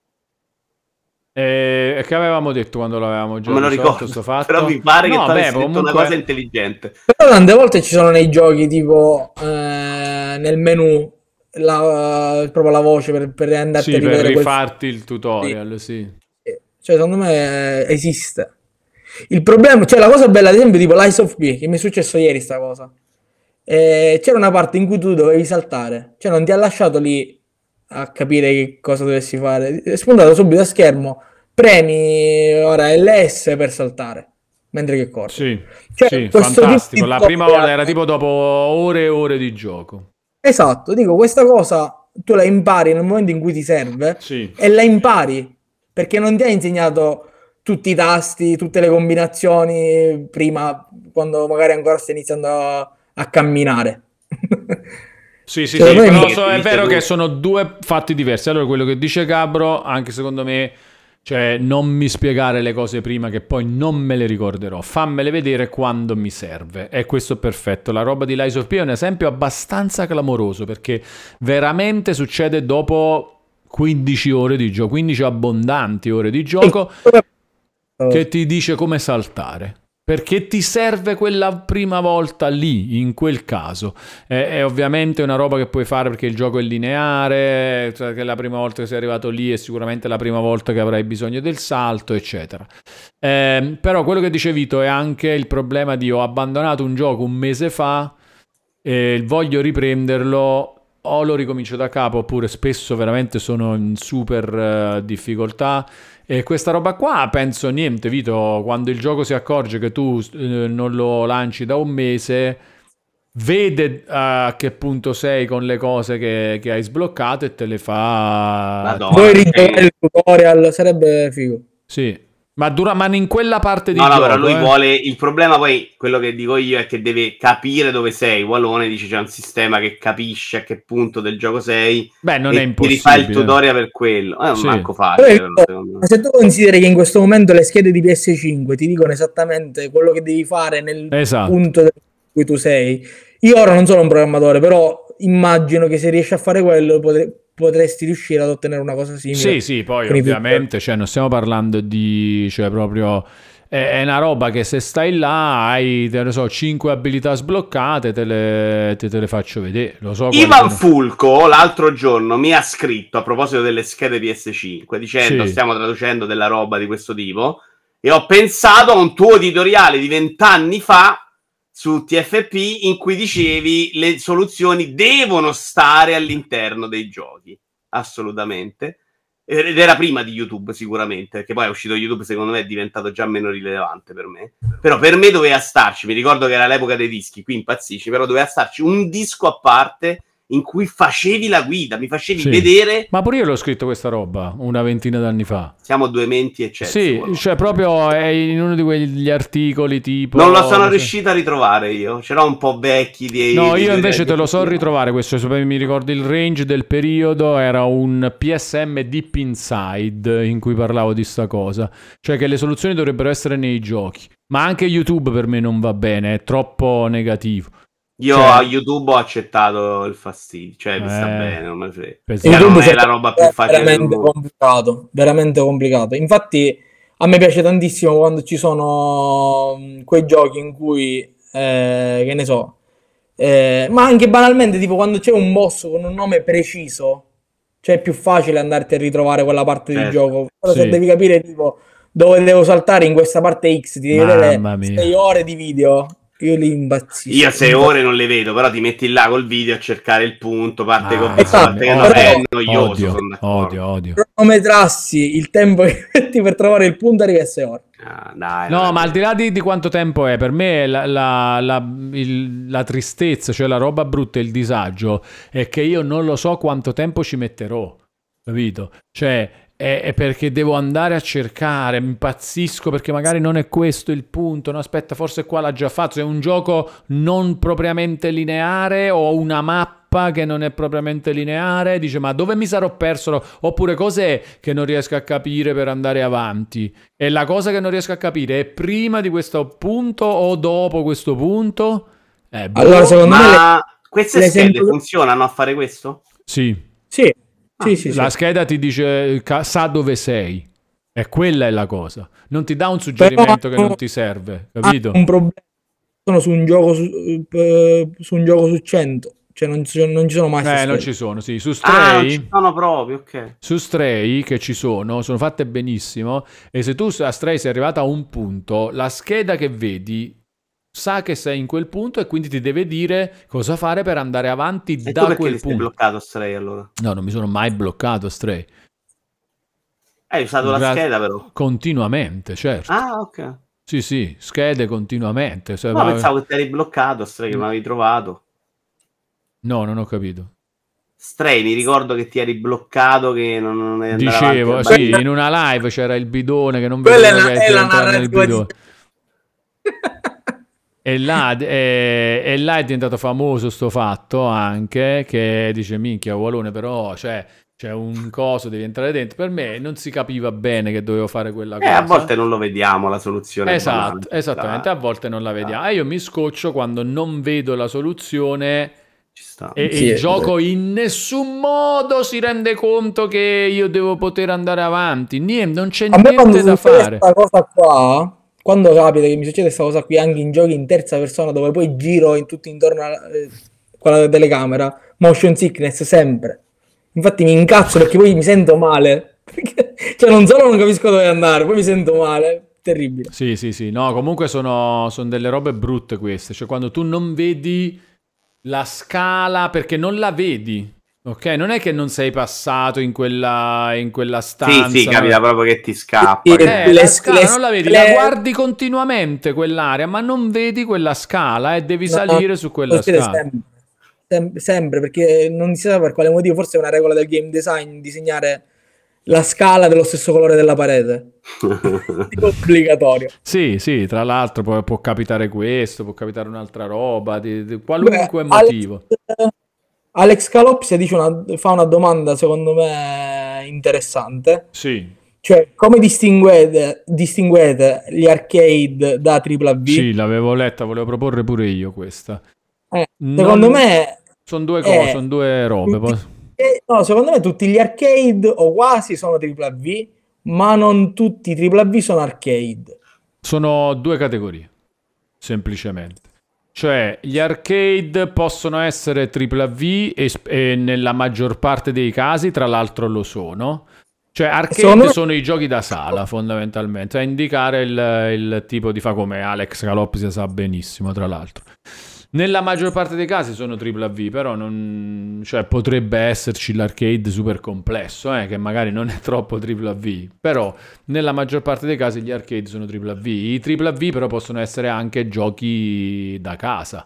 E che avevamo detto quando l'avevamo già Non me lo risolto ricordo, sto fatto? però mi pare No, che tu beh, avessi detto comunque... una cosa intelligente. Però tante volte ci sono nei giochi tipo eh, nel menu la, proprio la voce per, per andarti Sì, a per rivedere quel rifarti il tutorial, sì. Cioè, secondo me eh, esiste. Il problema, cioè la cosa bella, ad esempio, tipo Lies of P, che mi è successo ieri sta cosa. Eh, c'era una parte in cui tu dovevi saltare, cioè non ti ha lasciato lì a capire che cosa dovessi fare. È spuntato subito a schermo, premi ora L S per saltare, mentre che corri. Sì, Cioè, sì, questo fantastico. tipo di La prima tutorial- volta era tipo dopo ore e ore di gioco. Esatto, dico, questa cosa tu la impari nel momento in cui ti serve Sì. e la impari perché non ti ha insegnato tutti i tasti, tutte le combinazioni prima, quando magari ancora stai iniziando a, a camminare. Sì, sì, Cioè, sì, poi però mi- so- è dice vero tu. che sono due fatti diversi. Allora, quello che dice Gabro, anche secondo me, cioè non mi spiegare le cose prima che poi non me le ricorderò, fammele vedere quando mi serve. E questo è perfetto. La roba di Lies of P è un esempio abbastanza clamoroso perché veramente succede dopo quindici ore di gioco, quindici abbondanti ore di gioco che ti dice come saltare. perché ti serve quella prima volta lì, in quel caso. È, è ovviamente una roba che puoi fare perché il gioco è lineare, cioè che la prima volta che sei arrivato lì è sicuramente la prima volta che avrai bisogno del salto, eccetera. Eh, però quello che dice Vito è anche il problema di ho abbandonato un gioco un mese fa e voglio riprenderlo, o lo ricomincio da capo, oppure spesso veramente sono in super uh, difficoltà. E questa roba qua penso niente, Vito, quando il gioco si accorge che tu eh, non lo lanci da un mese, vede a che punto sei con le cose che, che hai sbloccato e te le fa. Madonna, Poi eh. rigiocare il tutorial sarebbe figo. Sì, ma dura, ma in quella parte di No, no, gioco, però lui eh. vuole. Il problema, poi, quello che dico io è che deve capire dove sei. Walone dice c'è un sistema che capisce a che punto del gioco sei. Beh, non e è ti rifà il impossibile. tutorial per quello. È un Sì. manco facile, però, secondo Ma me. se tu consideri che in questo momento le schede di P S cinque ti dicono esattamente quello che devi fare nel Esatto. punto in cui tu sei, io ora non sono un programmatore, però immagino che se riesci a fare quello potre- potresti riuscire ad ottenere una cosa simile. Sì, sì, poi con i ovviamente, cioè, non stiamo parlando di, cioè, proprio, è, è una roba che se stai là hai, te ne so, cinque abilità sbloccate, te le, te, te le faccio vedere, lo so. quali Ivan sono. Fulco l'altro giorno mi ha scritto a proposito delle schede P S cinque dicendo Sì. stiamo traducendo della roba di questo tipo e ho pensato a un tuo editoriale di vent'anni fa su T F P in cui dicevi le soluzioni devono stare all'interno dei giochi, assolutamente, ed era prima di YouTube sicuramente, perché poi è uscito YouTube, secondo me è diventato già meno rilevante per me, però per me doveva starci, mi ricordo che era l'epoca dei dischi, qui impazzisci, però doveva starci un disco a parte in cui facevi la guida, mi facevi Sì. vedere. Ma pure io l'ho scritto questa roba una ventina d'anni fa. Siamo due menti eccetera. Sì, cioè proprio è in uno di quegli articoli tipo. Non lo sono riuscito a ritrovare io, ce l'ho un po' vecchi di. No, di io due invece tempi te lo so fa. ritrovare questo, se mi ricordo il range del periodo era un P S M Deep Inside in cui parlavo di sta cosa, cioè che le soluzioni dovrebbero essere nei giochi, ma anche YouTube per me non va bene, è troppo negativo. Io Cioè- a YouTube ho accettato il fastidio, cioè mi sta Eh, bene, non me ne frega. pesante. Mica non YouTube è la roba più è facile del veramente mondo. complicato, veramente complicato. Infatti a me piace tantissimo quando ci sono mh, quei giochi in cui, eh, che ne so, eh, ma anche banalmente tipo quando c'è un boss con un nome preciso, cioè è più facile andarti a ritrovare quella parte di Certo. gioco. Però Sì. se devi capire tipo dove devo saltare in questa parte X, ti devi vedere Mamma mia. sei ore di video, io li impazzisco. Io sei ore non le vedo, però ti metti là col video a cercare il punto, parte che ho Ah, visto, esatto. parte che no, Però- è noioso, odio, sono d'accordo. odio, odio. Cronometrassi il tempo che metti per trovare il punto arrivi a sei ore. Ah, dai, No, dai. ma al di là di, di quanto tempo è, per me la, la, la, il- la tristezza, cioè la roba brutta e il disagio, è che io non lo so quanto tempo ci metterò, capito? Cioè, è, è perché devo andare a cercare, mi impazzisco perché magari non è questo il punto, no aspetta, forse qua l'ha già fatto, se è un gioco non propriamente lineare o una mappa che non è propriamente lineare, dice ma dove mi sarò perso? Oppure cos'è che non riesco a capire per andare avanti? E la cosa che non riesco a capire è prima di questo punto o dopo questo punto? Eh, boh. Allora, secondo me Ma queste l'esempio- schede funzionano a fare questo? Sì, Sì, Ah, sì, sì, sì. la scheda ti dice ca- sa dove sei. E quella è la cosa. Non ti dà un suggerimento Però- che non ti serve, Ha capito? un problema. Sono su un gioco su, eh, su un gioco su cento, cioè non ci, non ci sono mai Eh, queste non schede. ci sono, sì. Su Ah, Stray, non ci sono proprio, ok. su Stray che ci sono, sono fatte benissimo. E se tu a Stray sei arrivato a un punto, la scheda che vedi sa che sei in quel punto e quindi ti deve dire cosa fare per andare avanti E tu da perché quel ti sei punto. bloccato Stray allora? No, non mi sono mai bloccato Stray. Hai usato la Gra- scheda però? Continuamente, certo. Ah, ok. Sì, sì, schede continuamente. Cioè, No, ma- pensavo che ti eri bloccato Stray, che mi avevi trovato. No, non ho capito. Stray, mi ricordo che ti eri bloccato, che non, non è andato Dicevo, avanti. sì, in una live c'era il bidone che non Quella è vedevo la- che è la entrava nel narrativa di- bidone. E là, e, e là è diventato famoso sto fatto anche, che dice minchia Walone però cioè, c'è un coso, devi entrare dentro. Per me non si capiva bene che dovevo fare quella Eh, cosa. a volte non lo vediamo la soluzione. Esatto, banale. esattamente, a volte non la vediamo. E io mi scoccio quando non vedo la soluzione Ci sta. e, e Sì, il è gioco in nessun modo si rende conto che io devo poter andare avanti. Niente, non c'è A me quando niente da succede fare. questa cosa qua, quando capita che mi succede questa cosa qui anche in giochi in terza persona dove poi giro in tutto intorno alla, eh, con la telecamera, motion sickness sempre. Infatti mi incazzo perché poi mi sento male. Cioè non solo non capisco dove andare, poi mi sento male. Terribile. Sì, sì, sì. No, comunque sono, sono delle robe brutte queste. Cioè quando tu non vedi la scala perché non la vedi. Ok, non è che non sei passato in quella, in quella stanza. Sì, sì, capita no? proprio che ti scappa. Sì, che- Eh, le- la scala le- non la vedi, le- la guardi continuamente quell'area, ma non vedi quella scala e devi No, salire su quella succede scala. sempre, Sem- sempre, perché non si sa per quale motivo, forse è una regola del game design disegnare la scala dello stesso colore della parete. Tipo obbligatorio. Sì, sì, tra l'altro può, può capitare questo, può capitare un'altra roba, di, di qualunque Beh, motivo. Alex, Alex Calopsia dice una, fa una domanda secondo me interessante, Sì, cioè come distinguete, distinguete gli arcade da tripla V? sì, l'avevo letta, volevo proporre pure io questa. Eh, Non- secondo me Sono due è- cose, sono due robe. poi- eh, no, secondo me tutti gli arcade o quasi sono tripla V, ma non tutti i tripla V sono arcade. Sono due categorie, semplicemente. Cioè, gli arcade possono essere tripla V e, sp- e nella maggior parte dei casi, tra l'altro, lo sono. Cioè, arcade Secondo me- sono i giochi da sala, fondamentalmente, a indicare il, il tipo di fa, come Alex Calopsia sa benissimo, tra l'altro. Nella maggior parte dei casi sono tripla V, però non, cioè, potrebbe esserci l'arcade super complesso, eh, che magari non è troppo tripla V, però nella maggior parte dei casi gli arcade sono tripla V. I tripla V però possono essere anche giochi da casa.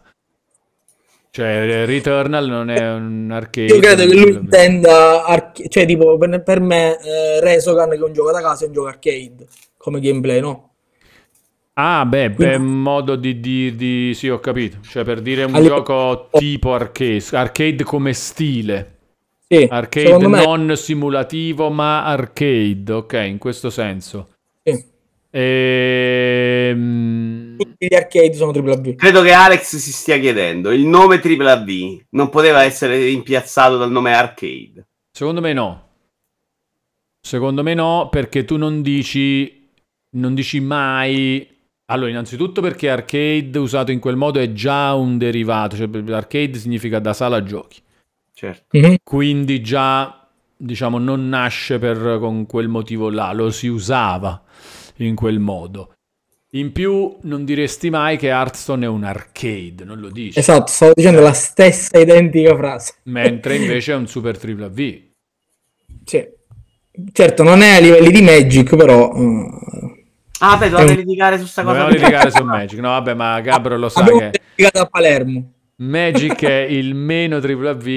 Cioè Returnal non è un arcade. Io credo ma è che lui tripla V. intenda, arc- cioè tipo per, per me eh, Resogun, che è un gioco da casa, è un gioco arcade come gameplay, no? Ah, beh, per Quindi- modo di, di, di... Sì, ho capito. Cioè per dire un A livello- gioco tipo arcade. Arcade come stile. Sì, Arcade secondo me non simulativo, ma arcade. Ok, in questo senso. sì. Ehm... Tutti gli arcade sono tripla V. Credo che Alex si stia chiedendo, il nome tripla V non poteva essere rimpiazzato dal nome arcade. Secondo me no. Secondo me no, perché tu non dici, non dici mai. Allora, innanzitutto perché arcade usato in quel modo è già un derivato, cioè arcade significa da sala giochi. Certo. Mhm. Quindi già, diciamo, non nasce per, con quel motivo là, lo si usava in quel modo. In più non diresti mai che Hearthstone è un arcade, non lo dici. Esatto, stavo dicendo la stessa identica frase. Mentre invece è un super tripla V. Sì. Certo, non è a livelli di Magic, però eh, Ah, beh, dovete È un- litigare su sta cosa. Dobbiamo litigare su Magic. No, vabbè, ma Gabriel lo sa abbiamo che litigato a Palermo. Magic è il meno tripla V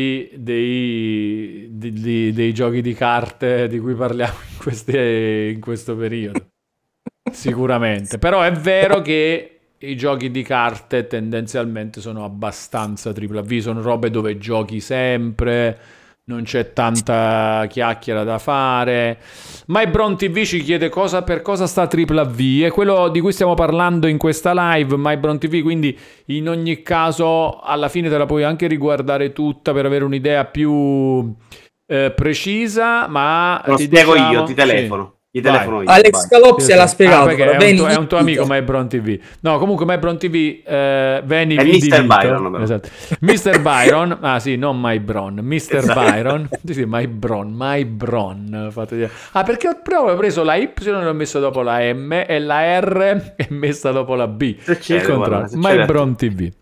dei, di- di- dei giochi di carte di cui parliamo in, queste- in questo periodo. Sicuramente. Però è vero che i giochi di carte tendenzialmente sono abbastanza tripla V, sono robe dove giochi sempre, non c'è tanta chiacchiera da fare. MyBron T V ci chiede cosa, per cosa sta tripla V, è quello di cui stiamo parlando in questa live, MyBron T V, quindi in ogni caso alla fine te la puoi anche riguardare tutta per avere un'idea più eh, precisa, ma Lo ti spiego diciamo- io, ti telefono. Ti Vai. telefono io. Alex vai. Calopsia Sì, l'ha sì. spiegato. Ah, perché però. è un, Veni, tuo, è un tuo dite. amico MyBron T V. No, comunque MyBron T V, eh, Veni È Vidi mister Vito. Byron, però. Esatto. mister Byron, ah sì, non MyBron, mister Esatto. Byron. Sì, sì, MyBron, MyBron. Fate dire. Ah, perché ho proprio preso la Y e l'ho messa dopo la M e la R è messa dopo la B. Succede, Il contrario. guarda, succede a MyBron T V.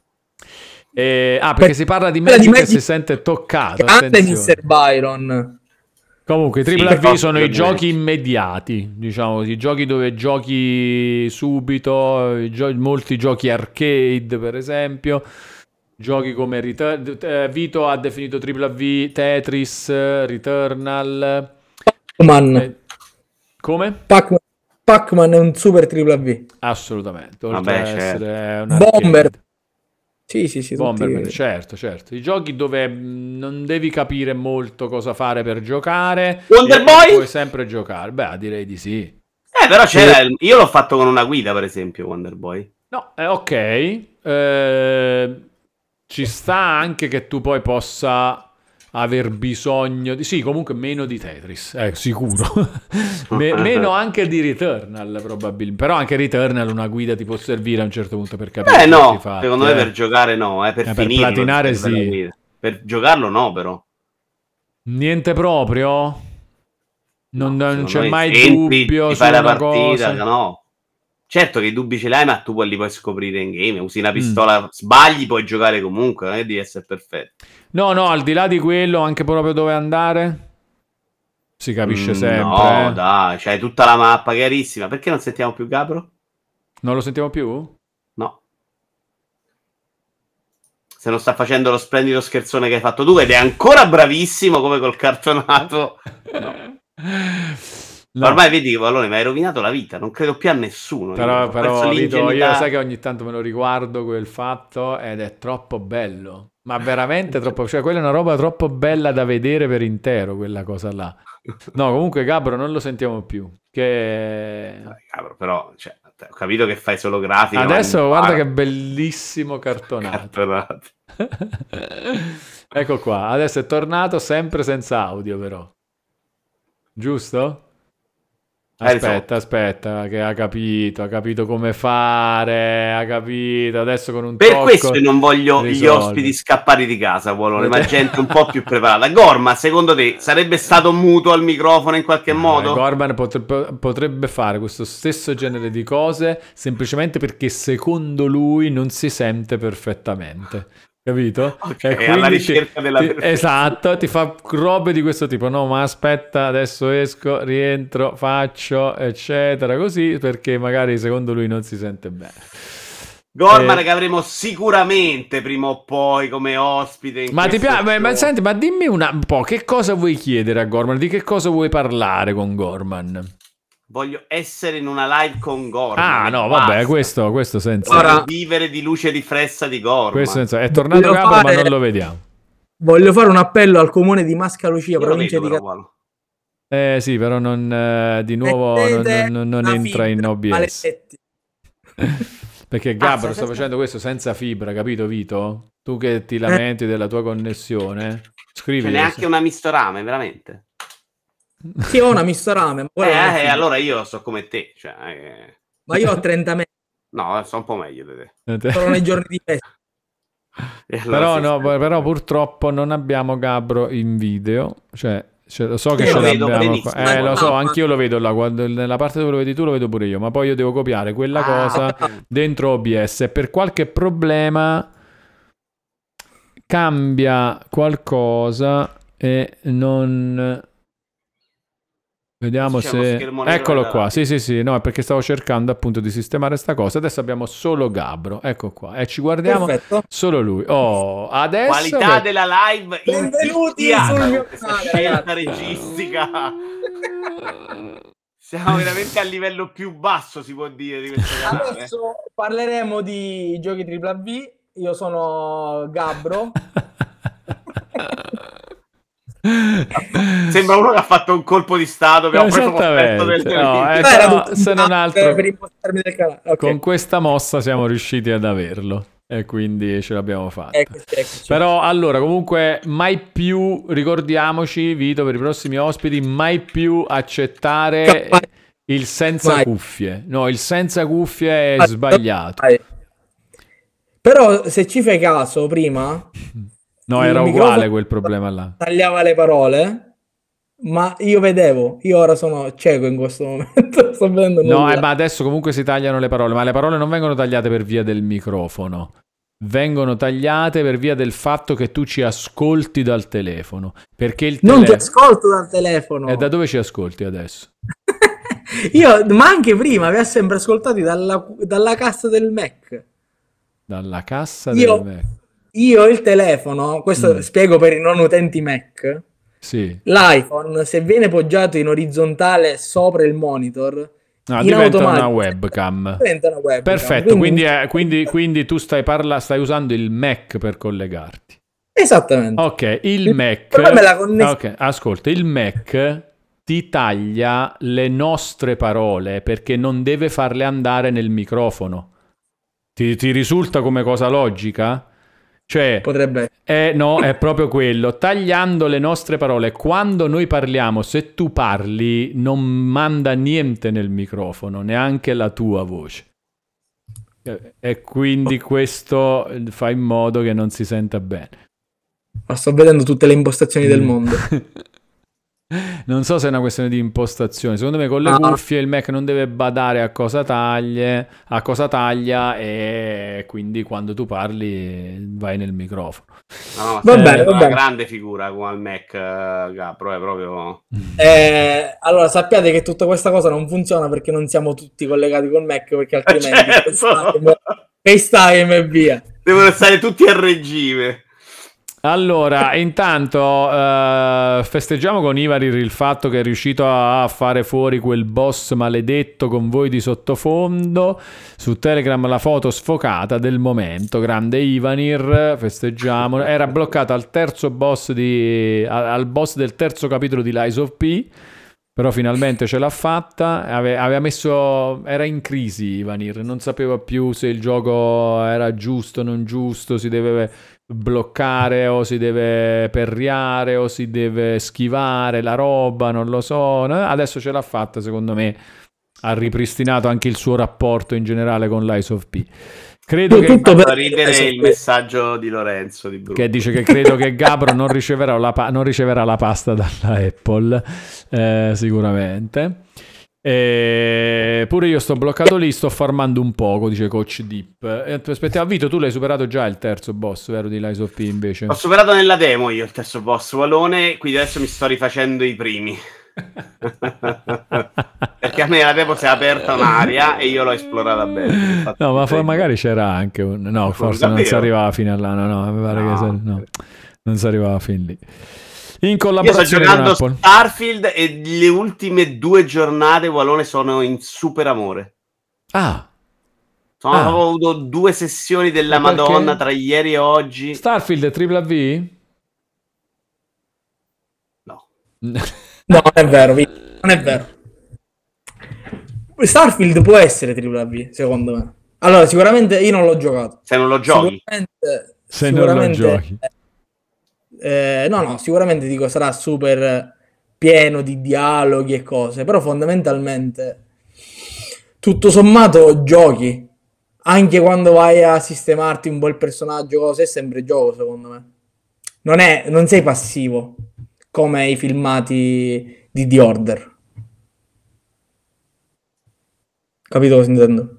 Eh, ah, perché Per- si parla di quella di Magic e Magic- si sente toccato. Grande Attenzione. mister Byron. Comunque, i Sì, tripla V però sono i Magic. giochi immediati, diciamo così, giochi dove giochi subito, i gio- molti giochi arcade, per esempio, giochi come Return- eh, Vito ha definito tripla V Tetris, eh, Returnal. Pac-Man. eh, come? Pac-Man. Pac-Man è un super tripla V. Assolutamente, oltre Vabbè, a certo. essere un Bomber. arcade. Sì, sì, sì. tutti- Bomberman, certo, certo. I giochi dove mh, non devi capire molto cosa fare per giocare, Wonder e Boy? puoi sempre giocare. Beh, direi di sì. Eh, però c'era. il- Io l'ho fatto con una guida, per esempio, Wonder Boy. No, eh, ok. Eh, ci sta anche che tu poi possa aver bisogno di... Sì, comunque meno di Tetris, eh, sicuro. Me- meno anche di Returnal, probabilmente. Però anche Returnal una guida ti può servire a un certo punto per capire Eh tutti no, i fatti, secondo me eh. per giocare no, eh, per Eh, per finirlo. platinare per la sì. guida. Per giocarlo no, però. Niente proprio? Non, No, non secondo c'è me mai entri, dubbio ti su fai la una partita, cosa? no. Certo che i dubbi ce l'hai, ma tu poi li puoi scoprire in game. Usi una Mm. pistola, sbagli, puoi giocare comunque, non è che devi essere perfetto. No, no, al di là di quello, anche proprio dove andare? Si capisce Mm, sempre, no, eh? dai, c'hai tutta la mappa chiarissima. Perché non sentiamo più Gabro? Non lo sentiamo più? No. Se non sta facendo lo splendido scherzone che hai fatto tu, ed è ancora bravissimo come col cartonato. No. No. Ormai vedi che Vallone mi hai rovinato la vita, non credo più a nessuno. Però, io. Ho perso però Vito, io l'ingenuità. sai che ogni tanto me lo riguardo quel fatto ed è troppo bello. Ma veramente troppo... Cioè, quella è una roba troppo bella da vedere per intero, quella cosa là. No, comunque Gabro non lo sentiamo più. Che... Dai, cavolo, però, cioè, ho capito che fai solo grafica. Adesso ma guarda impara. che bellissimo cartonato. Cartonato. Ecco qua, adesso è tornato sempre senza audio però. Giusto? Hai Aspetta, risolto. aspetta, che ha capito, ha capito come fare, ha capito, adesso con un Per tocco questo che non voglio gli risolve. ospiti scappati di casa, Vuolone, ma gente un po' più preparata. Gorma, secondo te, sarebbe stato muto al microfono in qualche Eh, modo? Gorman potrebbe, potrebbe fare questo stesso genere di cose semplicemente perché secondo lui non si sente perfettamente. Capito? Ok, E alla quindi ricerca ti- della ti- perfezione. esatto, ti fa robe di questo tipo. No, ma aspetta, adesso esco, rientro, faccio, eccetera, così perché magari secondo lui non si sente bene. Gorman Eh, che avremo sicuramente prima o poi come ospite in ma ti questo piace? Ma, ma show. senti, ma dimmi una- un po', che cosa vuoi chiedere a Gorman? Di che cosa vuoi parlare con Gorman? Voglio essere in una live con Gorman. Ah, e no, basta. vabbè, questo, questo senza... Voglio Ora- vivere di luce e di fressa di Gorman. questo senza... È tornato Voglio Gabro, fare- ma non lo vediamo. Voglio fare un appello al comune di Mascalucia, Io lo provincia vedo di però, Catania. Vuolo. Eh sì, però non, eh, di nuovo non, Mettete non- non la entra in fibra, O B S. maledetti. Perché Ah, Gabro senza- sta facendo questo senza fibra, capito Vito? Tu che ti lamenti della tua connessione, scrivi. C'è neanche una mistorame, veramente. Sì, ho una mistorame, ma, Eh, quella non è eh, fibra. allora io so come te. Cioè, eh, Ma io ho trenta metri, no, so un po' meglio di te. sono nei giorni di festa. E allora Però, sì, no, sì. però purtroppo non abbiamo Gabro in video. Cioè, cioè, lo so che Io ce lo vedo l'abbiamo benissimo, qua. Eh, lo so, guarda. anch'io lo vedo là. Quando, nella parte dove lo vedi tu lo vedo pure io. Ma poi io devo copiare quella Ah, cosa ok. dentro O B S. E per qualche problema cambia qualcosa e non... Vediamo C'è uno se... schermo nero Eccolo nella qua, live. sì sì sì, no, è perché stavo cercando appunto di sistemare sta cosa. Adesso abbiamo solo Gabro, ecco qua, e ci guardiamo Perfetto. solo lui. Oh, adesso... Qualità della live Benvenuti inticchiata sul mio con questa canale, scelta ragazzi. registica. Siamo veramente al livello più basso, si può dire, di questo canale. Adesso parleremo di giochi tripla V. Io sono Gabro. Sembra uno che ha fatto un colpo di stato. Abbiamo preso possesso del Esattamente. No, televisore. eh, Era però, tutto se non un altro, per impostarmi del canale. Ok. con questa mossa siamo riusciti ad averlo e quindi ce l'abbiamo fatta. Eccoci, eccoci. Però allora comunque mai più, ricordiamoci Vito, per i prossimi ospiti, mai più accettare Capaz- il senza Mai. cuffie. No, il senza cuffie è Vai. sbagliato. Vai. Però se ci fai caso prima No, il era microfono uguale quel problema là. tagliava le parole, ma io vedevo, io ora sono cieco in questo momento, sto vedendo No, nulla. eh, ma adesso comunque si tagliano le parole, ma le parole non vengono tagliate per via del microfono. Vengono tagliate per via del fatto che tu ci ascolti dal telefono. Perché il Non ti telefono... ascolto dal telefono. E da dove ci ascolti adesso? Io, ma anche prima, vi ho sempre ascoltati dalla, dalla cassa del Mac. Dalla cassa Io- del Mac. Io il telefono, questo Mm. spiego per i non utenti Mac, Sì. l'iPhone se viene poggiato in orizzontale sopra il monitor, No, in diventa una automatico webcam. diventa una webcam. Perfetto, quindi, è- quindi, quindi tu stai, parla- stai usando il Mac per collegarti. Esattamente. Ok, il Il Mac... problema è la connessione. Ok, ascolta, il Mac ti taglia le nostre parole perché non deve farle andare nel microfono. Ti, ti risulta come cosa logica? Cioè, Potrebbe. eh, no, è proprio quello, tagliando le nostre parole. Quando noi parliamo, se tu parli, non manda niente nel microfono, neanche la tua voce. E- E quindi questo fa in modo che non si senta bene. Ma sto vedendo tutte le impostazioni del mondo. Non so se è una questione di impostazione. Secondo me con le Ah. cuffie il Mac non deve badare a cosa taglie, a cosa taglia, e quindi quando tu parli vai nel microfono. No, no, Va stai bene, facendo va una bene. grande figura con il Mac, eh, Gabro, è proprio... Eh, allora sappiate che tutta questa cosa non funziona perché non siamo tutti collegati col Mac, perché altrimenti Certo. FaceTime, FaceTime e via. Devono stare tutti a regime. Allora, intanto eh, festeggiamo con Ivarir il fatto che è riuscito a fare fuori quel boss maledetto con voi di sottofondo. Su Telegram la foto sfocata del momento. Grande Ivanir, festeggiamo. Era bloccato al terzo boss di, al boss del terzo capitolo di Lies of P. Però finalmente ce l'ha fatta. Ave- aveva messo, era in crisi Ivanir, non sapeva più se il gioco era giusto o non giusto, si deve bloccare o si deve perriare o si deve schivare la roba, non lo so. No? Adesso ce l'ha fatta, secondo me ha ripristinato anche il suo rapporto in generale con Lies of P. Credo che, Tutto Fa per ridere Lies of il P. messaggio di Lorenzo di Bruno. che dice che credo che Gabro non riceverà la, pa- non riceverà la pasta dalla Apple, eh, sicuramente. E pure io sto bloccato lì, sto farmando un poco, dice Coach Deep. E aspetta, Vito, tu l'hai superato già il terzo boss, vero, di Lies of P invece? Ho superato nella demo io il terzo boss Walone, quindi adesso mi sto rifacendo i primi. Perché a me la demo si è aperta un'area e io l'ho esplorata bene. Infatti, No, ma tre- for- magari c'era anche un... No, forse non davvero? si arrivava fino a là. No, no, mi pare No. che se- no, non si arrivava fin lì. In Io sto collaborazione con giocando Apple. Starfield e le ultime due giornate Walone sono in super amore. Ah, Sono Ah. proprio avuto due sessioni della Ma perché? Madonna tra ieri e oggi. Starfield è tripla V? No. No, non è vero, Vi- non è vero. Starfield può essere tripla V, secondo me. Allora, sicuramente io non l'ho giocato. Se non lo giochi. Sicuramente, Se non lo sicuramente, giochi. eh, no, no, sicuramente dico sarà super pieno di dialoghi e cose, però fondamentalmente tutto sommato giochi. Anche quando vai a sistemarti un po' il personaggio, cose, è sempre gioco, secondo me. Non è, non sei passivo come i filmati di The Order. Capito cosa intendo?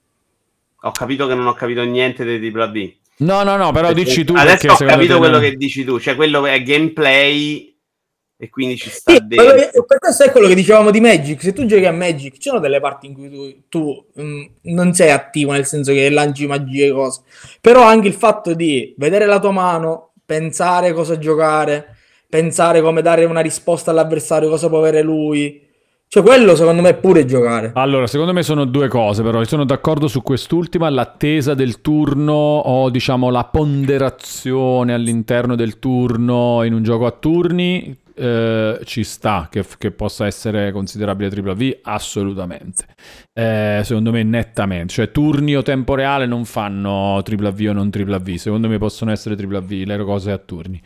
Ho capito che non ho capito niente dei tripla B. No, no, no, però dici tu Adesso perché ho secondo capito te quello non- che dici tu, cioè quello che è gameplay e quindi ci sta Sì, dentro. quello che- per questo è quello che dicevamo di Magic. Se tu giochi a Magic, ci sono delle parti in cui tu, tu, mm, non sei attivo, nel senso che lanci magie e cose. Però anche il fatto di vedere la tua mano, pensare cosa giocare, pensare come dare una risposta all'avversario, cosa può avere lui. Cioè, quello secondo me è pure giocare. Allora, secondo me sono due cose, però. Io sono d'accordo su quest'ultima, l'attesa del turno o, diciamo, la ponderazione all'interno del turno in un gioco a turni, eh, ci sta, che, che possa essere considerabile tripla V, assolutamente. Eh, secondo me nettamente. Cioè, turni o tempo reale non fanno tripla V o non tripla V. Secondo me possono essere tripla V, le cose a turni.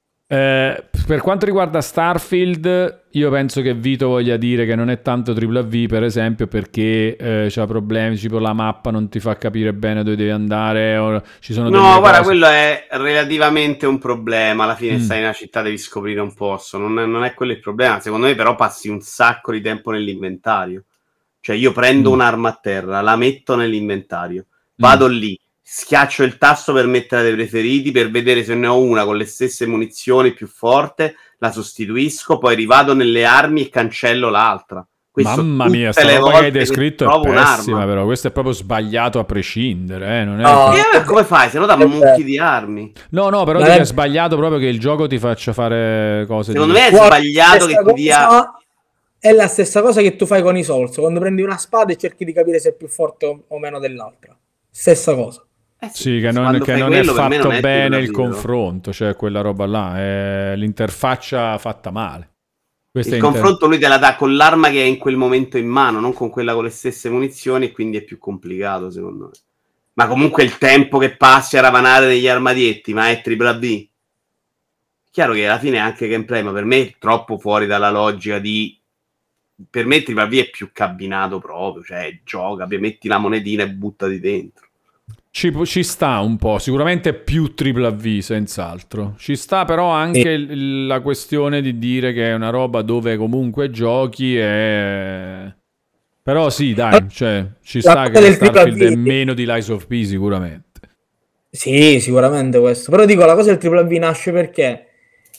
Eh, per quanto riguarda Starfield, io penso che Vito voglia dire che non è tanto tripla V, per esempio, perché eh, c'ha problemi, tipo la mappa non ti fa capire bene dove devi andare, o ci sono delle No, guarda, cose- quello è relativamente un problema. Alla fine Mm. stai in una città, devi scoprire un posto. Non è, non è quello il problema. Secondo me, però, passi un sacco di tempo nell'inventario. Cioè, io prendo Mm. un'arma a terra, la metto nell'inventario, vado Mm. lì, schiaccio il tasto per mettere dei preferiti, per vedere se ne ho una con le stesse munizioni più forte, la sostituisco, poi rivado nelle armi e cancello l'altra. Questo Mamma mia, tutte sta le roba che volte hai descritto è trovo pessima, un'arma. però questo è proprio sbagliato a prescindere, eh? Non è No. che- E allora come fai? Se no da Eh, mucchi di armi. No, no, però Non dico è- è sbagliato proprio che il gioco ti faccia fare cose Secondo di... me è Guarda, sbagliato che stessa ti dia... cosa- È la stessa cosa che tu fai con i Souls, quando prendi una spada e cerchi di capire se è più forte o- o meno dell'altra. Stessa cosa. Eh Sì, che non, quando che fai non è quello, per me fatto non è bene tripla il V, però. confronto, cioè quella roba là, è l'interfaccia fatta male. Questo Il è inter- confronto lui te la dà con l'arma che è in quel momento in mano, non con quella con le stesse munizioni, e quindi è più complicato secondo me. Ma comunque il tempo che passi a ravanare negli armadietti, ma è tripla B. Chiaro che alla fine è anche gameplay, ma per me è troppo fuori dalla logica di... Per me tripla B è più cabinato proprio, cioè gioca, metti la monetina e buttati dentro. Ci, ci sta un po', sicuramente più tripla V senz'altro. Ci sta però anche Sì. l- la questione di dire che è una roba dove comunque giochi e... Però sì, dai, cioè, ci La sta cosa che del tripla Starfield è V meno di Lies of P sicuramente. Sì, sicuramente questo. Però dico, la cosa del tripla V nasce perché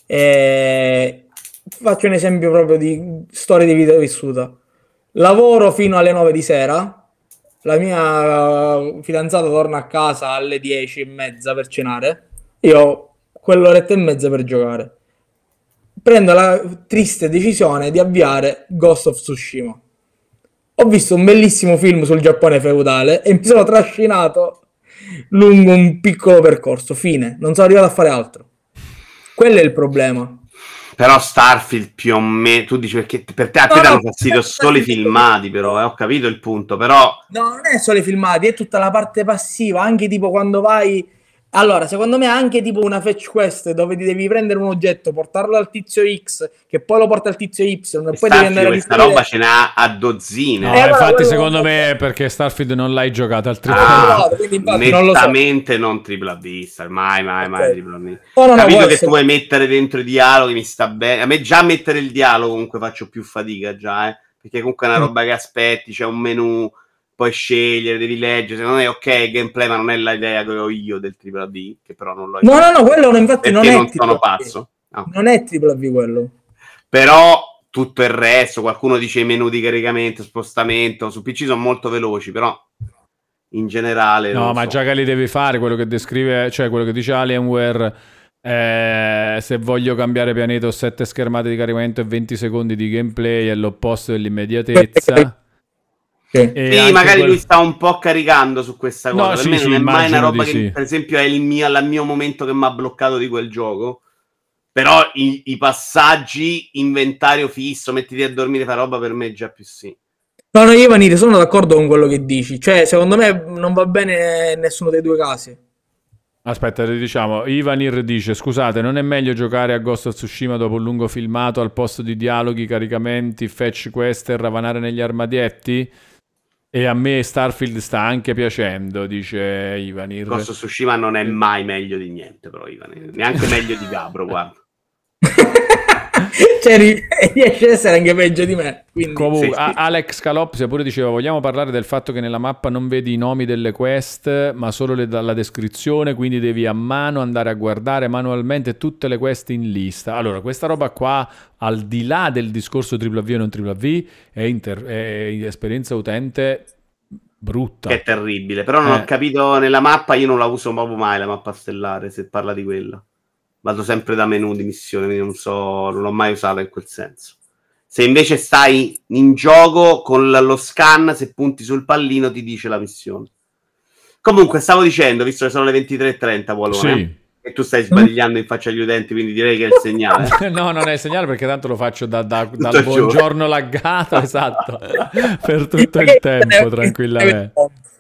eh, faccio un esempio proprio di storia di vita vissuta. Lavoro fino alle nove di sera, la mia fidanzata torna a casa alle dieci e mezza per cenare, io ho quell'oretta e mezza per giocare. Prendo la triste decisione di avviare Ghost of Tsushima. Ho visto un bellissimo film sul Giappone feudale e mi sono trascinato lungo un piccolo percorso, fine, non sono arrivato a fare altro. Quello è il problema. Però Starfield più o meno, tu dici perché per te a te No, danno no, fastidio solo i filmati, però eh, ho capito il punto, però no, non è solo i filmati, è tutta la parte passiva, anche tipo quando vai... Allora, secondo me anche tipo una fetch quest dove ti devi prendere un oggetto, portarlo al tizio X, che poi lo porta al tizio Y, e poi devi Starfield andare a questa risalire... roba ce n'ha a dozzine. No, Eh, allora, infatti quello secondo non lo me so. è perché Starfield non l'hai giocato, altrimenti... Ah, Ah, provato, quindi infatti non lo so. nettamente non tripla B, Star, mai, mai, Ok. mai tripla B. No, no, no, Capito può che essere. tu vuoi mettere dentro i dialoghi, mi sta bene. A me già mettere il dialogo comunque faccio più fatica già, eh, perché comunque è una Mm. roba che aspetti, c'è un menu, puoi scegliere, devi leggere, secondo me ok, gameplay, ma non è l'idea che ho io del tripla B, che però non l'ho No, no, giocato. no, quello infatti non Perché è non sono tripla V. pazzo. No. Non è tripla V quello. Però tutto il resto, qualcuno dice i menu di caricamento, spostamento, su P C sono molto veloci, però in generale non No, lo ma so. già che li devi fare, quello che descrive, cioè quello che dice Alienware, eh, se voglio cambiare pianeta ho sette schermate di caricamento e venti secondi di gameplay, è l'opposto dell'immediatezza. Sì. E Sì, anche magari quel- lui sta un po' caricando su questa cosa. No, Per sì, me sì, non è mai una immagino roba di che, sì. per esempio, è il mio, il mio momento che mi ha bloccato di quel gioco. Però i, i passaggi, inventario fisso, mettiti a dormire, fa roba, per me già più sì. No, no, io Vanite, sono d'accordo con quello che dici. Cioè, secondo me non va bene nessuno dei due casi. Aspetta, diciamo, Ivanir dice, scusate, non è meglio giocare a Ghost of Tsushima dopo un lungo filmato al posto di dialoghi, caricamenti, fetch quest e ravanare negli armadietti? E a me Starfield sta anche piacendo, dice Ivanir. Ghost of Tsushima non è mai meglio di niente, però, Ivan. Neanche meglio di Gabro, guarda. Cioè, ri- riesce ad essere anche peggio di me. Quindi... Comunque, Sì, sì. A- Alex Calopsia pure diceva, vogliamo parlare del fatto che nella mappa non vedi i nomi delle quest, ma solo le, la descrizione, quindi devi a mano andare a guardare manualmente tutte le quest in lista. Allora, questa roba qua, al di là del discorso tripla V e non tripla V, è, inter- è esperienza utente brutta. Che è terribile. Però non Eh. ho capito, nella mappa io non la uso proprio mai, la mappa stellare, se parla di quella. Vado sempre da menu di missione, quindi non so, non l'ho mai usata in quel senso. Se invece stai in gioco con l- lo scan, se punti sul pallino ti dice la missione. Comunque, stavo dicendo, visto che sono le ventitré e trenta, Walone, Sì. eh, e tu stai sbadigliando in faccia agli utenti, quindi direi che è il segnale. No, non è il segnale perché tanto lo faccio da, da- Tutto dal il giorno. buongiorno laggato, esatto, per tutto il tempo, tranquillamente.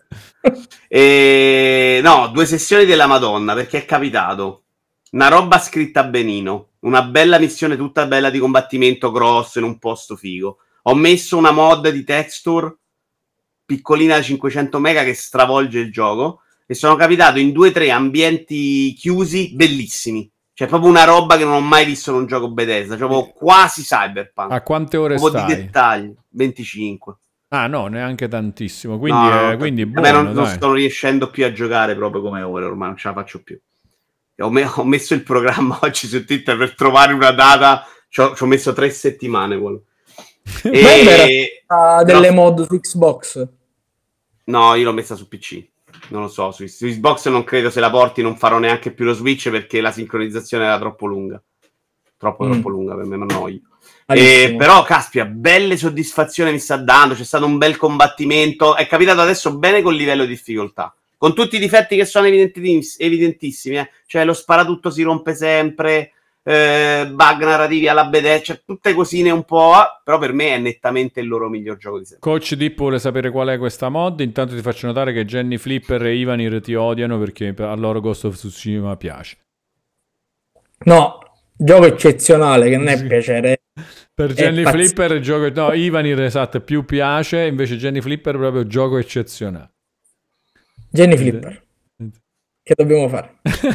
E... No, due sessioni della Madonna, perché è capitato. Una roba scritta benino, una bella missione tutta bella di combattimento grosso in un posto figo. Ho messo una mod di texture piccolina da cinquecento mega che stravolge il gioco e sono capitato in due o tre ambienti chiusi bellissimi. Cioè proprio una roba che non ho mai visto in un gioco Bethesda, cioè proprio quasi Cyberpunk. A quante ore Proprio di stai? dettagli, venticinque. Ah no, neanche tantissimo, quindi, No, no, è, quindi capito. Vabbè, buono, non, non dai. sto riuscendo più a giocare proprio come ore, ormai non ce la faccio più. Ho, me- ho messo il programma oggi su Twitter per trovare una data, ci ho, ci ho messo tre settimane. Quello. E... Ah, delle no, mod su Xbox. no, io l'ho messa su P C. Non lo so, su, su Xbox non credo, se la porti non farò neanche più lo Switch perché la sincronizzazione era troppo lunga. Troppo, Mm. troppo lunga per me, ma annoio. Malissimo. Eh, però, caspia, belle soddisfazioni mi sta dando. C'è stato un bel combattimento. È capitato adesso bene col livello di difficoltà. Con tutti i difetti che sono evidenti- evidentissimi. Eh. Cioè, lo sparatutto si rompe sempre. eh, bug narrativi alla Bethesda, cioè tutte cosine un po', però per me è nettamente il loro miglior gioco di sempre. Coach Deep vuole sapere qual è questa mod. Intanto ti faccio notare che Jenny Flipper e Ivanir ti odiano perché a loro Ghost of Tsushima piace. No, gioco eccezionale che non è piacere. Per Jenny Flipper il gioco, no, Ivanir esatto, più piace, invece Jenny Flipper proprio gioco eccezionale. Jenny Flipper. Che dobbiamo fare?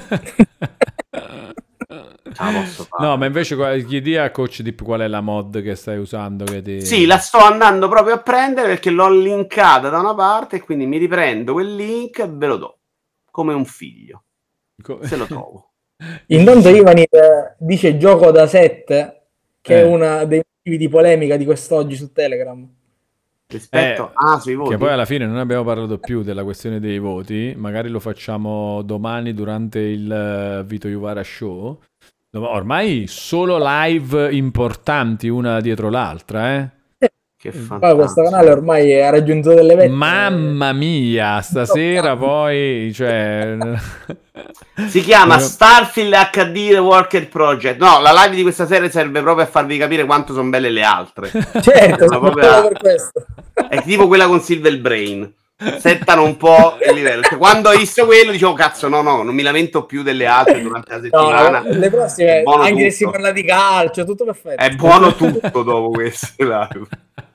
Ah, posso fare. No, ma invece chiedi a Coach Deep qual è la mod che stai usando. Che ti... Sì, la sto andando proprio a prendere perché l'ho linkata da una parte e quindi mi riprendo quel link e ve lo do come un figlio, Co- se lo trovo. Intanto Ivanir dice gioco da sette, che Eh. è uno dei motivi di polemica di quest'oggi su Telegram. Rispetto Eh, ah, sui voti. Che poi alla fine non abbiamo parlato più della questione dei voti, magari lo facciamo domani durante il uh, Vito Juvara Show. Ormai solo live importanti una dietro l'altra, eh? Che Poi fantastico. questo canale ormai ha raggiunto delle vette. Mamma mia, stasera poi, cioè... Si chiama Starfield acca di The Worker Project. No, la live di questa serie serve proprio a farvi capire quanto sono belle le altre. Certo, Ma sono proprio solo a- per questo. È tipo quella con Silver Brain. Settano un po' il livello. Cioè, quando ho visto quello dicevo cazzo no no, non mi lamento più delle altre durante la No, settimana. le prossime, È buono anche se tutto. si parla di calcio, tutto perfetto. È buono tutto dopo queste live.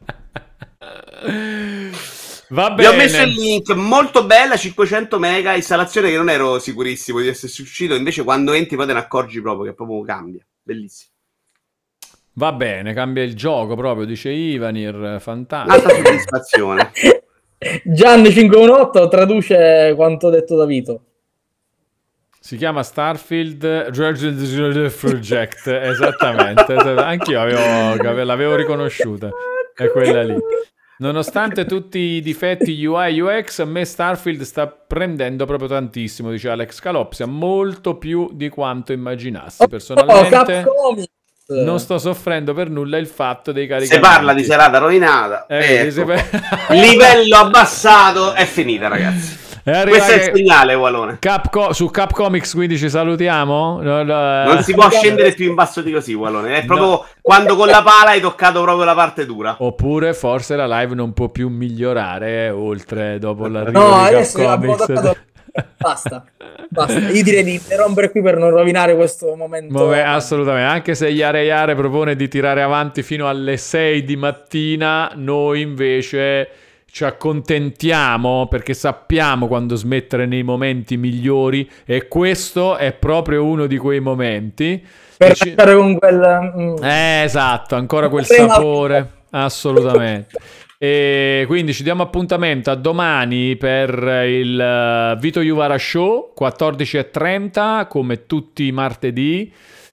Va Vi bene. ho messo il link, molto bella, cinquecento mega, installazione che non ero sicurissimo di essersi uscito, invece quando entri poi te ne accorgi proprio che proprio cambia, bellissimo. Va bene, cambia il gioco proprio, dice Ivanir, fantastico. Alta soddisfazione. Gian cinquecentodiciotto traduce quanto detto da Vito. Si chiama Starfield Project, esattamente. Anch'io avevo, l'avevo riconosciuta, è quella lì. Nonostante tutti i difetti U I U X, a me Starfield sta prendendo proprio tantissimo, dice Alex Calopsia, molto più di quanto immaginassi. Personalmente Oh, Capcom! non sto soffrendo per nulla il fatto dei caricamenti. Se parla di serata rovinata, Eh, ecco. se- livello abbassato, è finita ragazzi. È Questo è il arrivato- segnale, Walone. Capco- su Capcomics quindi ci salutiamo? No, no, Non si può scendere più in basso di così, Walone. È proprio No. quando con la pala hai toccato proprio la parte dura. Oppure forse la live non può più migliorare eh, oltre dopo l'arrivo No, di adesso abbiamo Capcomics. toccato. Basta, basta. Io direi di interrompere qui per non rovinare questo momento. Vabbè, assolutamente, anche se Yare Yare propone di tirare avanti fino alle sei di mattina, noi invece ci accontentiamo perché sappiamo quando smettere nei momenti migliori e questo è proprio uno di quei momenti. Per E ci- lasciare con quel... mm, Eh, esatto, ancora quel Prima- sapore, assolutamente. E quindi ci diamo appuntamento a domani per il eh, Vito Juvara Show, quattordici e trenta, come tutti i martedì.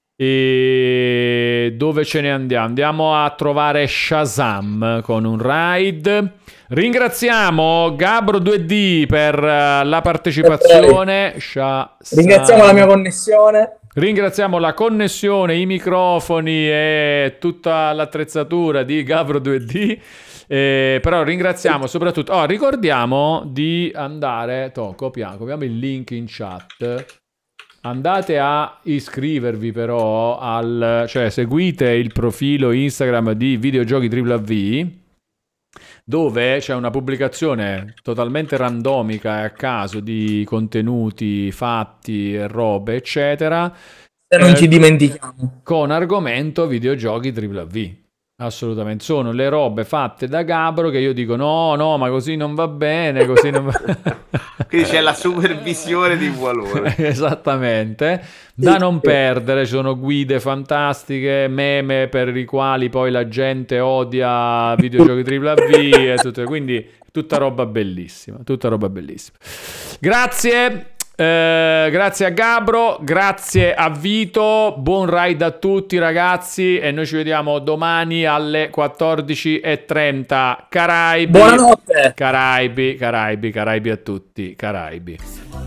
E dove ce ne andiamo? Andiamo a trovare Shazam con un raid. Ringraziamo Gabro due D per eh, la partecipazione. Shazam. Ringraziamo la mia connessione. Ringraziamo la connessione, i microfoni e tutta l'attrezzatura di Gabro due D. Eh, però ringraziamo soprattutto. Oh, ricordiamo di andare. To, copiamo, copiamo il link in chat. Andate a iscrivervi però al, cioè seguite il profilo Instagram di Videogiochi W W V, dove c'è una pubblicazione totalmente randomica e a caso di contenuti, fatti e robe eccetera, Se non Eh, ci dimentichiamo. con argomento videogiochi W W V. Assolutamente, sono le robe fatte da Gabro che io dico no, no, ma così non va bene, così non va... Quindi c'è la supervisione di Walone. Esattamente, da non perdere. Ci sono guide fantastiche, meme per i quali poi la gente odia videogiochi W W V e tutto, quindi tutta roba bellissima, tutta roba bellissima. Grazie. Eh, grazie a Gabro, grazie a Vito, buon ride a tutti ragazzi e noi ci vediamo domani alle quattordici e trenta. Caraibi, Buonanotte. Caraibi, Caraibi, Caraibi a tutti, Caraibi.